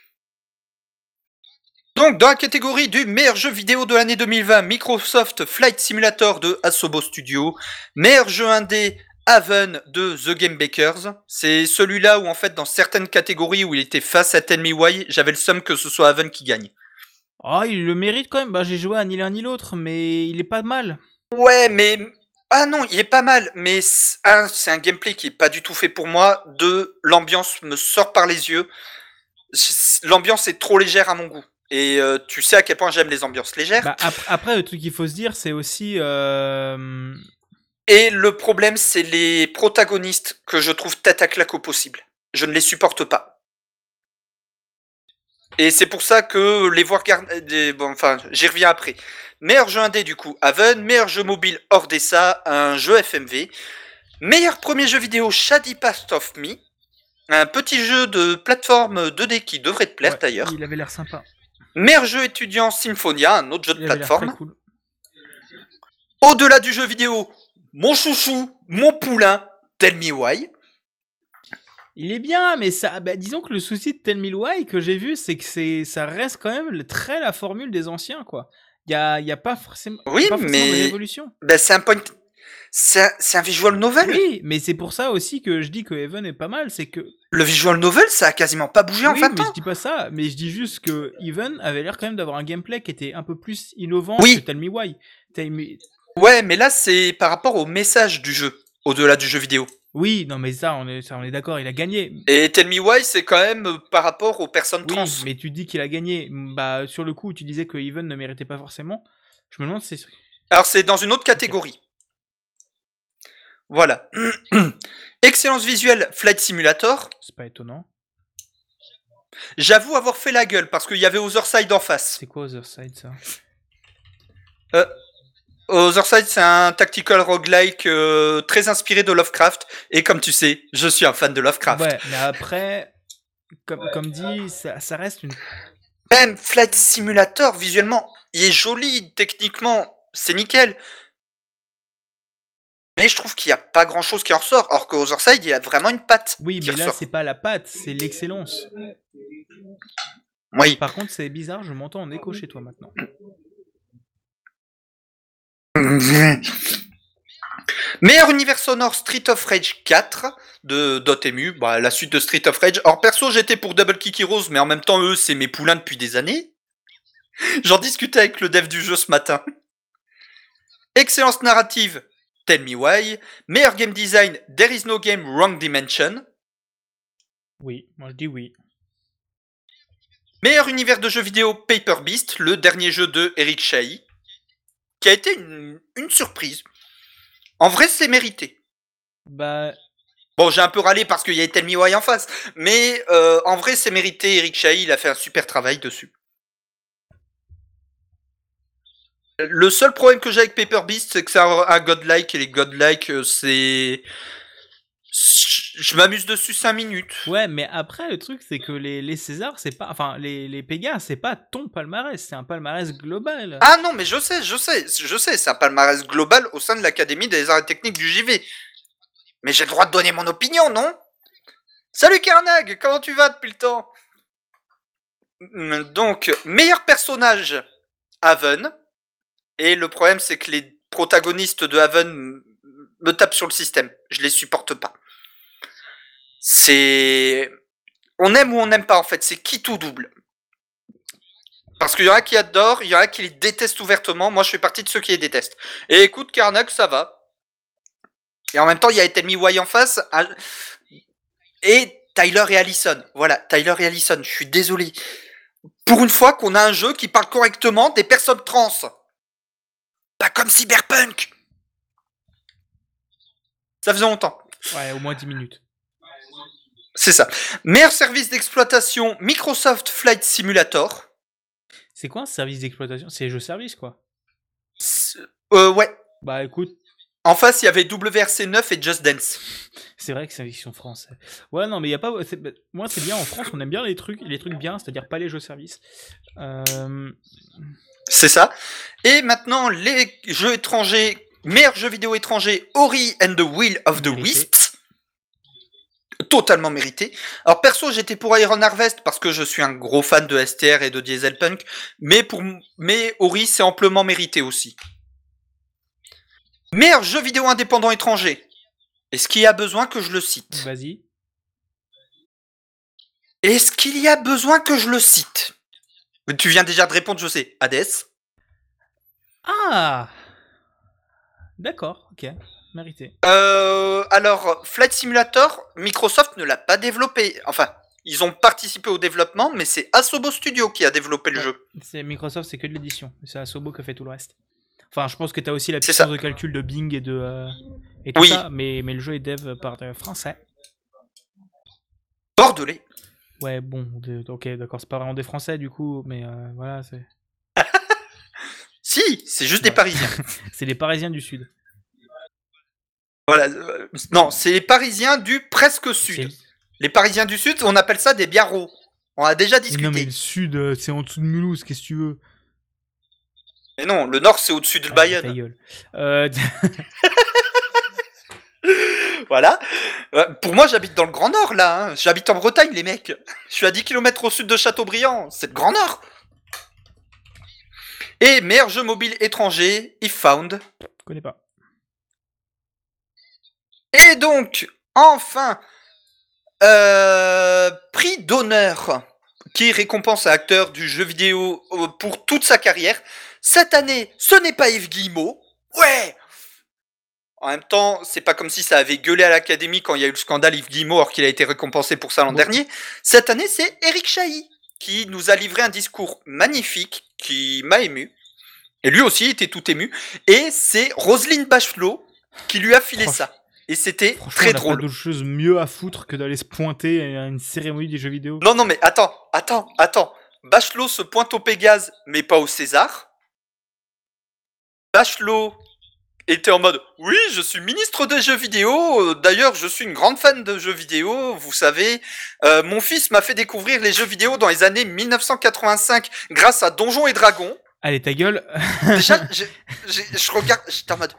Donc dans la catégorie du meilleur jeu vidéo de l'année deux mille vingt, Microsoft Flight Simulator de Asobo Studio, meilleur jeu indé Haven de The Game Bakers. C'est celui-là où en fait dans certaines catégories où il était face à Tell Me Why, j'avais le seum que ce soit Haven qui gagne. Ah, oh, il le mérite quand même. Bah, j'ai joué à ni l'un ni l'autre, mais il est pas mal. Ouais, mais ah non, il est pas mal, mais un, c'est un gameplay qui est pas du tout fait pour moi. Deux, l'ambiance me sort par les yeux. L'ambiance est trop légère à mon goût. Et euh, tu sais à quel point j'aime les ambiances légères. Bah, ap- après, le truc qu'il faut se dire, c'est aussi. Euh... Et le problème, c'est les protagonistes que je trouve tête à claque au possible. Je ne les supporte pas. Et c'est pour ça que les voir garder. Bon, enfin, j'y reviens après. Meilleur jeu indé du coup, Haven. Meilleur jeu mobile, Ordessa, un jeu F M V. Meilleur premier jeu vidéo, Shady Path of Me. Un petit jeu de plateforme deux D qui devrait te plaire ouais, d'ailleurs. Il avait l'air sympa. Meilleur jeu étudiant, Symphonia, un autre jeu de il plateforme. Cool. Au-delà du jeu vidéo, mon chouchou, mon poulain, Tell Me Why. Il est bien, mais ça, bah, disons que le souci de Tell Me Why que j'ai vu, c'est que c'est, ça reste quand même très la formule des anciens, quoi. Il y a, y a pas forcément, oui, pas forcément mais de révolution. Ben c'est un point, c'est un, c'est un visual novel. Oui, mais c'est pour ça aussi que je dis que Haven est pas mal, c'est que le visual novel, ça a quasiment pas bougé oui, en vingt mais ans. je dis pas ça, mais je dis juste que Haven avait l'air quand même d'avoir un gameplay qui était un peu plus innovant oui. que Tell Me Why. Tell Me... Ouais, mais là c'est par rapport au message du jeu, au-delà du jeu vidéo. Oui, non mais ça on est, ça, on est d'accord, il a gagné. Et Tell Me Why, c'est quand même par rapport aux personnes oui, trans. Mais tu dis qu'il a gagné. Bah sur le coup, tu disais que Haven ne méritait pas forcément. Je me demande si c'est... Alors c'est dans une autre catégorie. Okay. Voilà. Excellence visuelle, Flight Simulator. C'est pas étonnant. J'avoue avoir fait la gueule parce qu'il y avait Otherside en face. C'est quoi Otherside ça? euh, Otherside, c'est un tactical roguelike euh, très inspiré de Lovecraft. Et comme tu sais, je suis un fan de Lovecraft. Ouais, mais après, comme, comme dit, ça, ça reste une... Même Flight Simulator, visuellement, il est joli, techniquement, c'est nickel. Mais je trouve qu'il n'y a pas grand chose qui en ressort. Or que Otherside, il a vraiment une patte. Oui, mais là, c'est pas la patte, c'est l'excellence. Oui. Par contre, c'est bizarre, je m'entends en écho chez toi maintenant. Meilleur univers sonore, Street of Rage quatre de Dotemu, bah, la suite de Street of Rage. Or perso, j'étais pour Double Kick Heroes, mais en même temps, eux, c'est mes poulains depuis des années. J'en discutais avec le dev du jeu ce matin. Excellence narrative, Tell Me Why. Meilleur game design, There Is No Game, Wrong Dimension. Oui, moi je dis oui. Meilleur univers de jeux vidéo, Paper Beast, le dernier jeu de Eric Chahi, qui a été une, une surprise. En vrai, c'est mérité. Bah... Bon, j'ai un peu râlé parce qu'il y a Tell Me Why en face, mais euh, en vrai, c'est mérité. Eric Chahi, il a fait un super travail dessus. Le seul problème que j'ai avec Paper Beast, c'est que c'est un, un godlike, et les godlike, c'est... Je m'amuse dessus cinq minutes. Ouais, mais après, le truc, c'est que les, les Césars, c'est pas... Enfin, les, les Pégas, c'est pas ton palmarès, c'est un palmarès global. Ah non, mais je sais, je sais, je sais, c'est un palmarès global au sein de l'Académie des arts et techniques du J V. Mais j'ai le droit de donner mon opinion, non? Salut Karnag, comment tu vas depuis le temps? Donc, meilleur personnage, Haven. Et le problème, c'est que les protagonistes de Haven me tapent sur le système. Je les supporte pas. C'est... on aime ou on n'aime pas en fait, c'est qui tout double. Parce qu'il y en a qui adorent, il y en a qui les détestent ouvertement, moi je fais partie de ceux qui les détestent. Et écoute, Karnak, ça va. Et en même temps, il y a Tell Me Why en face, et Tyler et Allison. Voilà, Tyler et Allison, je suis désolé. Pour une fois qu'on a un jeu qui parle correctement des personnes trans. Pas comme Cyberpunk. Ça faisait longtemps. Ouais, au moins dix minutes. C'est ça. Meilleur service d'exploitation, Microsoft Flight Simulator. C'est quoi un service d'exploitation? C'est jeu service, quoi. Euh, ouais. Bah écoute. En face, il y avait W R C neuf et Just Dance. C'est vrai que c'est une version français. Ouais, non, mais il y a pas. C'est... Moi, c'est bien en France, on aime bien les trucs, les trucs bien, c'est-à-dire pas les jeux services. Euh... C'est ça. Et maintenant, les jeux étrangers, meilleur jeu vidéo étranger, Ori and the Will of the Mérité. Wisps. Totalement mérité. Alors perso, j'étais pour Iron Harvest parce que je suis un gros fan de S T R et de Dieselpunk, mais pour mais Ori c'est amplement mérité aussi. Meilleur jeu vidéo indépendant étranger. Est-ce qu'il y a besoin que je le cite? Vas-y. Est-ce qu'il y a besoin que je le cite? Tu viens déjà de répondre, je sais. Hades. Ah. D'accord, ok. Mérité. Euh, alors, Flight Simulator, Microsoft ne l'a pas développé. Enfin, ils ont participé au développement, mais c'est Asobo Studio qui a développé le ouais, jeu. C'est Microsoft, c'est que de l'édition. C'est Asobo qui a fait tout le reste. Enfin, je pense que tu as aussi la C'est puissance ça. de calcul de Bing et de euh, et tout Oui. ça, mais, mais le jeu est dev par des Français. Bordelais. Ouais, bon, de- ok, d'accord, c'est pas vraiment des Français du coup, mais euh, voilà, c'est Si, c'est juste Ouais. des Parisiens. c'est les Parisiens du Sud. Voilà. euh, Non, c'est les Parisiens du presque Sud. C'est- Les Parisiens du Sud, on appelle ça des biarros. On a déjà Mais discuté. non, mais le Sud, euh, c'est en dessous de Mulhouse, qu'est-ce que tu veux? Mais non, le Nord, c'est au-dessus de Ah, ta Bayonne. gueule. Euh, Voilà. Euh, Pour moi, j'habite dans le Grand Nord, là. hein. J'habite en Bretagne, les mecs. Je suis à dix kilomètres au sud de Châteaubriand. C'est le Grand Nord. Et meilleur jeu mobile étranger, If Found. Je connais pas. Et donc, enfin, euh, prix d'honneur qui récompense un acteur du jeu vidéo euh, pour toute sa carrière. Cette année, ce n'est pas Yves Guillemot. Ouais. En même temps, c'est pas comme si ça avait gueulé à l'Académie quand il y a eu le scandale Yves Guillemot alors qu'il a été récompensé pour ça l'an Bon. dernier. Cette année, c'est Eric Chahi qui nous a livré un discours magnifique qui m'a ému. Et lui aussi était tout ému. Et c'est Roselyne Bachelot qui lui a filé Franch- ça. Et c'était Franchement, très on a pas drôle. d'autre chose mieux à foutre que d'aller se pointer à une cérémonie des jeux vidéo. Non, non, mais attends, attends, attends. Bachelot se pointe au Pégase, mais pas au César. Bachelot était en mode « Oui, je suis ministre des jeux vidéo. D'ailleurs, je suis une grande fan de jeux vidéo. Vous savez, euh, mon fils m'a fait découvrir les jeux vidéo dans les années mille neuf cent quatre-vingt-cinq grâce à Donjons et Dragons. Allez, ta gueule. » Déjà, j'ai- j'ai- je regarde, j'étais en mode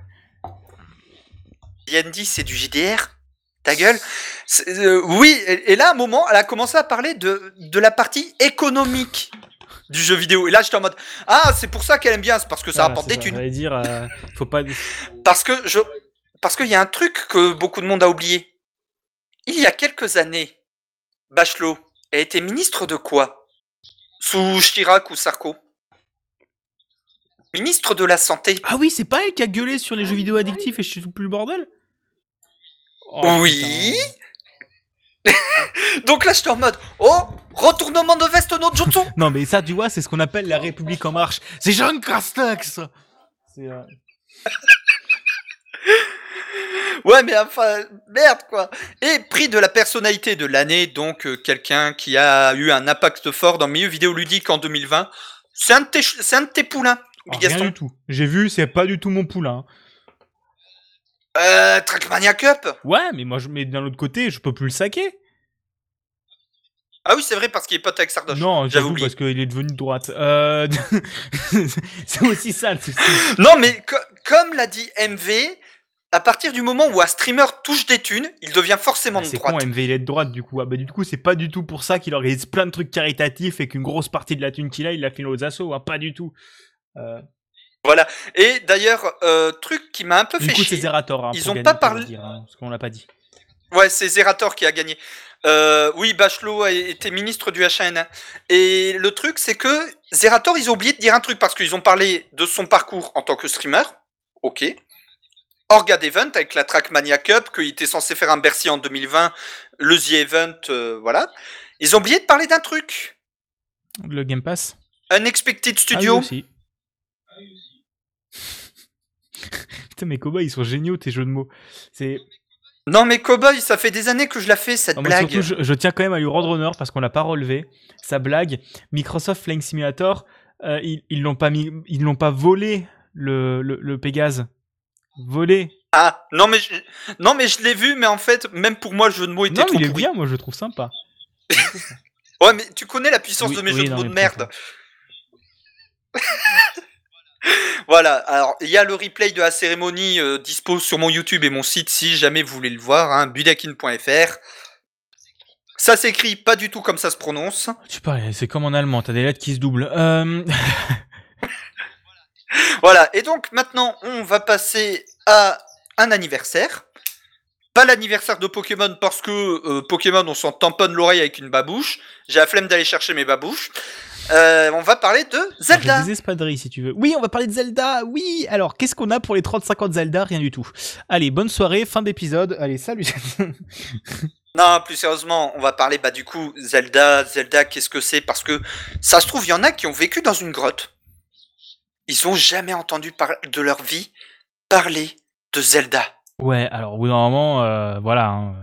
« Yandy, c'est du J D R. Ta gueule. C'est- euh, Oui, et, et là, à un moment, elle a commencé à parler de, de la partie économique du jeu vidéo. Et là, j'étais en mode « Ah, c'est pour ça qu'elle aime bien, c'est parce que ça Voilà, apporte c'est des ça, thunes. j'allais dire, euh, faut pas. » Parce que je, parce qu'il y a un truc que beaucoup de monde a oublié. Il y a quelques années, Bachelot a été ministre de quoi? Sous Chirac ou Sarko? Ministre de la Santé. Ah oui, c'est pas elle qui a gueulé sur les jeux vidéo addictifs et je suis plus le bordel. Oh, Oui. putain. Donc là, j'étais en mode Oh, retournement de veste no jutsu. Non, mais ça, tu vois, c'est ce qu'on appelle la République en marche. C'est Jean Castex. C'est. euh, Ouais, mais enfin, merde quoi. Et prix de la personnalité de l'année, donc euh, quelqu'un qui a eu un impact fort dans le milieu vidéoludique en deux mille vingt. C'est un de tes, ch- c'est un de tes poulains, oh, rien Bigaston. du tout. J'ai vu, c'est pas du tout mon poulain. Euh, Trackmania Cup. Ouais, mais moi, je mets d'un autre côté, je peux plus le saquer. Ah oui, c'est vrai parce qu'il est pote avec Sardoche. Non, j'avais j'avoue oublié. parce qu'il est devenu de droite. Euh... c'est aussi ça le souci. Non, mais co- comme l'a dit M V, à partir du moment où un streamer touche des thunes, il devient forcément Ah, de c'est droite. con, M V il est de droite du coup. Ah, bah, du coup, c'est pas du tout pour ça qu'il organise plein de trucs caritatifs et qu'une grosse partie de la thune qu'il a, il l'a filé aux assos. Hein, pas du tout. Euh... Voilà. Et d'ailleurs, euh, truc qui m'a un peu Du fait coup, c'est chier. Zerator. Hein, Ils pour ont gagner, pas pour le parlé- dire, hein, parce qu'on l'a pas dit. Ouais, c'est Zerator qui a gagné. Euh, oui, Bachelot a été ministre du H un N un. Et le truc, c'est que Zerator, ils ont oublié de dire un truc parce qu'ils ont parlé de son parcours en tant que streamer. Ok. Orga d'Event avec la Trackmania Cup, qu'il était censé faire un Bercy en deux mille vingt, le The Event, euh, voilà. Ils ont oublié de parler d'un truc. Le Game Pass. Unexpected Studio. Ah oui, aussi. Putain, mes cobayes, ils sont géniaux, tes jeux de mots. C'est... Non mais Cowboy, ça fait des années que je la fais cette non, blague. Surtout, je, je tiens quand même à lui rendre honneur parce qu'on l'a pas relevé. Sa blague, Microsoft Flying Simulator, euh, ils, ils l'ont pas mis, ils l'ont pas volé le, le, le Pégase. Volé. Ah non mais je, non mais je l'ai vu, mais en fait même pour moi le jeu de mots était non, trop il est pourri. bien, moi je le trouve sympa. Ouais mais tu connais la puissance oui, de mes oui, jeux non, de mots de peut-être, merde. Voilà, alors il y a le replay de la cérémonie euh, dispo sur mon YouTube et mon site si jamais vous voulez le voir, hein, budakin point f r. Ça s'écrit pas du tout comme ça se prononce. Je sais pas, c'est comme en allemand, t'as des lettres qui se doublent. Euh... Voilà, et donc maintenant on va passer à un anniversaire. Pas l'anniversaire de Pokémon parce que euh, Pokémon on s'en tamponne l'oreille avec une babouche. J'ai la flemme d'aller chercher mes babouches. Euh, on va parler de Zelda. J'ai des espadrilles si tu veux. Oui, on va parler de Zelda. Oui. Alors, qu'est-ce qu'on a pour les trente-cinq ans de Zelda? Rien du tout. Allez, bonne soirée, fin d'épisode. Allez, salut. Non, plus sérieusement, on va parler bah du coup Zelda. Zelda, qu'est-ce que c'est? Parce que ça se trouve, il y en a qui ont vécu dans une grotte. Ils ont jamais entendu par- de leur vie parler de Zelda. Ouais, alors au bout d'un moment, euh, voilà. Hein.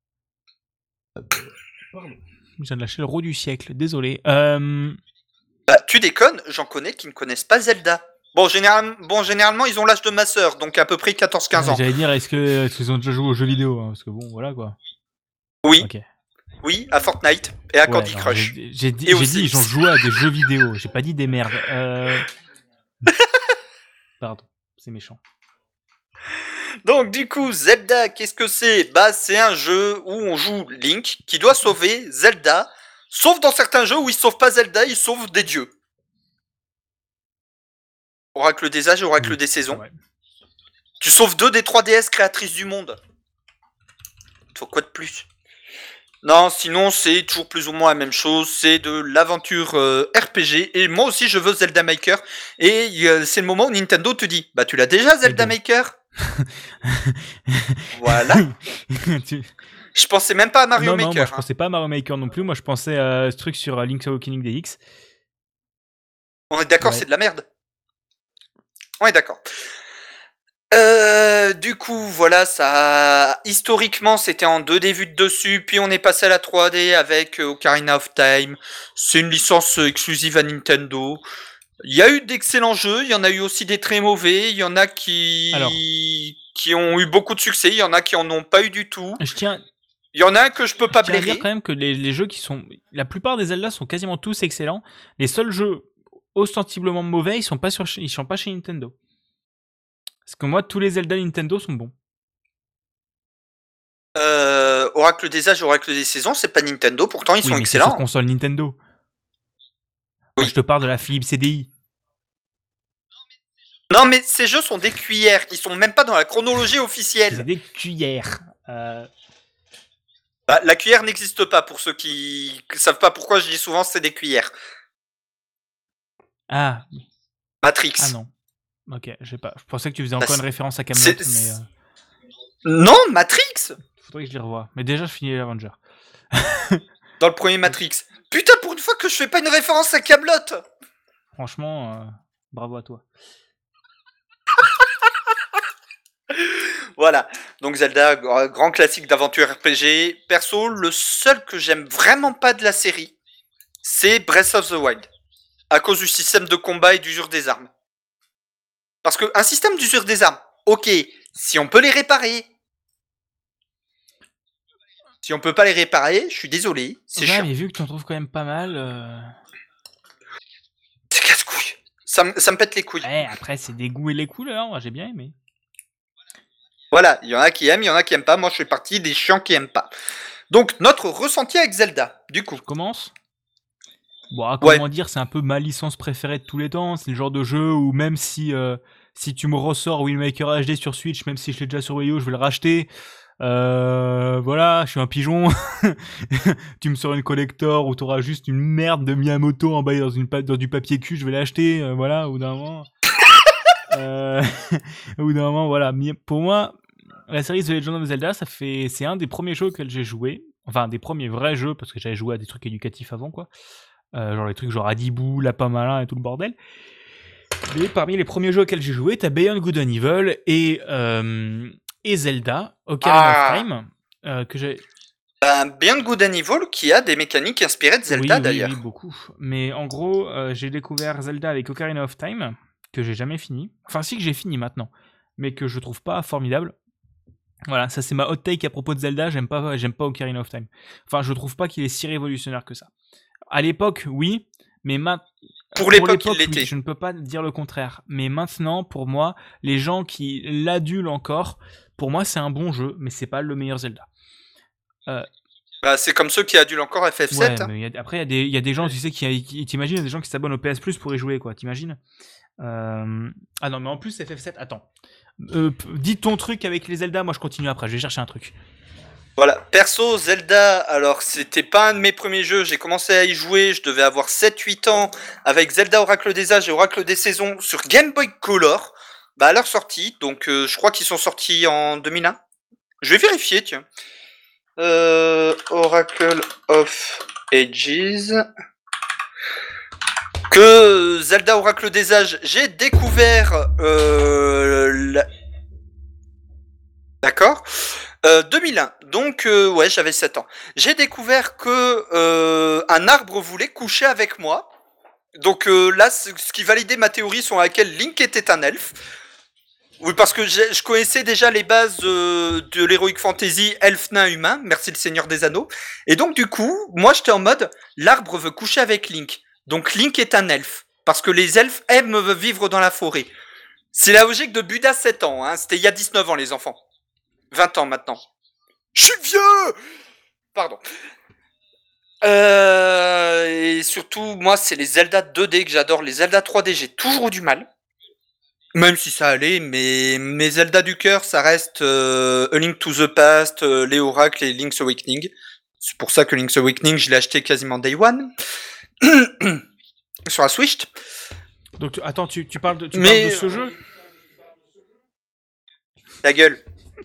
Je viens de lâcher le roue du siècle. Désolé. Euh... Bah, tu déconnes, j'en connais qui ne connaissent pas Zelda. Bon, général... bon généralement, ils ont l'âge de ma sœur, donc à peu près quatorze quinze ans. J'allais dire, est-ce que est-ce qu'ils ont déjà joué aux jeux vidéo hein, parce que bon, voilà quoi. Oui. Ok. Oui, à Fortnite et à ouais, Candy non, Crush. J'ai, j'ai dit, j'ai dit ils ont joué à des jeux vidéo. J'ai pas dit des merdes. Euh... Pardon, c'est méchant. Donc du coup, Zelda, qu'est-ce que c'est? Bah, c'est un jeu où on joue Link qui doit sauver Zelda. Sauf dans certains jeux où il sauve pas Zelda, il sauve des dieux. Oracle des âges, oracle oui, des saisons. ouais. Tu sauves deux des trois déesses créatrices du monde. Faut quoi de plus? Non, sinon c'est toujours plus ou moins la même chose. C'est de l'aventure euh, R P G. Et moi aussi je veux Zelda Maker. Et euh, c'est le moment où Nintendo te dit, bah tu l'as déjà Zelda Maker. Voilà. tu... Je pensais même pas à Mario non, Maker. Non, moi je hein. pensais pas à Mario Maker non plus. Moi je pensais à ce truc sur Link's Awakening D X. On est d'accord, ouais. C'est de la merde. On est d'accord. Euh, du coup, voilà, ça. Historiquement, c'était en deux D vues de dessus, puis on est passé à la trois D avec euh, Ocarina of Time. C'est une licence euh, exclusive à Nintendo. Il y a eu d'excellents jeux, il y en a eu aussi des très mauvais, il y en a qui Alors, qui ont eu beaucoup de succès, il y en a qui en ont pas eu du tout. Je tiens. Il y en a un que je peux pas blairer. Je tiens à dire quand même que les, les jeux qui sont, la plupart des Zelda sont quasiment tous excellents. Les seuls jeux ostensiblement mauvais, ils sont pas sur, ils sont pas chez Nintendo. Parce que moi, tous les Zelda Nintendo sont bons. Euh, Oracle des âges, Oracle des saisons, c'est pas Nintendo, pourtant ils oui, sont mais excellents. C'est sur console Nintendo. Oui. Moi, je te parle de la Philips C D I. Non, mais ces jeux sont des cuillères, ils sont même pas dans la chronologie officielle. C'est des cuillères. Euh... Bah, la cuillère n'existe pas pour ceux qui ne savent pas pourquoi je dis souvent c'est des cuillères. Ah. Matrix. Ah non. Ok, je sais pas. Je pensais que tu faisais encore bah, une référence à Camelot, mais. Euh... Non, Matrix. Faudrait que je les revoie. Mais déjà, je finis l'Avenger. Dans le premier Matrix. Putain, pour une fois que je fais pas une référence à Camelot. Franchement, euh, bravo à toi. Voilà. Donc Zelda, grand classique d'aventure R P G. Perso, le seul que j'aime vraiment pas de la série, c'est Breath of the Wild. À cause du système de combat et d'usure des armes. Parce qu'un système d'usure des armes, ok, si on peut les réparer. Si on peut pas les réparer, je suis désolé, c'est ouais, chiant. mais vu que tu en trouves quand même pas mal... Euh... C'est casse-couille. Ça, ça me pète les couilles. Ouais, après, c'est des goûts et les couleurs, moi j'ai bien aimé. Voilà, il y en a qui aiment, il y en a qui aiment pas. Moi, je fais partie des chiants qui aiment pas. Donc, notre ressenti avec Zelda, du coup. Je commence. Bon, comment ouais. dire, c'est un peu ma licence préférée de tous les temps. C'est le genre de jeu où même si, euh, si tu me ressors Wind Waker H D sur Switch, même si je l'ai déjà sur Wii U, je vais le racheter. Euh, voilà, je suis un pigeon. Tu me sors une collector où t'auras juste une merde de Miyamoto emballée dans une pa- dans du papier cul, je vais l'acheter. Euh, voilà, au bout d'un moment. euh, au bout d'un moment, voilà. Mi- Pour moi, la série The Legend of Zelda, ça fait, c'est un des premiers jeux auxquels j'ai joué. Enfin, des premiers vrais jeux parce que j'avais joué à des trucs éducatifs avant, quoi. Euh, genre les trucs genre Adibou, Lapin Malin et tout le bordel. Mais parmi les premiers jeux auxquels j'ai joué, t'as Beyond Good and Evil et, euh, et Zelda, Ocarina of Ah, Time, euh, que j'ai... ben, Beyond Good and Evil qui a des mécaniques inspirées de Zelda Oui, oui, oui, d'ailleurs. beaucoup. Mais en gros, euh, j'ai découvert Zelda avec Ocarina of Time, que j'ai jamais fini. Enfin, si que j'ai fini maintenant, mais que je trouve pas formidable. Voilà, ça c'est ma hot take à propos de Zelda, j'aime pas, j'aime pas Ocarina of Time. Enfin, je trouve pas qu'il est si révolutionnaire que ça. À l'époque, oui, mais maintenant... Pour Pour l'époque, il l'époque, oui, l'était. je ne peux pas dire le contraire. Mais maintenant, pour moi, les gens qui l'adulent encore, pour moi, c'est un bon jeu, mais c'est pas le meilleur Zelda. Euh, Bah, c'est comme ceux qui adulent encore F F sept. ouais, hein. mais y a- après, il y, a des- y a des gens, tu sais, qui, qui t'imagines, il y a des gens qui s'abonnent au P S Plus pour y jouer, quoi, t'imagines. Euh, Ah non, mais en plus, F F sept, attends. Euh, p- dis ton truc avec les Zelda, moi je continue après, je vais chercher un truc. Voilà. Perso, Zelda, alors c'était pas un de mes premiers jeux, j'ai commencé à y jouer, je devais avoir sept huit ans, avec Zelda Oracle des Âges et Oracle des Saisons sur Game Boy Color, bah à leur sortie, donc euh, je crois qu'ils sont sortis en deux mille un. Je vais vérifier, tiens. Euh, Oracle of Ages. Que Zelda Oracle des Âges, j'ai découvert... Euh, la... D'accord euh, deux mille un, donc euh, ouais, j'avais sept ans. J'ai découvert que euh, un arbre voulait coucher avec moi. Donc euh, là, ce qui validait ma théorie sur laquelle Link était un elfe. Oui, parce que je connaissais déjà les bases euh, de l'Heroic Fantasy elfe nain humain, merci le Seigneur des Anneaux. Et donc du coup, moi j'étais en mode, l'arbre veut coucher avec Link. Donc Link est un elfe. Parce que les elfes aiment vivre dans la forêt. C'est la logique de Buddha sept ans, hein. C'était il y a dix-neuf ans les enfants. vingt ans maintenant. Je suis vieux. Pardon. Euh, et surtout, moi, c'est les Zelda deux D que j'adore. Les Zelda trois D, j'ai toujours eu du mal. Même si ça allait, mais mes Zelda du cœur, ça reste euh, A Link to the Past, euh, les Oracles et Link's Awakening. C'est pour ça que Link's Awakening, je l'ai acheté quasiment Day One. Sur la Switch. Donc tu- attends, tu, tu parles de, tu Mais- parles de ce jeu? La gueule.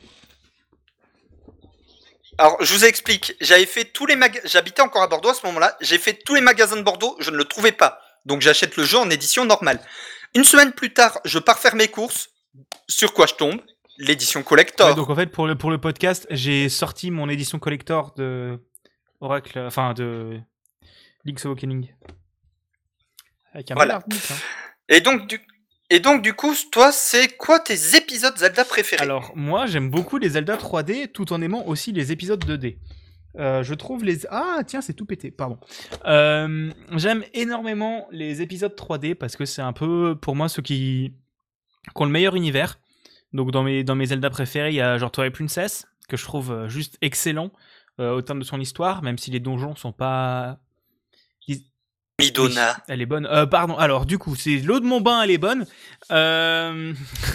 Alors, je vous explique. J'avais fait tous les magasins. J'habitais encore à Bordeaux à ce moment-là. J'ai fait tous les magasins de Bordeaux. Je ne le trouvais pas. Donc, j'achète le jeu en édition normale. Une semaine plus tard, je pars faire mes courses. Sur quoi je tombe? L'édition collector. Ouais, donc en fait, pour le, pour le podcast, j'ai sorti mon édition collector de Oracle, enfin de Link's Awakening. Avec un Voilà. bel artbook, hein. Et donc, du... Et donc, du coup, toi, c'est quoi tes épisodes Zelda préférés? Alors, moi, j'aime beaucoup les Zelda trois D, tout en aimant aussi les épisodes deux D. Euh, je trouve les... Ah, tiens, c'est tout pété, pardon. Euh, j'aime énormément les épisodes trois D, parce que c'est un peu, pour moi, ceux qui, qui ont le meilleur univers. Donc, dans mes, dans mes Zelda préférés, il y a genre Twilight Princess, que je trouve euh, juste excellent, euh, au terme de son histoire, même si les donjons sont pas... Midona. Oui, elle est bonne. Euh, pardon, alors du coup, c'est l'eau de mon bain, elle est bonne. Euh...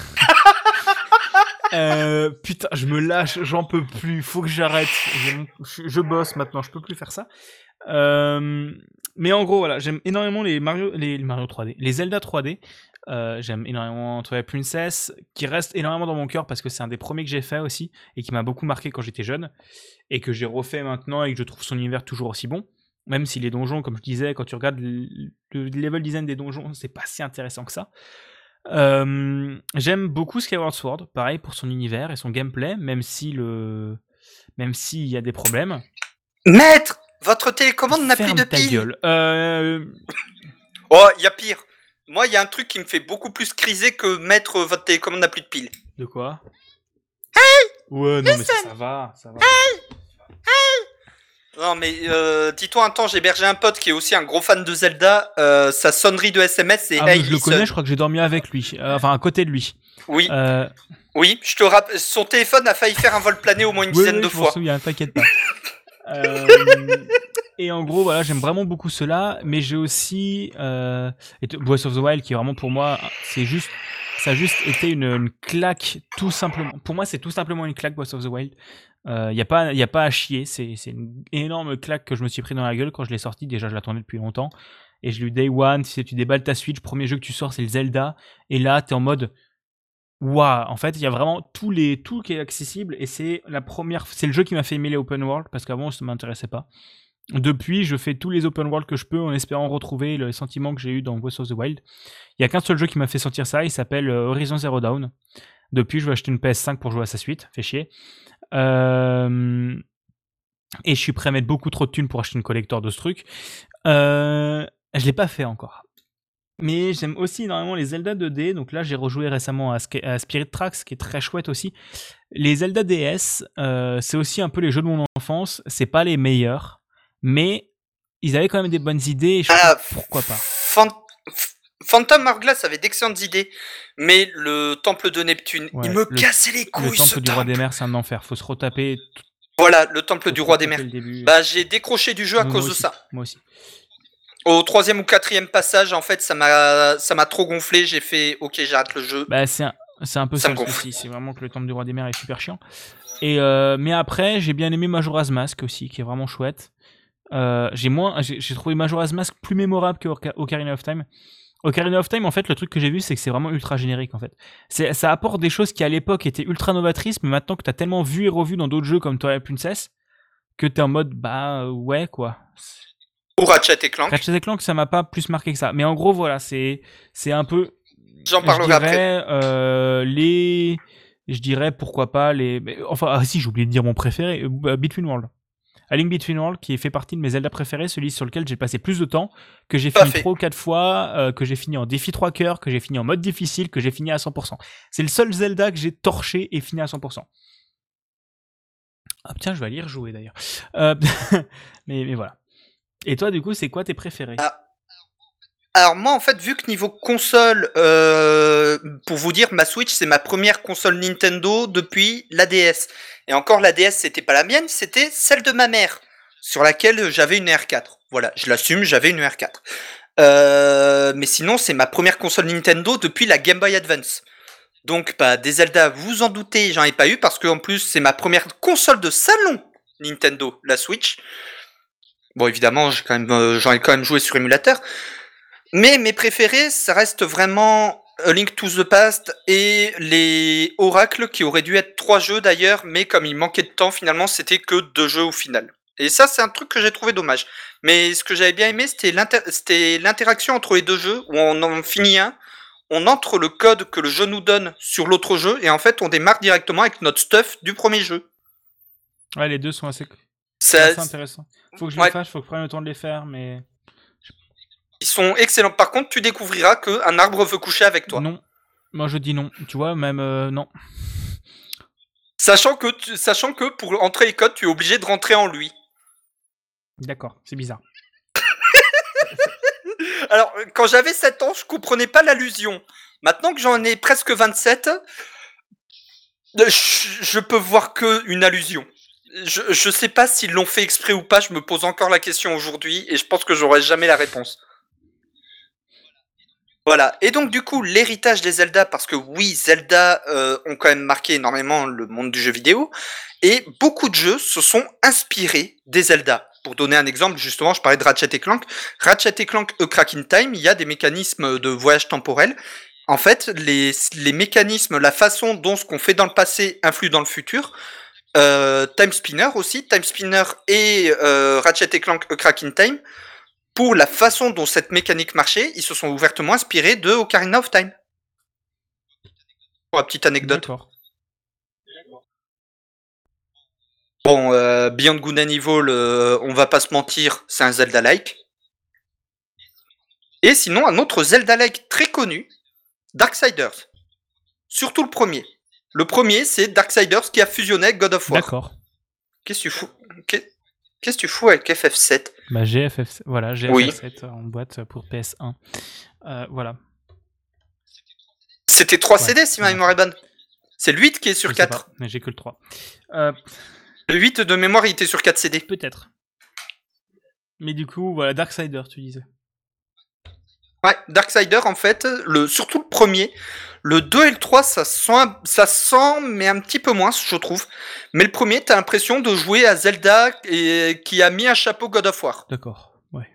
euh, putain, je me lâche, j'en peux plus, faut que j'arrête. Mon... Je, je bosse maintenant, je peux plus faire ça. Euh... Mais en gros, voilà, j'aime énormément les Mario, les, les Mario trois D, les Zelda trois D. Euh, j'aime énormément Twilight Princess, qui reste énormément dans mon cœur parce que c'est un des premiers que j'ai fait aussi et qui m'a beaucoup marqué quand j'étais jeune et que j'ai refait maintenant et que je trouve son univers toujours aussi bon. Même si les donjons, comme je disais, quand tu regardes le, le level design des donjons, c'est pas si intéressant que ça. Euh, j'aime beaucoup Skyward Sword, pareil pour son univers et son gameplay, même si le, même s'il y a des problèmes. Maître, votre télécommande n'a plus Ferme de ta pile. gueule. Euh... Oh, il y a pire. Moi, il y a un truc qui me fait beaucoup plus criser que mettre euh, votre télécommande n'a plus de pile. De quoi? Hey, ouais, non mais ça, ça va, ça va. Hey, hey. Non mais euh, dis-toi un temps, j'ai hébergé un pote qui est aussi un gros fan de Zelda. Euh, sa sonnerie de S M S c'est ah, Hey je le listen. connais, je crois que j'ai dormi avec lui, euh, enfin à côté de lui. Oui. Euh... Oui, je te rappelle, son téléphone a failli faire un vol plané au moins une oui, dizaine oui, de je fois. m'en souviens, t'inquiète pas. euh... Et en gros, voilà, j'aime vraiment beaucoup cela, mais j'ai aussi euh... Breath of the Wild qui est vraiment pour moi, c'est juste, ça a juste été une, une claque, tout simplement. Pour moi, c'est tout simplement une claque, Breath of the Wild. Il euh, n'y a, a pas à chier. C'est, c'est une énorme claque que je me suis pris dans la gueule quand je l'ai sorti. Déjà, je l'attendais depuis longtemps. Et je l'ai eu Day One. Tu sais, tu déballes ta Switch. Premier jeu que tu sors, c'est le Zelda. Et là, t'es en mode... Waouh, en fait, il y a vraiment tout, les, tout qui est accessible. Et c'est, la première, c'est le jeu qui m'a fait aimer les open world. Parce qu'avant, ça ne m'intéressait pas. Depuis, je fais tous les open world que je peux en espérant retrouver le sentiment que j'ai eu dans Breath of the Wild. Il n'y a qu'un seul jeu qui m'a fait sentir ça. Il s'appelle Horizon Zero Dawn. Depuis, je vais acheter une P S cinq pour jouer à sa suite. Fait chier. Euh... Et je suis prêt à mettre beaucoup trop de thunes pour acheter une collector de ce truc. Euh... Je l'ai pas fait encore. Mais j'aime aussi énormément les Zelda deux D. Donc là, j'ai rejoué récemment à, Sk- à Spirit Tracks, qui est très chouette aussi. Les Zelda D S, euh, c'est aussi un peu les jeux de mon enfance. C'est pas les meilleurs, mais ils avaient quand même des bonnes idées. Et je Ah, trouve, pourquoi pas. Phant- Phantom Hourglass avait d'excellentes idées, mais le temple de Neptune, Ouais, il me le- cassait les couilles. Le temple ce du roi temple. des mers, c'est un enfer. Faut se retaper. tout- Voilà, le temple faut du se roi des retaper mers. le début. Bah, j'ai décroché du jeu à Moi cause de aussi, ça. Moi aussi. Au troisième ou quatrième passage, en fait, ça m'a, ça m'a trop gonflé. J'ai fait, ok, j'arrête le jeu. Bah, c'est un, c'est un peu Ça ça me le gonfle. souci. C'est vraiment que le temple du roi des mers est super chiant. Et euh, mais après, j'ai bien aimé Majora's Mask aussi, qui est vraiment chouette. Euh, j'ai moins, j'ai, j'ai trouvé Majora's Mask plus mémorable que Oca- Ocarina of Time. Ocarina of Time, en fait, le truc que j'ai vu, c'est que c'est vraiment ultra générique, en fait. C'est, ça apporte des choses qui, à l'époque, étaient ultra novatrices, mais maintenant que t'as tellement vu et revu dans d'autres jeux comme Twilight Princess, que t'es en mode, bah, ouais, quoi. Ou Ratchet et Clank. Ratchet et Clank, ça m'a pas plus marqué que ça. Mais en gros, voilà, c'est, c'est un peu, J'en je parlerai après. dirais, euh, les, je dirais, pourquoi pas, les, mais, enfin, ah si, j'ai oublié de dire mon préféré, euh, Between Worlds. A Link Between Worlds, qui fait partie de mes Zelda préférés, celui sur lequel j'ai passé plus de temps, que j'ai fini Parfait. trois ou quatre fois, euh, que j'ai fini en défi trois cœurs, que j'ai fini en mode difficile, que j'ai fini à cent pour cent. C'est le seul Zelda que j'ai torché et fini à cent pour cent. Ah tiens, je vais aller y rejouer d'ailleurs. Euh, mais, mais voilà. Et toi, du coup, c'est quoi tes préférés? Ah. Alors moi, en fait, vu que niveau console, euh, pour vous dire, ma Switch, c'est ma première console Nintendo depuis la D S. Et encore, la D S, c'était pas la mienne, c'était celle de ma mère, sur laquelle j'avais une R quatre. Voilà, je l'assume, j'avais une R quatre. Euh, mais sinon, c'est ma première console Nintendo depuis la Game Boy Advance. Donc, bah, des Zelda, vous vous en doutez, j'en ai pas eu, parce qu'en plus, c'est ma première console de salon Nintendo, la Switch. Bon, évidemment, j'ai quand même, euh, j'en ai quand même joué sur émulateur. Mais mes préférés, ça reste vraiment A Link to the Past et les Oracles, qui auraient dû être trois jeux d'ailleurs, mais comme il manquait de temps, finalement, c'était que deux jeux au final. Et ça, c'est un truc que j'ai trouvé dommage. Mais ce que j'avais bien aimé, c'était, l'inter- c'était l'interaction entre les deux jeux, où on en finit un, on entre le code que le jeu nous donne sur l'autre jeu, et en fait, on démarre directement avec notre stuff du premier jeu. Ouais, les deux sont assez, Ça, assez intéressants. Faut que je ouais. les fasse, faut que je prenne le temps de les faire, mais... Ils sont excellents. Par contre, tu découvriras qu'un arbre veut coucher avec toi. Non. Moi, je dis non. Tu vois, même euh, non. Sachant que, tu, sachant que pour entrer les codes, tu es obligé de rentrer en lui. D'accord, c'est bizarre. Alors, quand j'avais sept ans, je comprenais pas l'allusion. Maintenant que j'en ai presque vingt-sept, je, je peux voir que une allusion. Je, je sais pas s'ils l'ont fait exprès ou pas, je me pose encore la question aujourd'hui, et je pense que j'aurai jamais la réponse. Voilà, et donc du coup, l'héritage des Zelda, parce que oui, Zelda euh, ont quand même marqué énormément le monde du jeu vidéo, et beaucoup de jeux se sont inspirés des Zelda. Pour donner un exemple, justement, je parlais de Ratchet et Clank. Ratchet et Clank A Crack in Time, il y a des mécanismes de voyage temporel. En fait, les, les mécanismes, la façon dont ce qu'on fait dans le passé influe dans le futur. Euh, Time Spinner aussi, Time Spinner et euh, Ratchet et Clank A Crack in Time, pour la façon dont cette mécanique marchait, ils se sont ouvertement inspirés de Ocarina of Time. Pour la petite anecdote. D'accord. Bon, euh, Beyond Good and Evil, euh, on va pas se mentir, c'est un Zelda-like. Et sinon, un autre Zelda-like très connu, Darksiders. Surtout le premier. Le premier, c'est Darksiders qui a fusionné avec God of War. D'accord. Qu'est-ce que tu fous Qu'est-ce que tu fous avec F F sept? Bah, j'ai F F sept, voilà, j'ai oui. F F sept en boîte pour P S un. Euh, voilà. C'était trois ouais, C D, si ma mémoire est bonne. C'est le huit qui est sur Je quatre. Pas, mais j'ai que le trois. Euh... Le huit de mémoire, il était sur quatre C D. Peut-être. Mais du coup, voilà, Darksider, tu disais. Ouais, Darksider, en fait, le, surtout le premier. Le deux et le trois, ça sent, ça sent, mais un petit peu moins, je trouve. Mais le premier, t'as l'impression de jouer à Zelda et qui a mis un chapeau God of War. D'accord, ouais.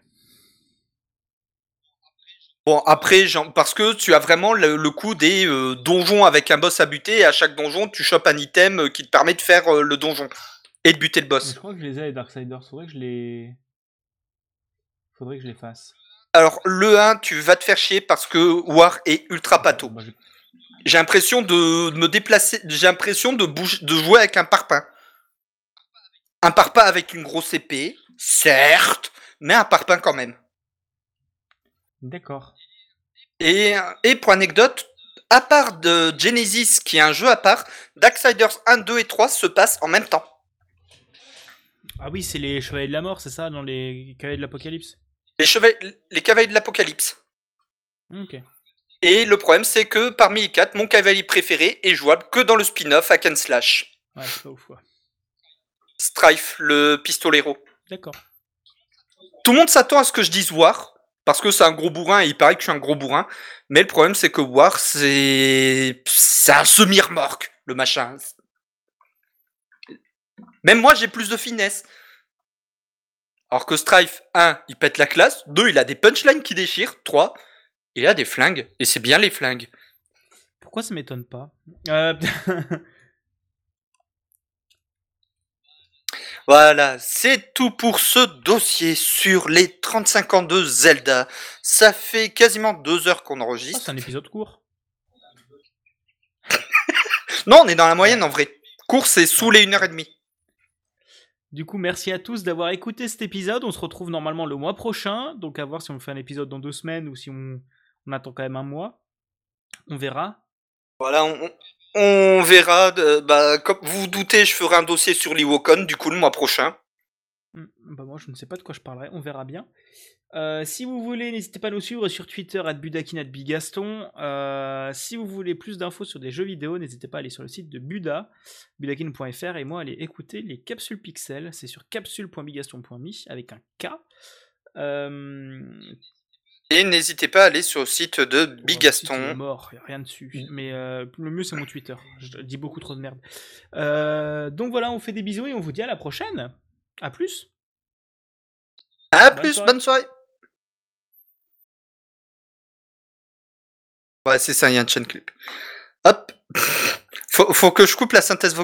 Bon, après, genre, parce que tu as vraiment le, le coup des euh, donjons avec un boss à buter, et à chaque donjon, tu chopes un item euh, qui te permet de faire euh, le donjon et de buter le Mais boss. je crois que je les ai, les Darksiders. Faudrait que je les. Faudrait que je les fasse. Alors, le un, tu vas te faire chier parce que War est ultra pato. Bah, je- J'ai l'impression de me déplacer, j'ai l'impression de, bouger, de jouer avec un parpaing. Un parpaing avec une grosse épée, certes, mais un parpaing quand même. D'accord. Et, et pour anecdote, à part de Genesis, qui est un jeu à part, Darksiders un, deux et trois se passent en même temps. Ah oui, c'est les Chevaliers de la Mort, c'est ça, dans les Cavaliers de l'Apocalypse. Les, chevaliers, les cavaliers de l'Apocalypse. Ok. Et le problème, c'est que parmi les quatre, mon cavalier préféré est jouable que dans le spin-off Hack and Slash. Ouais, c'est pas ouf, ouais. Strife, le pistolero. D'accord. Tout le monde s'attend à ce que je dise War, parce que c'est un gros bourrin et il paraît que je suis un gros bourrin. Mais le problème, c'est que War, c'est. C'est un semi-remorque, le machin. Même moi, j'ai plus de finesse. Alors que Strife, un, il pète la classe. deux, il a des punchlines qui déchirent. trois, il a des flingues. Et c'est bien les flingues. Pourquoi ça m'étonne pas euh... Voilà, c'est tout pour ce dossier sur les trente-cinq ans de Zelda. Ça fait quasiment deux heures qu'on oh, enregistre. c'est un épisode court. Non, on est dans la moyenne en vrai. Court, c'est sous les une heure trente. Du coup, merci à tous d'avoir écouté cet épisode. On se retrouve normalement le mois prochain. Donc, à voir si on fait un épisode dans deux semaines ou si on, on attend quand même un mois. On verra. Voilà, on, on verra. De, bah, comme vous vous doutez, je ferai un dossier sur l'Iwokon, du coup, le mois prochain. Bah, moi, je ne sais pas de quoi je parlerai. On verra bien. Euh, si vous voulez, n'hésitez pas à nous suivre sur Twitter, at budakin, at bigaston. Euh, si vous voulez plus d'infos sur des jeux vidéo, n'hésitez pas à aller sur le site de Buda, budakin point f r, et moi, aller écouter les capsules pixels. C'est sur capsule point bigaston point me avec un K. Euh... Et n'hésitez pas à aller sur le site de Bigaston. Ouais, il est mort, il n'y a rien dessus. Mmh. Mais euh, le mieux, c'est mon Twitter. Je dis beaucoup trop de merde. Euh, donc voilà, on fait des bisous et on vous dit à la prochaine. À plus. À bonne plus, soirée. Bonne soirée. Ouais, c'est ça, il y a un chain clip. Hop. Faut, faut que je coupe la synthèse vocale.